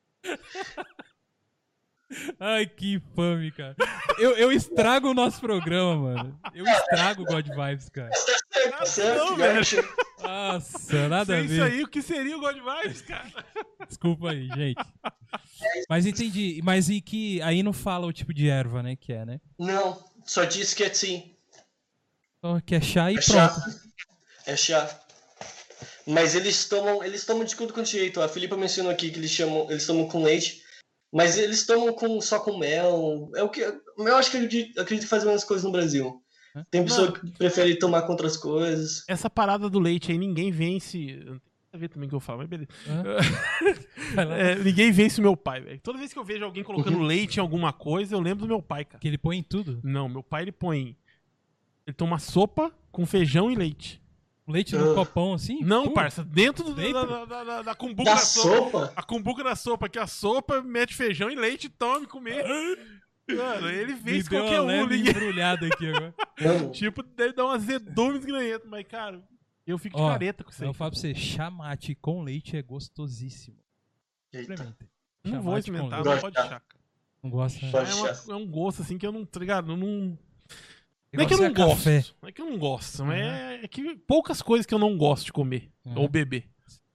B: Ai, que infame, cara. Eu, eu estrago o nosso programa, mano. Eu estrago o God Vibes, cara.
A: Tá certo,
C: Não, velho.
A: Yorkshire.
B: Nossa, nada a
C: Sem
B: ver.
C: isso aí, o que seria o God Vibes, cara?
B: Desculpa aí, gente. Mas entendi. Mas e que aí não fala o tipo de erva, né? Que é, né?
A: Não, só diz que é tea.
B: Só que é chá e
A: É chá.
B: pronto.
A: É chá. Mas eles tomam, eles tomam de tudo quanto jeito. A Filipa mencionou aqui que eles chamam, eles tomam com leite, mas eles tomam com, só com mel. É o que eu acho que eu acredito, eu acredito que faz menos coisas no Brasil.
B: Hã?
A: Tem pessoa
C: Não.
A: que prefere tomar com outras coisas.
C: Essa parada do leite aí, ninguém vence. Não tem a ver também o que eu falo, mas beleza.
B: Hã? Vai lá.
C: É, ninguém vence o meu pai, velho. Toda vez que eu vejo alguém colocando
A: Uhum.
C: leite em alguma coisa, eu lembro do meu pai, cara.
B: Que ele põe em tudo.
C: Não, meu pai ele põe. Ele toma sopa com feijão e leite.
B: Leite no
A: Ah.
B: copão, assim?
C: Não,
B: puro.
C: parça, dentro, do-
B: Dentro?
C: Da, da, da, da cumbuca
A: Da
C: da sopa.
A: sopa?
C: A cumbuca da sopa, que a sopa mete feijão e leite, tome, comer. Mano, ele
B: Me
C: vence
B: deu
C: qualquer
B: uma
C: um.
B: leve
C: Ninguém...
B: embrulhada aqui agora.
A: Não.
C: Tipo, deve dar um azedume desgranhento, mas, cara, eu fico de
B: Ó,
C: careta com isso aí.
B: Eu falo pra você, chá mate com leite é gostosíssimo.
A: Eita.
B: Experimentem.
C: Não
B: Chá
C: vou
B: mate com
C: experimentar,
B: leite.
C: não
A: leite.
C: pode chá. cara.
B: Não gosta?
A: Pode.
C: É, uma- é um gosto assim que eu não, tá ligado? Eu não.
B: Você
C: Não é que eu
B: gosta
C: não
B: de
C: gosto.
B: café.
C: Não é que eu não gosto, mas
B: Uhum.
C: é, é que poucas coisas que eu não gosto de comer
B: Uhum.
C: ou beber.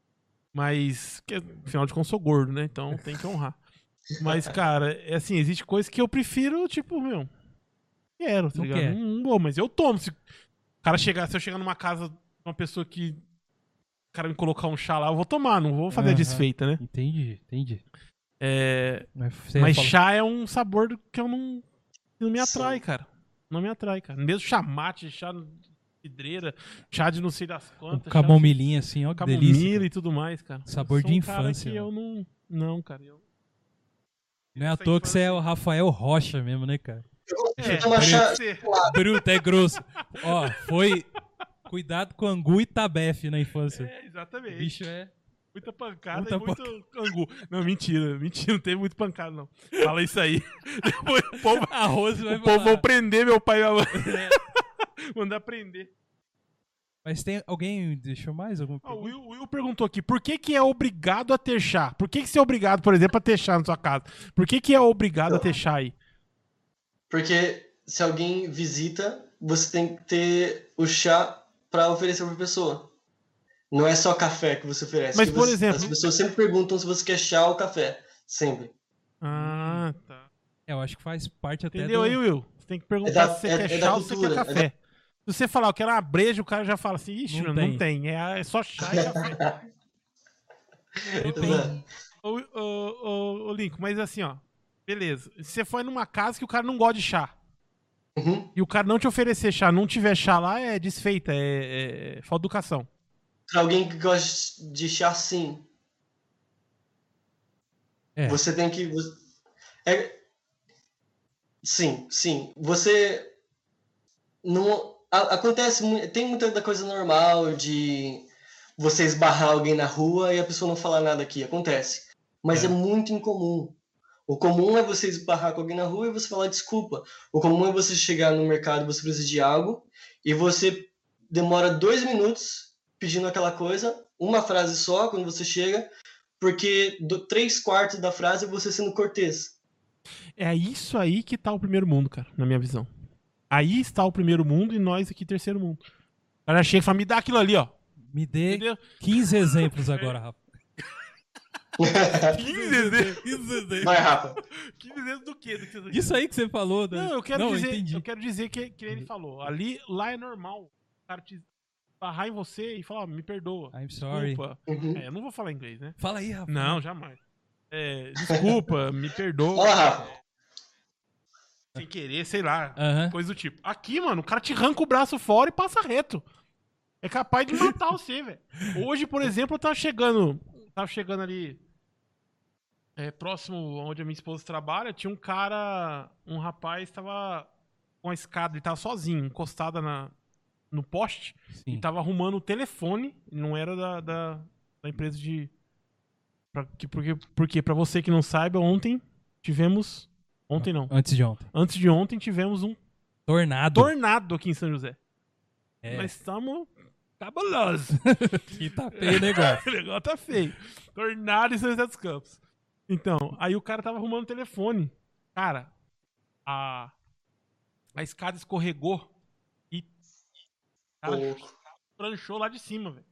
C: Mas, que, afinal de contas, eu sou gordo, né? Então tem que honrar. Mas, cara, é assim, existe coisa que eu prefiro, tipo, meu. Quero, tá
B: Não
C: ligado?
B: quer.
C: Não, não vou, mas eu tomo. Se o cara chegar, se eu chegar numa casa de uma pessoa que. O cara me colocar um chá lá, eu vou tomar, não vou fazer a
B: Aham.
C: desfeita, né?
B: Entendi, entendi.
C: É,
B: Mas, você
C: mas
B: fala-
C: chá é um sabor do- que eu não. que não me atrai, cara. Não me atrai, cara. Mesmo chá mate, chá de pedreira, chá de não sei das
B: um
C: quantas. chá
B: camomilinha assim, ó,
C: de
B: que delícia.
C: camomila
B: cara.
C: e tudo mais, cara.
B: Sabor
C: Eu sou
B: de
C: um cara
B: infância,
C: que
B: mano.
C: eu não. Não, cara. Eu...
B: Não é à
C: Essa
B: toa que você é o
C: infância-
B: Rafael Rocha mesmo, né, cara?
A: Eu gosto
C: É,
A: de tomar chá.
C: pode ser.
B: Bruto, é grosso. Ó, foi. Cuidado com angu e tabefe na infância.
C: É,
B: O
C: exatamente.
B: bicho é.
C: Muita pancada
B: Muita
C: e muito angu. Não, mentira. Mentira, não teve muito pancada, não. Fala isso aí. Depois o povo,
B: Arroz vai
C: o povo
B: falar.
C: vão prender meu pai e minha mãe.
B: É.
C: Mandar prender.
B: Mas tem alguém deixou mais alguma
C: Ah, o
B: pergunta?
C: Will, o Will perguntou aqui, por que que é obrigado a ter chá? Por que que você é obrigado, por exemplo, a ter chá na sua casa? Por que que é obrigado a ter chá aí?
A: Porque se alguém visita, você tem que ter o chá pra oferecer pra pessoa. Não é só café que você oferece.
C: Mas,
A: que
C: por
A: você-
C: exemplo-
A: As pessoas sempre perguntam se você quer chá ou café. Sempre.
C: Ah, tá.
B: É, eu acho que faz parte até
C: Entendeu
B: do...
C: aí, Will? Você tem que perguntar
A: É da-
C: se você
A: é-
C: quer
A: é da
C: chá ou se você quer
A: cultura, é
C: café. Se você falar, eu quero uma breja, o cara já fala assim, ixi,
B: Não
C: não, não
B: tem.
C: tem. É, é só chá e café.
B: Depende.
C: Ô, ô, ô, ô, Lincoln, mas assim, ó. Beleza. Se você for numa casa que o cara não gosta de chá,
A: Uhum.
C: e o cara não te oferecer chá, não tiver chá lá, é desfeita, é, é falta de educação.
A: Pra alguém que gosta de chá, sim.
B: É.
A: Você tem que. você- É... Sim, sim. Você. Não. a- Acontece. mu- Tem muita da coisa normal de você esbarrar alguém na rua e a pessoa não falar nada aqui. Acontece. Mas
B: É.
A: é, muito incomum. O comum é você esbarrar com alguém na rua e você falar desculpa. O comum é você chegar no mercado e você precisa de algo e você demora dois minutos pedindo aquela coisa, uma frase só quando você chega, porque do, três quartos da frase é você sendo cortês.
C: É isso aí que tá o primeiro mundo, cara, na minha visão. Aí está o primeiro mundo e nós aqui terceiro mundo. O cara chega e fala, me dá aquilo ali, ó.
B: Me dê
C: Entendeu?
B: quinze exemplos agora, Rafa.
C: quinze exemplos.
B: quinze exemplos.
A: Vai, Rafa.
C: quinze exemplos do quê? Do que você-
B: Isso aí que você falou. né?
C: Não, eu quero
B: Não,
C: dizer,
B: entendi.
C: eu quero dizer que, que ele falou. Ali, lá é normal. O cara te barrar em você e falar, ó, me perdoa.
B: I'm sorry.
C: Desculpa.
A: Uhum.
C: É, eu não vou falar inglês, né?
B: Fala aí, Rafa.
C: Não, jamais. É, desculpa, me perdoa.
A: Olha lá, Rafa.
C: Sem querer, sei lá.
B: Aham.
C: Coisa do tipo. Aqui, mano, o cara te arranca o braço fora e passa reto. É capaz de matar você, velho. Hoje, por exemplo, eu tava chegando. Tava chegando ali. É, próximo onde a minha esposa trabalha, tinha um cara. Um rapaz tava com a escada, ele tava sozinho, encostada na, no poste,
B: Sim.
C: e tava arrumando o telefone. Não era da, da, da empresa de. Pra, que, porque, porque, pra você que não saiba, ontem tivemos. Ontem não.
B: Antes de ontem.
C: Antes de ontem tivemos um
B: Tornado.
C: tornado aqui em São José.
B: É.
C: Nós estamos cabulosos.
B: Que tá feio o negócio.
C: O negócio tá feio. Tornado em São José dos Campos. Então, aí o cara tava arrumando o telefone. Cara, a, a escada escorregou e o cara
A: Louco.
C: pranchou lá de cima, velho.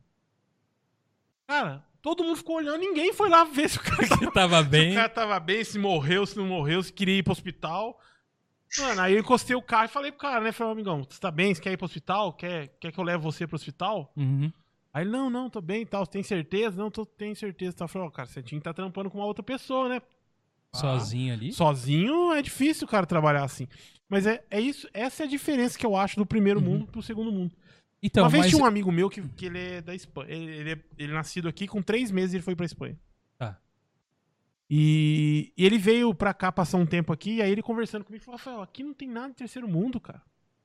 C: Cara, todo mundo ficou olhando, ninguém foi lá ver se o cara
B: Você tava
C: Se
B: bem.
C: o cara tava bem, se morreu, se não morreu, se queria ir pro hospital. Mano, aí eu encostei o carro e falei pro cara, né? Falei, amigão, você tá bem? Você quer ir pro hospital? Quer, quer que eu leve você pro hospital?
B: Uhum.
C: Aí ele, não, não, tô bem e tal. Você tem certeza? Não, tô, tenho certeza. Eu falei, ó, cara, você tinha que tá trampando com uma outra pessoa, né?
B: Sozinho ali.
C: Sozinho é difícil o cara trabalhar assim. Mas é, é isso, essa é a diferença que eu acho do primeiro
B: Uhum.
C: mundo pro segundo mundo.
B: Então,
C: uma vez
B: mas...
C: tinha um amigo meu que, que ele é da Espanha. Ele, ele, é, ele é nascido aqui, com três meses ele foi pra Espanha.
B: Tá.
C: E, e ele veio pra cá passar um tempo aqui, e aí ele conversando comigo falou, Rafael, aqui não tem nada de terceiro mundo, cara.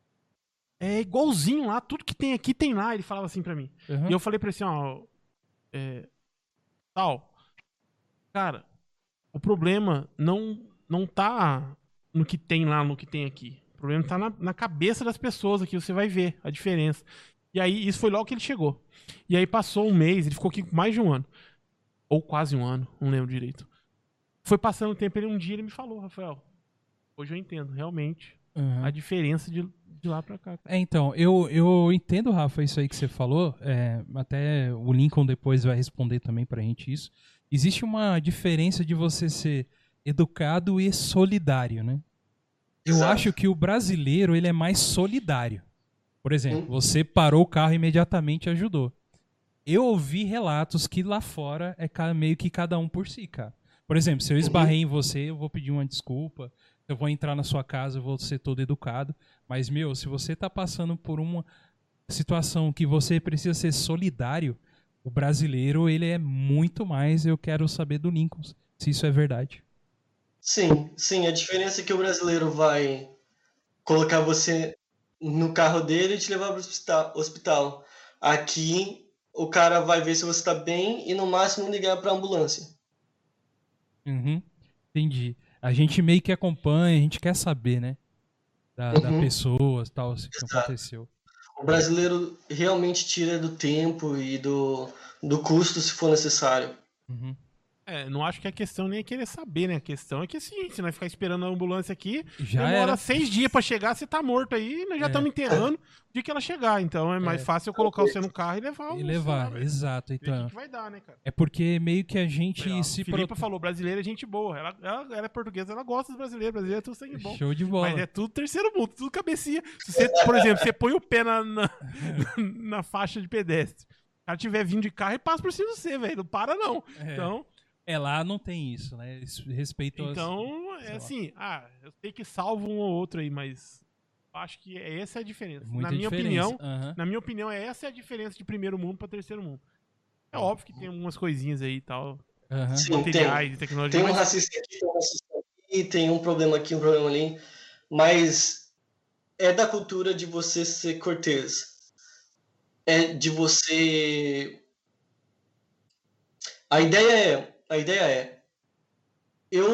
C: É igualzinho lá, tudo que tem aqui tem lá. Ele falava assim pra mim.
B: Uhum.
C: E eu falei pra ele assim, ó, é, tal, cara, o problema não, não tá no que tem lá, no que tem aqui. O problema tá na, na cabeça das pessoas aqui, você vai ver a diferença. E aí, isso foi logo que ele chegou. E aí passou um mês, ele ficou aqui mais de um ano. Ou quase um ano, não lembro direito. Foi passando o tempo, ele um dia ele me falou, Rafael, hoje eu entendo, realmente,
B: Uhum.
C: a diferença de, de lá pra cá.
B: É, então, eu, eu entendo, Rafa, isso aí que você falou. É, até o Lincoln depois vai responder também pra gente isso. Existe uma diferença de você ser educado e solidário, né? Eu
A: Exato.
B: acho que o brasileiro, ele é mais solidário. Por exemplo,
A: Hum.
B: você parou o carro e imediatamente ajudou. Eu ouvi relatos que lá fora é ca- meio que cada um por si, cara. Por exemplo, se eu esbarrei em você, eu vou pedir uma desculpa. Eu vou entrar na sua casa, eu vou ser todo educado. Mas, meu, se você tá passando por uma situação que você precisa ser solidário, o brasileiro, ele é muito mais. Eu quero saber do Lincoln, se isso é verdade.
A: Sim, sim. A diferença é que o brasileiro vai colocar você no carro dele e te levar para o hospital. Aqui, o cara vai ver se você está bem e, no máximo, ligar para a ambulância.
B: Uhum, entendi. A gente meio que acompanha, a gente quer saber, né? Da, da
A: Uhum.
B: pessoa, tal, o que
A: Exato.
B: aconteceu.
A: O brasileiro realmente tira do tempo e do, do custo, se for necessário.
B: Uhum.
C: É, não acho que a questão nem é querer saber, né? A questão é que assim, você vai ficar esperando a ambulância aqui,
B: Já
C: demora
B: era.
C: seis dias pra chegar, você tá morto aí, nós já
B: É.
C: estamos enterrando o dia que ela chegar. Então é mais
B: É.
C: fácil eu colocar você no carro e levar
B: E
C: o
B: levar,
C: celular, velho.
B: exato.
C: Ver o que
B: Então,
C: que vai dar, né, cara?
B: é porque meio que a gente
C: Aí, ó,
B: se
C: Filipa
B: prote-
C: falou, brasileira é gente boa. Ela, ela, ela é portuguesa, ela gosta dos brasileiros, brasileiro é tudo sangue bom.
B: Show de bola.
C: Mas é tudo terceiro mundo, tudo cabecinha. Se você, por exemplo, você põe o pé na, na, na faixa de pedestre, se o cara tiver vindo de carro, ele passa por cima de você, velho. Não para, não.
B: É.
C: Então,
B: É, lá não tem isso, né? Eles respeitam as-
C: então
B: sei
C: é
B: lá.
C: assim, ah, eu sei que salvo um ou outro aí, mas acho que é- essa é a diferença.
B: muita
C: na minha
B: diferença.
C: opinião,
B: Aham.
C: na minha opinião, é essa é a diferença de primeiro mundo pra terceiro mundo. É
B: Uhum.
C: óbvio que tem algumas coisinhas aí e tal,
B: Aham.
A: Sim, tem.
C: materiais e tecnologia,
A: Tem um
C: mas
A: racista aqui, tem um racista aqui, tem um problema aqui, um problema ali. Mas é da cultura de você ser cortês. É de você... A ideia é... A ideia é... Eu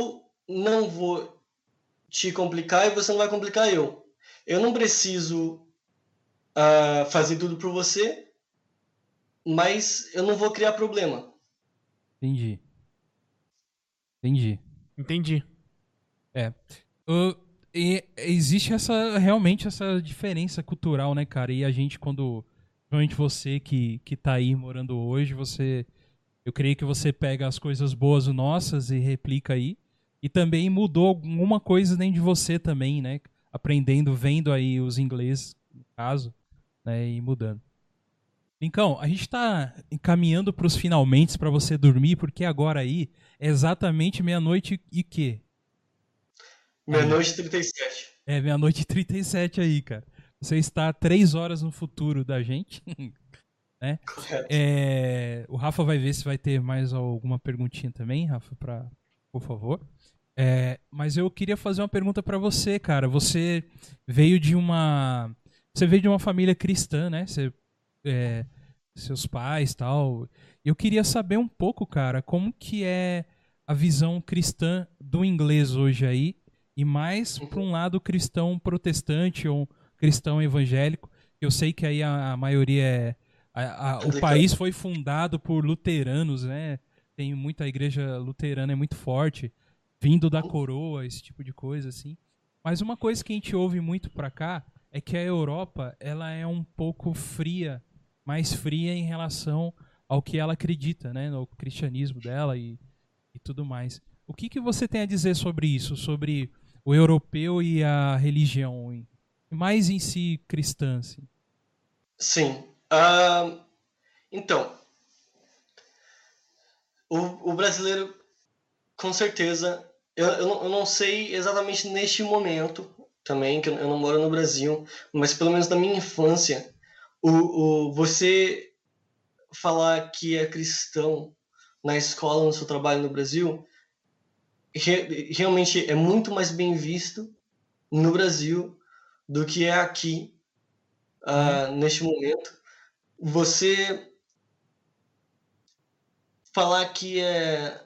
A: não vou te complicar e você não vai complicar eu. Eu não preciso uh, fazer tudo por você, mas eu não vou criar problema.
B: Entendi. Entendi.
C: Entendi.
B: É. Uh, e existe essa, realmente essa diferença cultural, né, cara? E a gente, quando... Principalmente você que, que tá aí morando hoje, você... Eu creio que você pega as coisas boas nossas e replica aí. E também mudou alguma coisa dentro de você também, né? Aprendendo, vendo aí os ingleses, no caso, né? E mudando. Lincão, a gente tá encaminhando pros finalmente para você dormir, porque agora aí é exatamente meia-noite e quê?
A: Meia-noite e trinta e sete.
B: É, meia-noite e trinta e sete aí, cara. Você está três horas no futuro da gente. Né?
A: Correto.
B: É, o Rafa vai ver se vai ter mais alguma perguntinha também, Rafa, pra, por favor. É, mas eu queria fazer uma pergunta pra você, cara. Você veio de uma, você veio de uma família cristã, né? Você, é, seus pais, tal. Eu queria saber um pouco, cara, como que é a visão cristã do inglês hoje aí, e mais para um lado cristão protestante ou cristão evangélico. Eu sei que aí a, a maioria é a, a, o país foi fundado por luteranos, né? Tem muita igreja luterana, é muito forte, vindo da coroa, esse tipo de coisa, assim. Mas uma coisa que a gente ouve muito pra cá é que a Europa, ela é um pouco fria, mais fria em relação ao que ela acredita, né? No cristianismo dela e, e tudo mais. O que, que você tem a dizer sobre isso? Sobre o europeu e a religião? Mais em si cristã, assim.
A: Sim. Uh, então, o, o brasileiro, com certeza, eu, eu, não, eu não sei exatamente neste momento também, que eu, eu não moro no Brasil, mas pelo menos na minha infância, o, o, você falar que é cristão na escola, no seu trabalho no Brasil, re, realmente é muito mais bem visto no Brasil do que é aqui, uh, neste momento. Você falar que é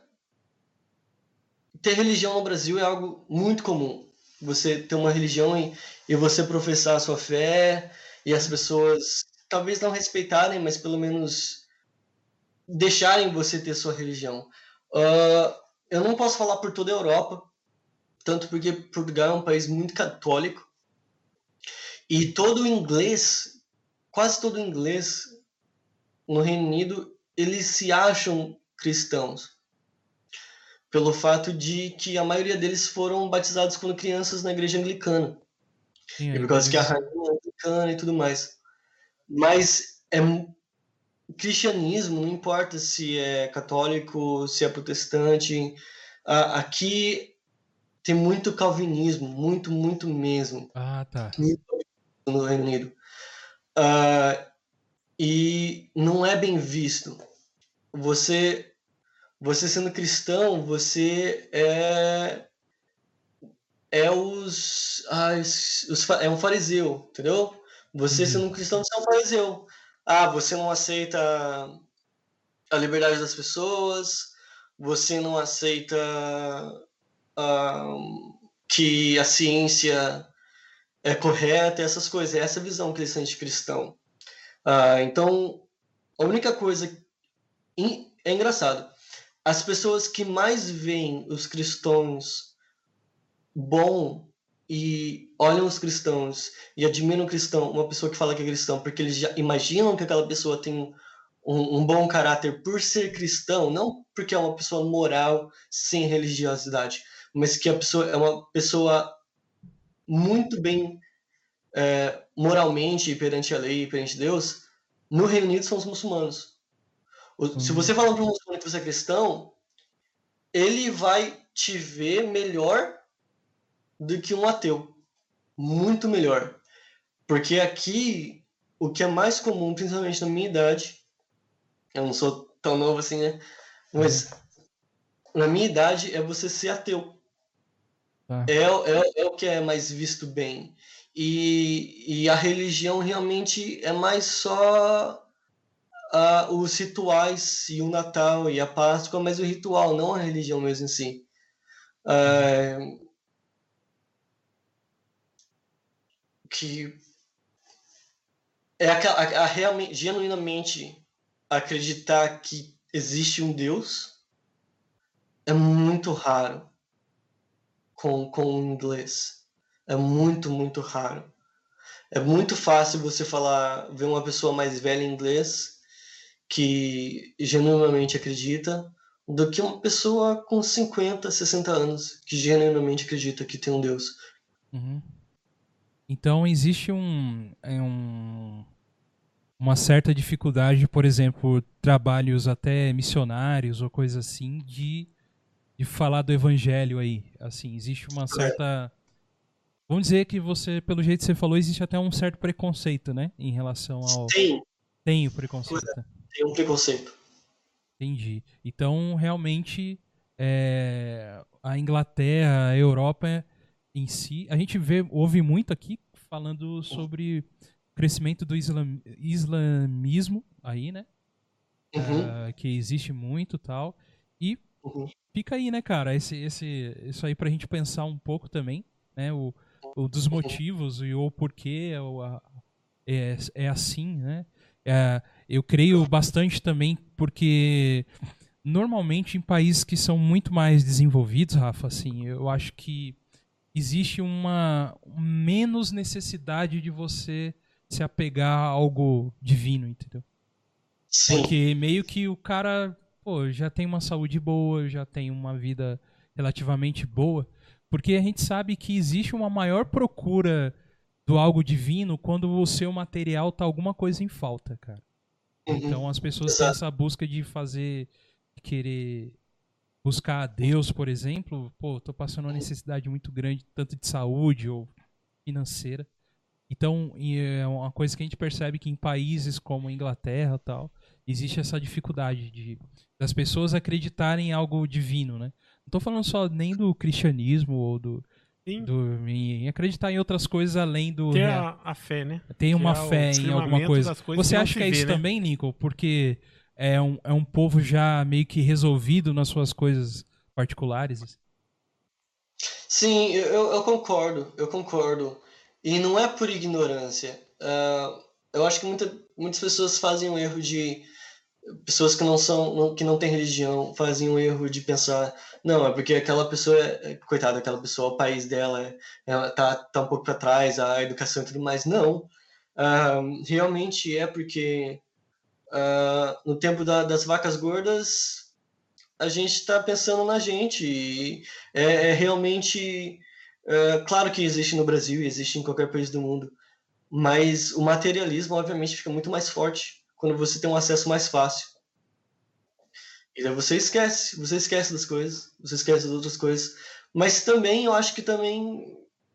A: ter religião no Brasil é algo muito comum. Você ter uma religião e, e você professar a sua fé e as pessoas talvez não respeitarem, mas pelo menos deixarem você ter sua religião. Uh, eu não posso falar por toda a Europa, tanto porque Portugal é um país muito católico e todo o inglês, quase todo o inglês no Reino Unido, eles se acham cristãos, pelo fato de que a maioria deles foram batizados quando crianças na igreja anglicana.
B: Sim,
A: e por causa que a rainha é anglicana e tudo mais. Mas é, o cristianismo, não importa se é católico, se é protestante, a, aqui tem muito calvinismo, muito, muito mesmo.
B: Ah, tá.
A: Muito no Reino Unido. Uh, e não é bem visto. Você Você sendo cristão, você é é os, ah, os, os é um fariseu, entendeu? Você sendo um cristão, você é um fariseu. Ah, você não aceita a liberdade das pessoas, você não aceita ah, que a ciência é correta, essas coisas. É essa visão que eles têm de cristão. Ah, então, a única coisa é engraçado. As pessoas que mais veem os cristãos bom e olham os cristãos e admiram o cristão, uma pessoa que fala que é cristão, porque eles já imaginam que aquela pessoa tem um, um bom caráter por ser cristão, não porque é uma pessoa moral sem religiosidade, mas que a pessoa é uma pessoa muito bem é, moralmente perante a lei e perante Deus. No Reino Unido são os muçulmanos. Se você falar para um muçulmano que você é cristão, ele vai te ver melhor do que um ateu. Muito melhor. Porque aqui, o que é mais comum, principalmente na minha idade, eu não sou tão novo assim, né? Mas na minha idade é você ser ateu.
B: Tá.
A: É, é, é o que é mais visto bem. E, e a religião realmente é mais só uh, os rituais e o Natal e a Páscoa, mas o ritual, não a religião mesmo em si. é, que é a, a, a realmente, genuinamente acreditar que existe um Deus é muito raro com, com o inglês. É muito, muito raro. É muito fácil você falar, ver uma pessoa mais velha em inglês que genuinamente acredita, do que uma pessoa com cinquenta, sessenta anos que genuinamente acredita que tem um Deus.
B: Uhum. Então existe um, é um, uma certa dificuldade, por exemplo, trabalhos até missionários ou coisa assim, de, de falar do evangelho aí. Assim, existe uma certa. Vamos dizer que você, pelo jeito que você falou, existe até um certo preconceito, né? Em relação ao.
A: Tem,
B: Tem o preconceito.
A: tem um preconceito.
B: Entendi. Então, realmente, é, a Inglaterra, a Europa em si, a gente vê, ouve muito aqui falando sobre o crescimento do islam, islamismo aí, né?
A: Uhum,
B: Ah, que existe muito e tal. E
A: uhum,
B: fica aí, né, cara, esse, esse, isso aí pra gente pensar um pouco também, né? O, o dos
A: uhum.
B: motivos e o porquê o, a- é, é assim, né? É, eu creio bastante também porque normalmente em países que são muito mais desenvolvidos, Rafa, assim, eu acho que existe uma menos necessidade de você se apegar a algo divino, entendeu?
A: Sim,
B: Porque meio que o cara, pô, já tem uma saúde boa, já tem uma vida relativamente boa, porque a gente sabe que existe uma maior procura do algo divino quando o seu material tá alguma coisa em falta, cara.
A: uhum,
B: Então as pessoas têm
A: exato.
B: essa busca de fazer, de querer buscar a Deus, por exemplo, pô, tô passando uma necessidade muito grande, tanto de saúde ou financeira. Então, e é uma coisa que a gente percebe que em países como a Inglaterra e tal, existe essa dificuldade de das pessoas acreditarem em algo divino, né? Não tô falando só nem do cristianismo ou do,
C: Sim,
B: do em acreditar em outras coisas além do
C: ter
B: real.
C: a, a fé, né?
B: Tem
C: Que
B: uma
C: é o
B: fé em alguma
C: firmamento
B: coisa.
C: das coisas que
B: Você
C: não
B: acha
C: se
B: que é
C: vê,
B: isso
C: né?
B: também, Lincoln? Porque é um, é um povo já meio que resolvido nas suas coisas particulares?
A: Sim, eu, eu eu concordo, eu concordo. E não é por ignorância. Ah, eu acho que muita, muitas pessoas fazem o erro de pessoas que não são, não- que não têm religião, fazem o erro de pensar, não, é porque aquela pessoa, é, é- coitada, aquela pessoa, o país dela, é- ela tá, tá um pouco para trás, a educação e tudo mais. Não. Ah, realmente é porque ah, no tempo da- das vacas gordas a gente está pensando na gente. E é, é realmente. É, claro que existe no Brasil e existe em qualquer país do mundo, mas o materialismo, obviamente, fica muito mais forte quando você tem um acesso mais fácil. E daí você esquece, você esquece das coisas, você esquece das outras coisas. Mas também, eu acho que também.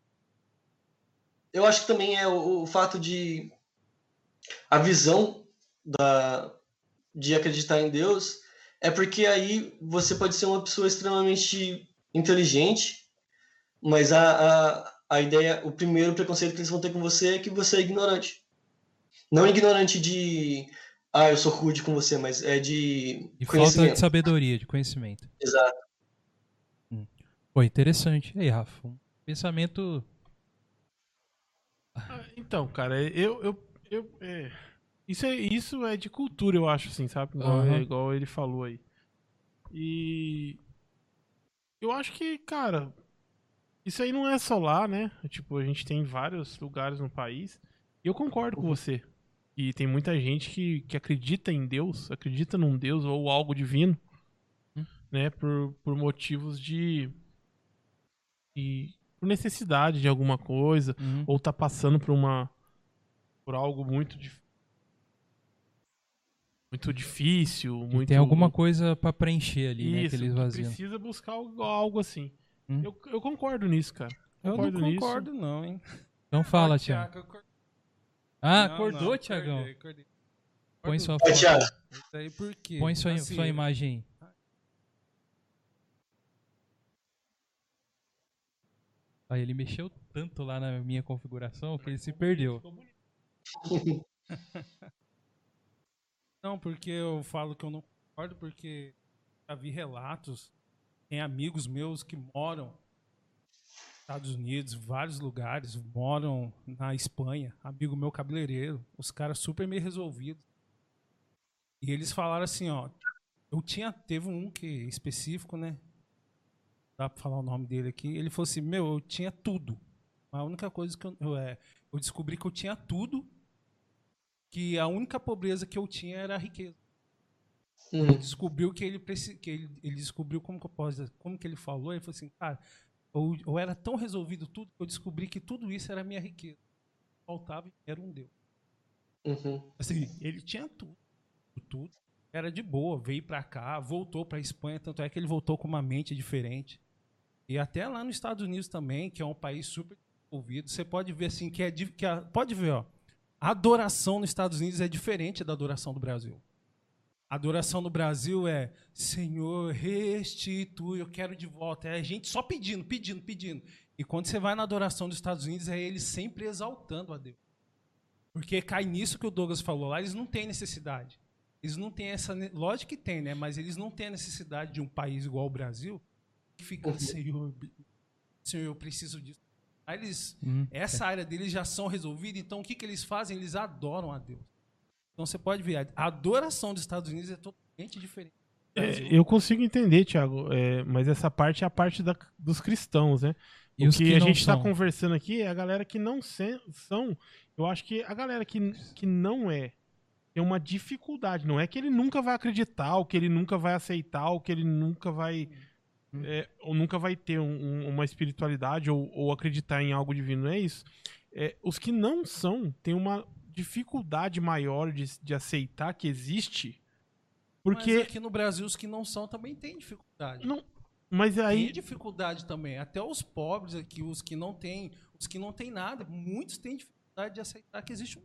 A: Eu acho que também é o, o fato de. A visão da, de acreditar em Deus é porque aí você pode ser uma pessoa extremamente inteligente, mas a, a, a ideia, o primeiro preconceito que eles vão ter com você é que você é ignorante. Não ignorante de, ah, eu sou rude com você, mas é de
B: De falta de
A: conhecimento.
B: sabedoria, de conhecimento.
A: Exato.
B: Hum. Pô, interessante. E aí, Rafa, um pensamento.
C: Ah, então, cara, eu, eu, eu é, isso é isso é de cultura, eu acho, assim, sabe? Igual, é,
B: Aham.
C: igual ele falou aí. E eu acho que, cara, isso aí não é só lá, né? Tipo, a gente tem vários lugares no país. E eu concordo com você. E tem muita gente que, que acredita em Deus, acredita num Deus ou algo divino,
B: Hum,
C: né? Por, por motivos de, de. Por necessidade de alguma coisa,
B: uhum.
C: ou tá passando por uma. Por algo muito, dif- muito difícil,
B: E tem
C: muito.
B: alguma coisa pra preencher ali, né?
C: Isso,
B: Aqueles
C: que
B: vazios.
C: precisa buscar algo, algo assim.
B: Hum.
C: Eu, eu concordo nisso, cara.
D: Eu não
C: Concordo nisso.
D: concordo, não, hein?
B: Então
D: Ó,
B: fala, Tiago.
D: Thiago, eu acordei.
B: Ah,
D: Não, não,
B: acordou, Tiagão?
D: acordei, acordei.
B: Põe
D: Acordo
B: sua
A: Vai,
B: foto
A: Thiago.
B: aí.
D: isso aí por quê?
B: Põe sua, sua
D: Assim,
B: imagem aí. Aí ele mexeu tanto lá na minha configuração que ele se perdeu.
D: não, porque eu falo que eu não concordo, porque já vi relatos. Tem amigos meus que moram nos Estados Unidos, vários lugares, moram na Espanha. Amigo meu cabeleireiro, os caras super bem resolvidos. E eles falaram assim, ó, eu tinha, teve um que específico, né? Dá pra falar o nome dele aqui. Ele falou assim, meu, eu tinha tudo. A única coisa que eu, eu, é, eu descobri que eu tinha tudo, que a única pobreza que eu tinha era a riqueza.
A: Hum.
D: Ele descobriu que ele, que ele, ele descobriu como que eu posso dizer, como que ele falou, ele falou assim, cara, eu, eu era tão resolvido tudo que eu descobri que tudo isso era a minha riqueza. Faltava era um Deus.
A: Uhum.
D: Assim, ele tinha tudo, tudo. Era de boa, veio pra cá, voltou pra Espanha, tanto é que ele voltou com uma mente diferente. E até lá nos Estados Unidos também, que é um país super desenvolvido, você pode ver assim que é que a, pode ver, ó, a adoração nos Estados Unidos é diferente da adoração do Brasil. A adoração no Brasil é Senhor, restitui, eu quero de volta. É a gente só pedindo, pedindo, pedindo. E quando você vai na adoração dos Estados Unidos, é eles sempre exaltando a Deus. Porque cai nisso que o Douglas falou lá, eles não têm necessidade. Eles não têm essa... Lógico que tem, né? Mas eles não têm a necessidade de um país igual o Brasil que fica, Senhor, Senhor, eu preciso disso. Aí eles, hum, essa é. área deles já são resolvidas, então o que, que eles fazem? Eles adoram a Deus. Então você pode ver, a adoração dos Estados Unidos é totalmente diferente.
C: É, eu consigo entender, Thiago, é, mas essa parte é a parte da, dos cristãos, né? E o que, que a gente está conversando aqui é a galera que não se, são. Eu acho que a galera que, que não é tem uma dificuldade. Não é que ele nunca vai acreditar, ou que ele nunca vai aceitar, ou que ele nunca vai. É, ou nunca vai ter um, um, uma espiritualidade ou, ou acreditar em algo divino. Não é isso. É, os que não são têm uma dificuldade maior de, de aceitar que existe. Porque
D: mas aqui no Brasil os que não são também têm dificuldade.
C: Não, mas aí
D: tem dificuldade também. Até os pobres aqui, os que não têm, os que não têm nada, muitos têm dificuldade de aceitar que existe um.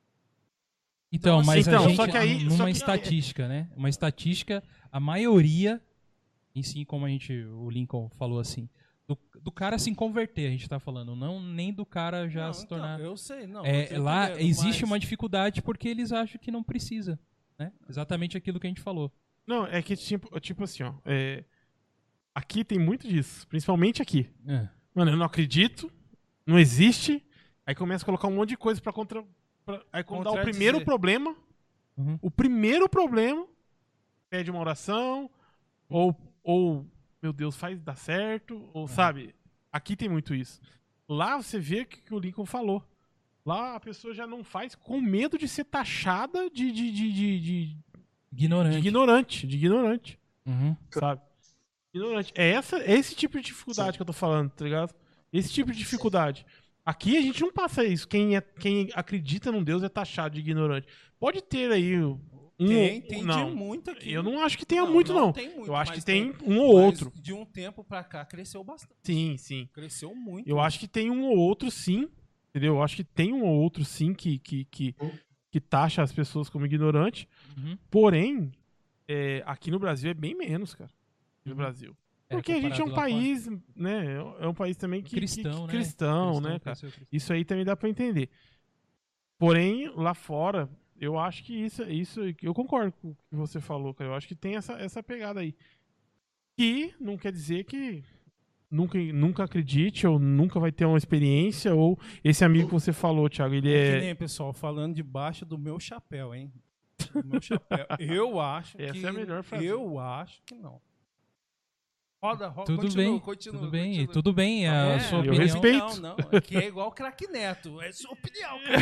B: Então, mas
C: então,
B: a gente,
C: só que aí,
B: numa
C: só que
B: estatística, né? Uma estatística, a maioria, em si, como a gente, o Lincoln falou assim, do, do cara se converter, a gente tá falando, não nem do cara já
D: não,
B: se
D: então,
B: tornar.
D: eu sei, não.
B: É,
D: eu
B: lá existe
D: mas...
B: uma dificuldade porque eles acham que não precisa, né? Exatamente aquilo que a gente falou.
C: Não, é que tipo, tipo assim, ó, é, aqui tem muito disso, principalmente aqui.
B: É.
C: Mano, eu não acredito, não existe, aí começa a colocar um monte de coisa pra contra... Pra, aí quando dá o primeiro problema, uhum. o primeiro problema, pede uma oração, ou, ou meu Deus, faz dar certo, ou uhum. sabe, aqui tem muito isso. Lá você vê o que, que o Lincoln falou. Lá a pessoa já não faz com medo de ser taxada de... de, de, de, de
B: ignorante.
C: De ignorante, de ignorante.
B: Uhum.
C: Sabe? Ignorante. É, essa, é esse tipo de dificuldade Sim. que eu tô falando, tá ligado? Esse tipo de dificuldade. Aqui a gente não passa isso. Quem, é, quem acredita num Deus é taxado de ignorante. Pode ter aí um...
D: Tem, tem
C: não.
D: de muito aqui.
C: Eu não acho que tenha não, muito, não. não. Tem muito, eu acho que tem,
D: tem
C: um ou outro.
D: De um tempo pra cá cresceu bastante.
C: Sim, sim.
D: Cresceu muito.
C: Eu acho que tem um ou outro, sim. Entendeu? Eu acho que tem um ou outro, sim, que, que, que, que taxa as pessoas como ignorante.
B: Uhum.
C: Porém, é, aqui no Brasil é bem menos, cara. No uhum. Brasil. Porque é, a gente é um país, fora. né? É um país também que...
B: Cristão,
C: que, que,
B: né?
C: Cristão,
B: cristão,
C: né, cara?
B: Cristão.
C: Isso aí também dá pra entender. Porém, lá fora, eu acho que isso... isso eu concordo com o que você falou, cara. Eu acho que tem essa, essa pegada aí. E não quer dizer que nunca, nunca acredite ou nunca vai ter uma experiência ou esse amigo que você falou, Thiago, ele é...
D: é que nem, pessoal, falando debaixo do meu chapéu, hein? Do meu chapéu. Eu acho
C: essa
D: que...
C: é a melhor frase.
D: Eu acho que não. Roda, roda,
B: tudo
D: continua,
B: bem,
D: continua,
B: tudo bem,
D: continua.
B: tudo bem, a
D: é,
B: sua
C: eu
B: opinião.
C: respeito.
D: Não, não, aqui é igual o craque Neto, é sua opinião, cara.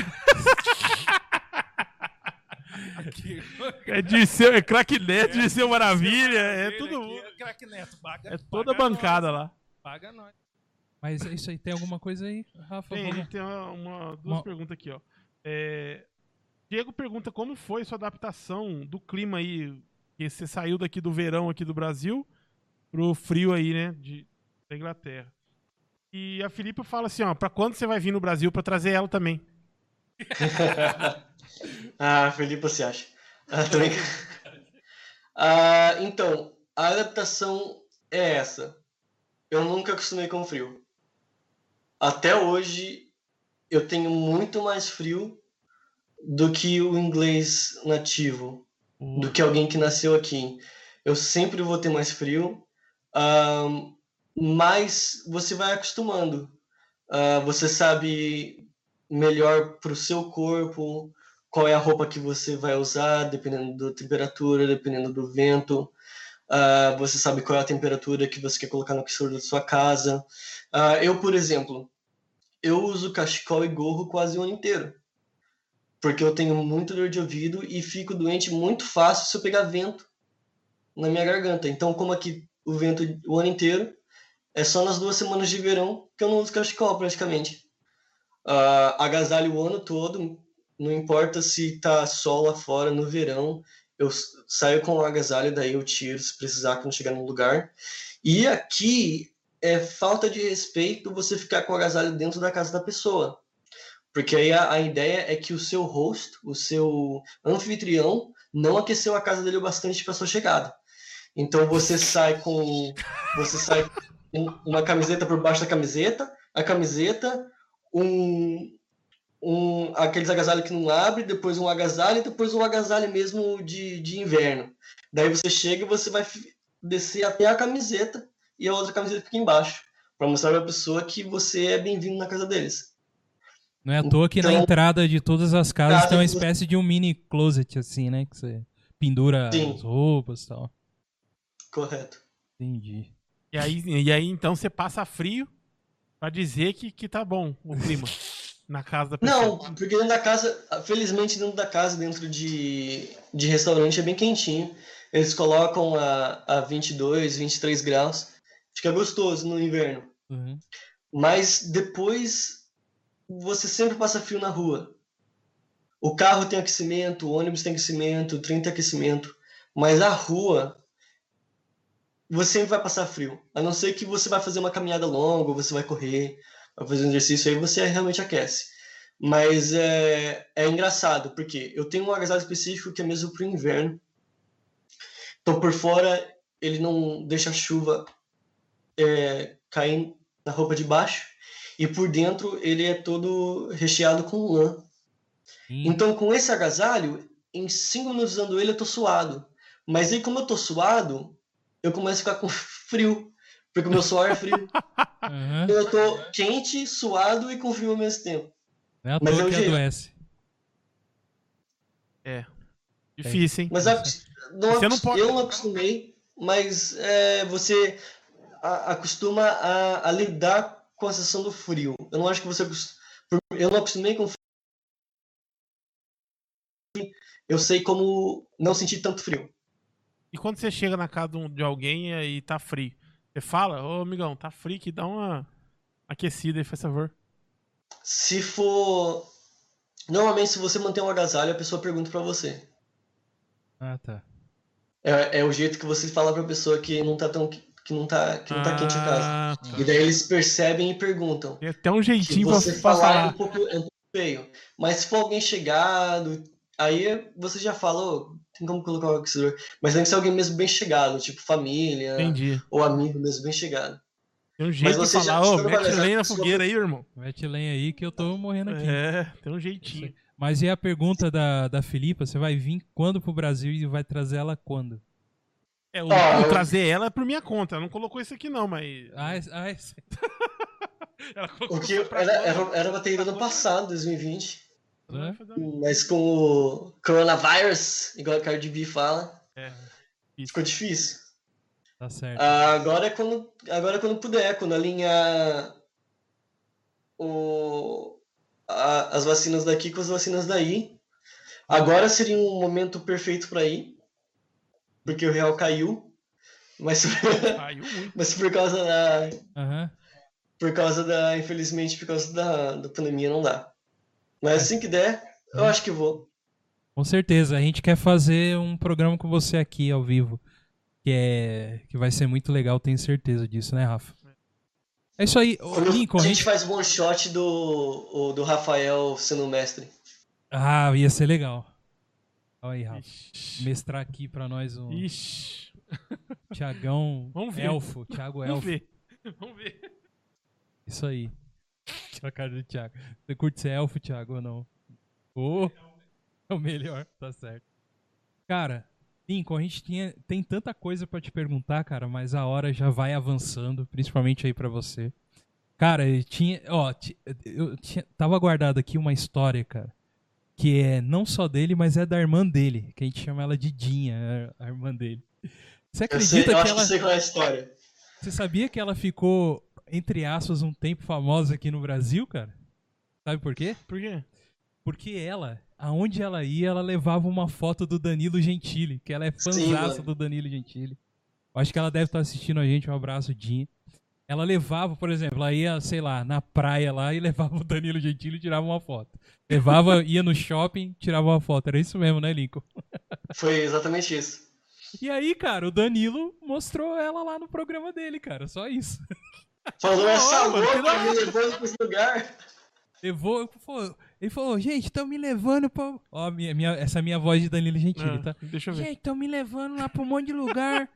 C: Aqui. É de seu, é craque Neto, é, de seu Maravilha, é tudo.
D: É craque Neto, paga,
C: é toda paga bancada
D: nós,
C: lá.
D: Paga nós.
B: Mas é isso aí, tem alguma coisa aí, Rafa?
C: Tem,
B: vamos...
C: tem uma, uma, duas uma... perguntas aqui, ó. É, Diego pergunta como foi sua adaptação do clima aí, que você saiu daqui do verão aqui do Brasil pro frio aí, né, de, da Inglaterra. E a Filipa fala assim, ó, pra quando você vai vir no Brasil pra trazer ela também?
A: Ah, Filipa, você acha? Ah, também... ah, então, a adaptação é essa. Eu nunca acostumei com frio. Até hoje, eu tenho muito mais frio do que o inglês nativo, uhum. do que alguém que nasceu aqui. Eu sempre vou ter mais frio, uh, mais você vai acostumando. Uh, você sabe melhor para o seu corpo qual é a roupa que você vai usar, dependendo da temperatura, dependendo do vento. Uh, você sabe qual é a temperatura que você quer colocar no aquecedor da sua casa. Uh, eu, por exemplo, eu uso cachecol e gorro quase o ano inteiro, porque eu tenho muito dor de ouvido e fico doente muito fácil se eu pegar vento na minha garganta. Então, como aqui o vento o ano inteiro, é só nas duas semanas de verão que eu não uso cachecol praticamente. Uh, agasalho o ano todo, não importa se tá sol lá fora no verão, eu saio com o agasalho, daí eu tiro se precisar quando chegar no lugar. E aqui é falta de respeito você ficar com o agasalho dentro da casa da pessoa. Porque aí a, a ideia é que o seu host, o seu anfitrião, não aqueceu a casa dele o bastante para sua chegada. Então você sai com você sai com uma camiseta por baixo da camiseta, a camiseta, um, um aqueles agasalhos que não abre, depois um agasalho e depois um agasalho mesmo de, de inverno. Daí você chega e você vai descer até a camiseta e a outra camiseta fica embaixo, para mostrar para a pessoa que você é bem-vindo na casa deles.
B: Não é à toa que
A: Então,
B: na entrada de todas as casas
A: casa
B: tem uma
A: que você-
B: espécie de um mini closet, assim, né? Que você pendura
A: Sim.
B: as roupas e tal.
A: Correto.
B: Entendi.
C: E aí, e aí então você passa frio pra dizer que, que tá bom o clima na casa da pessoa.
A: Não, porque dentro da casa, felizmente dentro da casa, dentro de, de restaurante é bem quentinho. Eles colocam a, a vinte e dois, vinte e três graus. Fica gostoso no inverno.
B: Uhum.
A: Mas depois você sempre passa frio na rua. O carro tem aquecimento, o ônibus tem aquecimento, o trem tem aquecimento. Mas a rua, você sempre vai passar frio. A não ser que você vai fazer uma caminhada longa, ou você vai correr, vai fazer um exercício, aí você realmente aquece. Mas é, é engraçado, porque eu tenho um agasalho específico que é mesmo para o inverno. Então, por fora, ele não deixa a chuva é, cair na roupa de baixo. E por dentro, ele é todo recheado com lã.
B: Sim.
A: Então, com esse agasalho, em cinco minutos usando ele, eu tô suado. Mas aí, como eu tô suado, eu começo a ficar com frio. Porque o meu suor é frio.
B: Uhum.
A: Então, eu tô quente, suado e com frio ao mesmo tempo.
B: Não é à
A: Mas
B: toa
A: é o
B: que
A: jeito.
B: adoece.
C: É. Difícil, hein?
A: Mas a- não
C: Você não
A: acos-
C: pode-
A: eu não acostumei, mas é, você a- acostuma a, a lidar com a sensação do frio. Eu não acho que você... acos- Eu não acostumei com frio. Eu sei como não sentir tanto frio.
C: E quando você chega na casa de um- de alguém e tá frio, você fala, ô amigão, tá frio, que dá uma aquecida aí, faz favor.
A: Se for... Normalmente, se você manter um agasalho, a pessoa pergunta pra você.
B: Ah, tá.
A: É, é o jeito que você fala pra pessoa que não tá tão que não tá, que não tá quente a casa.
C: Ah, tá.
A: E daí eles percebem e perguntam.
C: Tem até um
A: Que
C: jeitinho pra,
A: você
C: pra
A: falar é
C: falar.
A: um, pouco, é um pouco feio. Mas se for alguém chegado, aí você já fala, "Ô, tem como colocar o aquecedor." Mas tem que ser alguém mesmo bem chegado, tipo família,
C: Entendi.
A: ou amigo mesmo bem chegado.
C: Tem um jeito de
A: você já-
C: falar, ô,
A: você não vai
C: mete
A: levar
C: lenha na
A: a pessoa
C: fogueira
A: pra-
C: aí, irmão.
B: Mete lenha aí que eu tô morrendo aqui.
C: É, tem um jeitinho.
B: Mas e a pergunta da, da Filipa? Você vai vir quando pro Brasil e vai trazer ela quando?
C: É, o,
A: Ah,
C: o
A: eu-
C: trazer ela é por minha conta. Ela não colocou isso aqui, não, mas.
B: Ah, é- ah, é-
C: Ela colocou
A: O que
C: pra
A: era,
C: conta.
A: era, era pra ter ido ano passado, dois mil e vinte.
B: né?
A: Mas com o coronavirus, igual a Cardi B fala,
C: É.
A: ficou difícil.
B: Tá certo.
A: Ah, agora é quando, agora é quando puder, quando alinhar o, a- as vacinas daqui com as vacinas daí. Agora seria um momento perfeito para ir, porque o real caiu, mas,
C: Caiu muito.
A: mas por causa da,
B: Aham.
A: por causa da, infelizmente, por causa da, da pandemia não dá. Mas
B: É.
A: assim que der, eu acho que vou.
B: Com certeza. A gente quer fazer um programa com você aqui ao vivo. Que, é, que vai ser muito legal, tenho certeza disso, né, Rafa? É isso aí. Ô,
A: Quando
B: Lincoln,
A: a
B: a
A: gente
B: gente...
A: faz um one shot do, o- do Rafael sendo mestre.
B: Ah, ia ser legal. Olha aí, Rafa.
C: Ixi.
B: Mestrar aqui pra nós um
C: Ixi.
B: Tiagão
C: Vamos ver.
B: Elfo. Thiago
C: Vamos
B: Elfo.
C: ver. Vamos ver.
B: Isso aí. A cara do Thiago. Você curte ser elfo, Thiago, ou não? Oh, é o melhor, tá certo. Cara, Lincoln, a gente tinha, tem tanta coisa pra te perguntar, cara, mas a hora já vai avançando, principalmente aí pra você. Cara, eu tinha, ó, eu tinha, tava guardado aqui uma história, cara, que é não só dele, mas é da irmã dele, que a gente chama ela de Dinha, a irmã dele. Você acredita
A: eu sei, eu
B: que
A: acho
B: ela...
A: que sei qual é a história.
B: Você sabia que ela ficou, entre aspas, um tempo famosa aqui no Brasil, cara? Sabe por quê?
C: Por quê?
B: Porque ela, aonde ela ia, ela levava uma foto do Danilo Gentili, que ela é fãzaça do Danilo Gentili. Eu acho que ela deve estar assistindo a gente, um abraço, Dinha. Ela levava, por exemplo, ela ia, sei lá, na praia lá e levava o Danilo Gentili e tirava uma foto. Levava, ia no shopping, tirava uma foto. Era isso mesmo, né, Lincoln?
A: Foi exatamente isso.
B: E aí, cara, o Danilo mostrou ela lá no programa dele, cara, só isso.
A: Falou, essa
C: hora, mano, que da
A: louca me levando pra esse lugar.
B: Levou, ele falou, gente, estão me levando pra... Ó, minha, minha, essa é a minha voz de Danilo Gentili,
C: Ah,
B: tá?
C: deixa eu ver.
B: Gente, estão me levando lá pra um monte de lugar.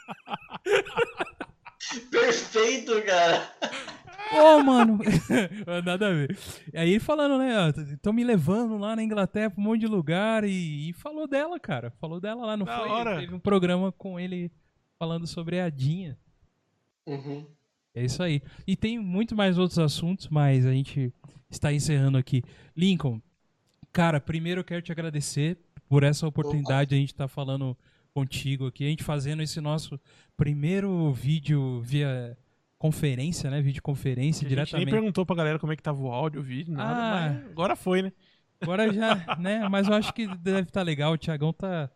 A: Perfeito, cara.
B: Ô, mano. Nada a ver. Aí ele falando, né, estão me levando lá na Inglaterra pra um monte de lugar e, e falou dela, cara. Falou dela lá, não
C: Da
B: foi?
C: hora.
B: Teve um programa com ele falando sobre a Dinha.
A: Uhum.
B: É isso aí. E tem muito mais outros assuntos, mas a gente está encerrando aqui. Lincoln, cara, primeiro eu quero te agradecer por essa oportunidade de a gente estar falando contigo aqui, a gente fazendo esse nosso primeiro vídeo via conferência, né? Videoconferência
C: A gente
B: diretamente.
C: nem perguntou pra galera como é que tava o áudio, o vídeo, nada,
B: Ah.
C: mas agora foi, né?
B: Agora já, né? Mas eu acho que deve estar legal. O Thiagão tá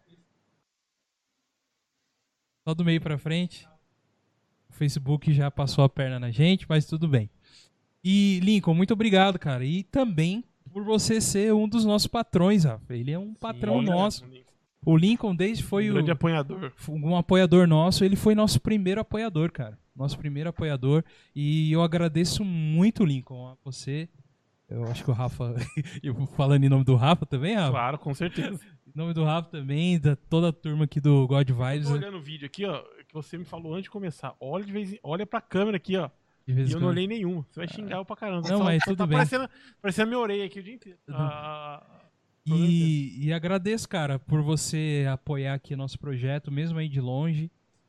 B: só do meio pra frente. O Facebook já passou a perna na gente, mas tudo bem. E, Lincoln, muito obrigado, cara. E também por você ser um dos nossos patrões, Rafa. Ele é um patrão
C: Sim,
B: nosso.
C: né?
B: O Lincoln, desde foi
C: Um
B: o,
C: grande apanhador.
B: um apoiador nosso, ele foi nosso primeiro apoiador, cara. Nosso primeiro apoiador. E eu agradeço muito, Lincoln, a você. Eu acho que o Rafa... eu falando em nome do Rafa também, Rafa?
C: Claro, com certeza.
B: Em nome do Rafa também, da toda a turma aqui do God Vibes.
C: Tô olhando o vídeo aqui, ó, que você me falou antes de começar. Olha, de vez em... Olha pra câmera aqui, ó.
B: De vez
C: E
B: em
C: eu não
B: quando.
C: olhei nenhum. Você vai xingar eu pra caramba.
B: Não,
C: Só-
B: mas
C: só
B: tudo
C: tá
B: bem.
C: Parecendo, parecendo a minha orelha aqui o dia inteiro. Ah,
B: E, e agradeço, cara, por você apoiar aqui nosso projeto, mesmo aí de longe.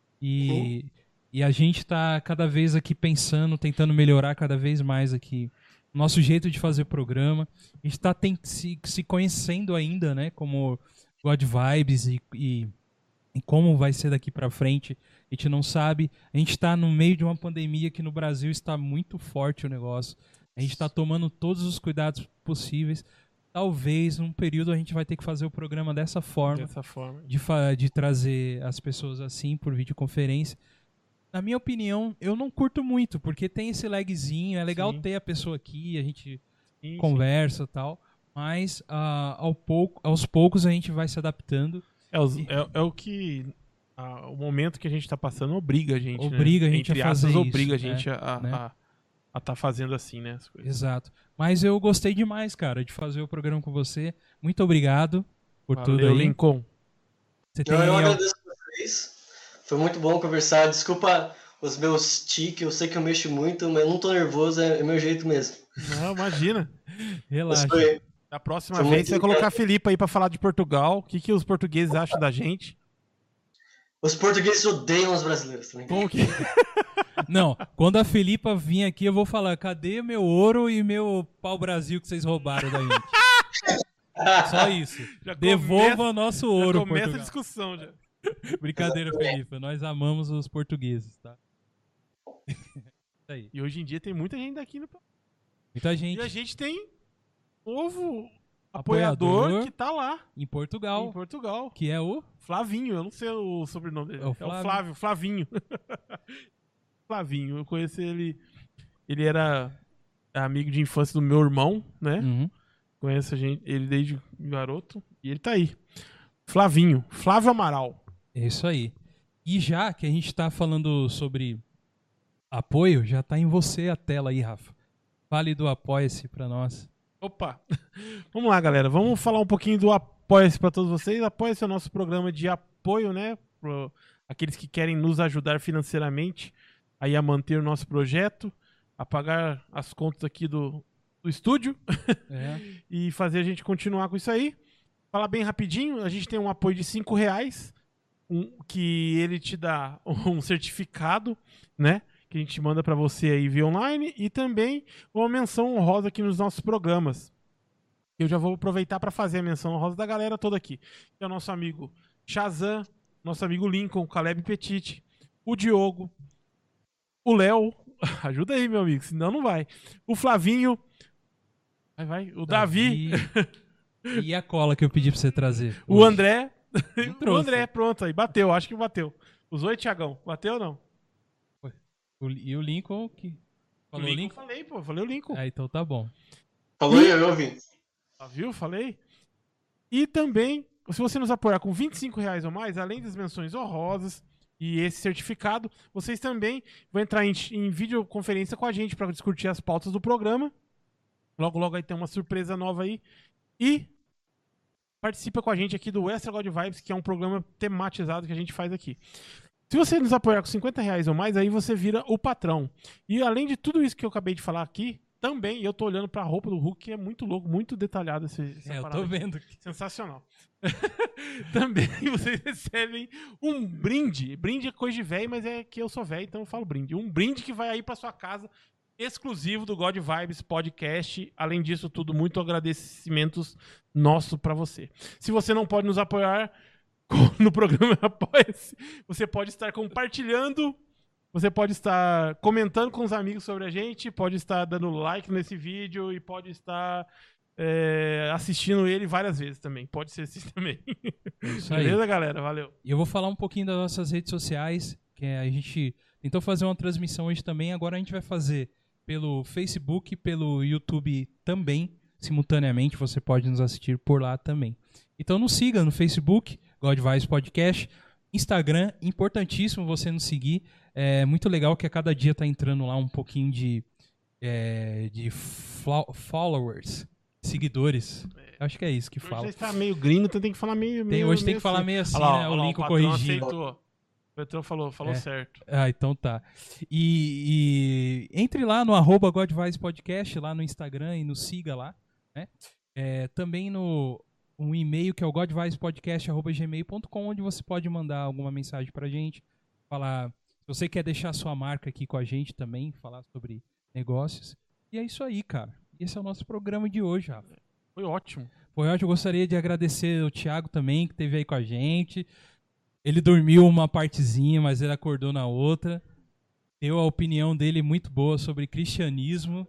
B: E, e a gente tá cada vez aqui pensando, tentando melhorar cada vez mais aqui o nosso jeito de fazer programa. A gente tá tem, se, se conhecendo ainda, né, como God Vibes e, e, e como vai ser daqui pra frente. A gente não sabe. A gente tá no meio de uma pandemia que no Brasil está muito forte o negócio. A gente tá tomando todos os cuidados possíveis. Talvez, num período, a gente vai ter que fazer o programa dessa forma,
C: dessa forma.
B: de, fa- de trazer as pessoas assim por videoconferência. Na minha opinião, eu não curto muito, porque tem esse lagzinho, é legal
C: Sim.
B: ter a pessoa aqui, a gente
C: Sim,
B: conversa e tal, mas ah, ao pouco, aos poucos a gente vai se adaptando.
C: É, os- é- é o que. ah, o momento que a gente tá passando obriga a gente. né?
B: Obriga a gente
C: Entre
B: a fazer
C: aspas,
B: isso,
C: obriga a
B: né?
C: gente a,
B: Né?
C: a, a tá fazendo assim, né? As coisas.
B: Exato. Mas eu gostei demais, cara, de fazer o programa com você. Muito obrigado por
C: Valeu,
B: tudo aí.
C: Lincoln.
B: Você tem
A: Eu, eu
B: al-
A: agradeço vocês. Foi muito bom conversar. Desculpa os meus tiques, eu sei que eu mexo muito, mas eu não tô nervoso, é, é meu jeito mesmo.
C: Não, imagina.
A: Mas
B: Relaxa.
A: foi,
C: Da próxima
A: Foi
C: vez
A: muito
C: você vai
A: legal.
C: colocar a Felipe aí pra falar de Portugal. O que, que os portugueses acham da gente?
A: os portugueses odeiam os brasileiros também.
C: Como que.
B: Não, quando a Felipa vir aqui, eu vou falar: cadê meu ouro e meu pau-brasil que vocês roubaram da gente? Só isso.
C: Já
B: Devolva
C: começa-
B: o nosso
C: já
B: ouro,
C: começa a
B: Portugal.
C: discussão já.
B: Brincadeira, Felipa. Nós amamos os portugueses, tá? Isso aí.
C: E hoje em dia tem muita gente daqui no.
B: Muita gente
C: E a gente tem novo apoiador,
B: Apoiador.
C: que tá lá
B: em Portugal,
C: em Portugal.
B: que é o...
C: Flavinho, eu não sei o sobrenome dele.
B: É o
C: É o
B: Flávio.
C: Flávio, Flavinho. Flavinho, eu conheci ele. Ele era amigo de infância do meu irmão, né?
B: Uhum.
C: Conheço a gente, ele desde garoto. E ele tá aí. Flavinho, Flávio Amaral.
B: É isso aí. E já que a gente tá falando sobre apoio, já tá em você a tela aí, Rafa. Fale do Apoia-se pra nós.
C: Opa! Vamos lá, galera. Vamos falar um pouquinho do Apoia-se para todos vocês. Apoia-se é o nosso programa de apoio, né? Para aqueles que querem nos ajudar financeiramente aí a manter o nosso projeto, a pagar as contas aqui do, do estúdio
B: É.
C: e fazer a gente continuar com isso aí. Falar bem rapidinho, a gente tem um apoio de cinco reais, um, que ele te dá um certificado, né? Que a gente manda para você aí via online, e também uma menção honrosa aqui nos nossos programas. Eu já vou aproveitar para fazer a menção honrosa da galera toda aqui. Que é o nosso amigo Shazam, nosso amigo Lincoln, o Caleb Petit, o Diogo, o Léo, ajuda aí, meu amigo, senão não vai. O Flavinho, vai, vai, o Davi,
B: Davi. E a cola que eu pedi pra você trazer?
C: O hoje. André,
B: o
C: André, pronto, aí, bateu, acho que bateu. Usou aí, Thiagão, bateu ou não?
B: O, e o Lincoln, que...
C: Falou o Lincoln? Lincoln? Falei, pô, falei o Lincoln.
B: Ah, então tá bom.
A: Falou aí, eu ouvi.
C: Ah, viu? Falei. E também, se você nos apoiar com vinte e cinco reais ou mais, além das menções honrosas e esse certificado, vocês também vão entrar em, em videoconferência com a gente para discutir as pautas do programa. Logo, logo aí tem uma surpresa nova aí. E participa com a gente aqui do Extra God Vibes, que é um programa tematizado que a gente faz aqui. Se você nos apoiar com cinquenta reais ou mais, aí você vira o patrão. E além de tudo isso que eu acabei de falar aqui, também eu tô olhando pra roupa do Hulk, que é muito louco, muito detalhado esse, essa
B: é, eu
C: parada
B: tô vendo.
C: Aqui. Sensacional. Também vocês recebem um brinde. Brinde é coisa de velho, mas é que eu sou velho, então eu falo brinde. Um brinde que vai aí pra sua casa, exclusivo do God Vibes Podcast. Além disso tudo, muito agradecimentos nosso pra você. Se você não pode nos apoiar no programa Apoia-se, você pode estar compartilhando, você pode estar comentando com os amigos sobre a gente, pode estar dando like nesse vídeo e pode estar é, assistindo ele várias vezes também. Pode ser assim também. Isso aí. Beleza, galera? Valeu.
B: E eu vou falar um pouquinho das nossas redes sociais, que a gente tentou fazer uma transmissão hoje também, agora a gente vai fazer pelo Facebook, pelo YouTube também, simultaneamente, você pode nos assistir por lá também. Então nos siga no Facebook, God Vibes Podcast, Instagram, importantíssimo você nos seguir, é muito legal que a cada dia tá entrando lá um pouquinho de, é, de followers, seguidores, é. Acho que é isso que fala.
C: Hoje tá meio gringo, então tem que falar meio...
B: Tem,
C: meio
B: hoje
C: meio
B: tem que falar meio assim,
C: lá,
B: né,
C: ó,
B: o
C: lá,
B: Lincoln
C: o
B: corrigindo.
C: Aceitou. O patrão falou, falou
B: é.
C: certo.
B: Ah, então tá. E, e entre lá no arroba God Vibes Podcast, lá no Instagram, e nos siga lá, né? É, também no um e-mail que é o godvibespodcast arroba gmail ponto com, onde você pode mandar alguma mensagem pra gente, falar, se você quer deixar sua marca aqui com a gente também, falar sobre negócios. E é isso aí, cara. Esse é o nosso programa de hoje, Rafa.
C: Foi ótimo.
B: Foi ótimo. Eu gostaria de agradecer o Thiago também, que esteve aí com a gente. Ele dormiu uma partezinha, mas ele acordou na outra. Deu a opinião dele muito boa sobre cristianismo.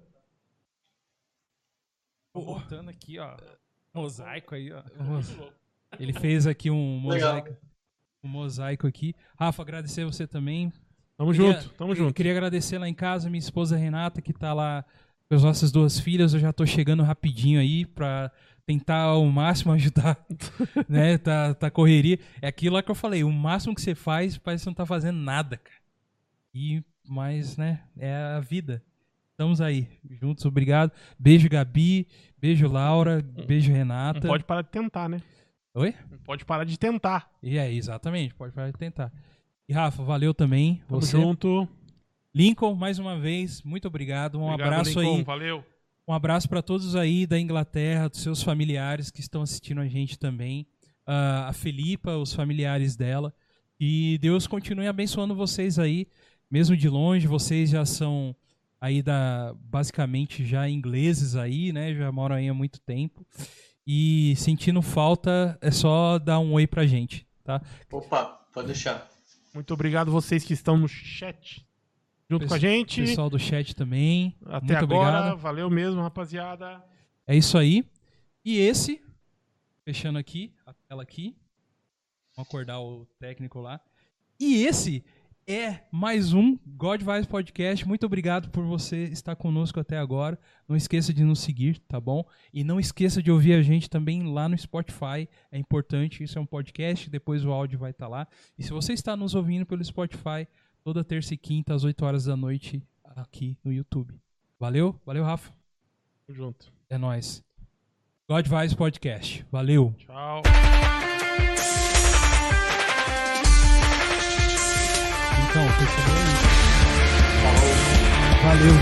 D: Tô voltando aqui, ó. Mosaico aí, ó.
B: Ele fez aqui um mosaico, um mosaico aqui. Rafa, agradecer você também.
C: Tamo
B: queria,
C: junto, tamo junto.
B: Queria agradecer lá em casa minha esposa Renata, que tá lá com as nossas duas filhas. Eu já tô chegando rapidinho aí pra tentar ao máximo ajudar, né? Tá, tá correria. É aquilo lá que eu falei, o máximo que você faz parece que você não tá fazendo nada, cara. E, mas, né, é a vida. Estamos aí, juntos, obrigado. Beijo, Gabi. Beijo, Laura. Beijo, Renata.
C: Não pode parar de tentar, né?
B: Oi?
C: Não pode parar de tentar.
B: E é, exatamente, pode parar de tentar. E, Rafa, valeu também.
C: Tamo
B: você.
C: junto.
B: Lincoln, mais uma vez, muito obrigado. Um
C: obrigado,
B: abraço
C: Lincoln.
B: aí.
C: Valeu.
B: Um abraço para todos aí da Inglaterra, dos seus familiares que estão assistindo a gente também. Uh, a Felipa, os familiares dela. E Deus continue abençoando vocês aí, mesmo de longe. Vocês já são aí da, basicamente já ingleses aí, né? Já moram aí há muito tempo. E sentindo falta, é só dar um oi pra gente, tá?
A: Opa, pode deixar.
C: Muito obrigado vocês que estão no chat junto
B: Pesso-
C: com a gente.
B: Pessoal do chat também.
C: Até
B: muito
C: agora,
B: obrigado.
C: valeu mesmo, rapaziada.
B: É isso aí. E esse, fechando aqui, a tela aqui. Vamos acordar o técnico lá. E esse é mais um God Vibes Podcast. Muito obrigado por você estar conosco até agora. Não esqueça de nos seguir, tá bom? E não esqueça de ouvir a gente também lá no Spotify. É importante, isso é um podcast, depois o áudio vai estar lá. E se você está nos ouvindo pelo Spotify, toda terça e quinta, às oito horas da noite, aqui no YouTube. Valeu? Valeu, Rafa.
C: Tamo junto.
B: É nóis. God Vibes Podcast. Valeu.
C: Tchau.
B: Então, fechou aí. Valeu.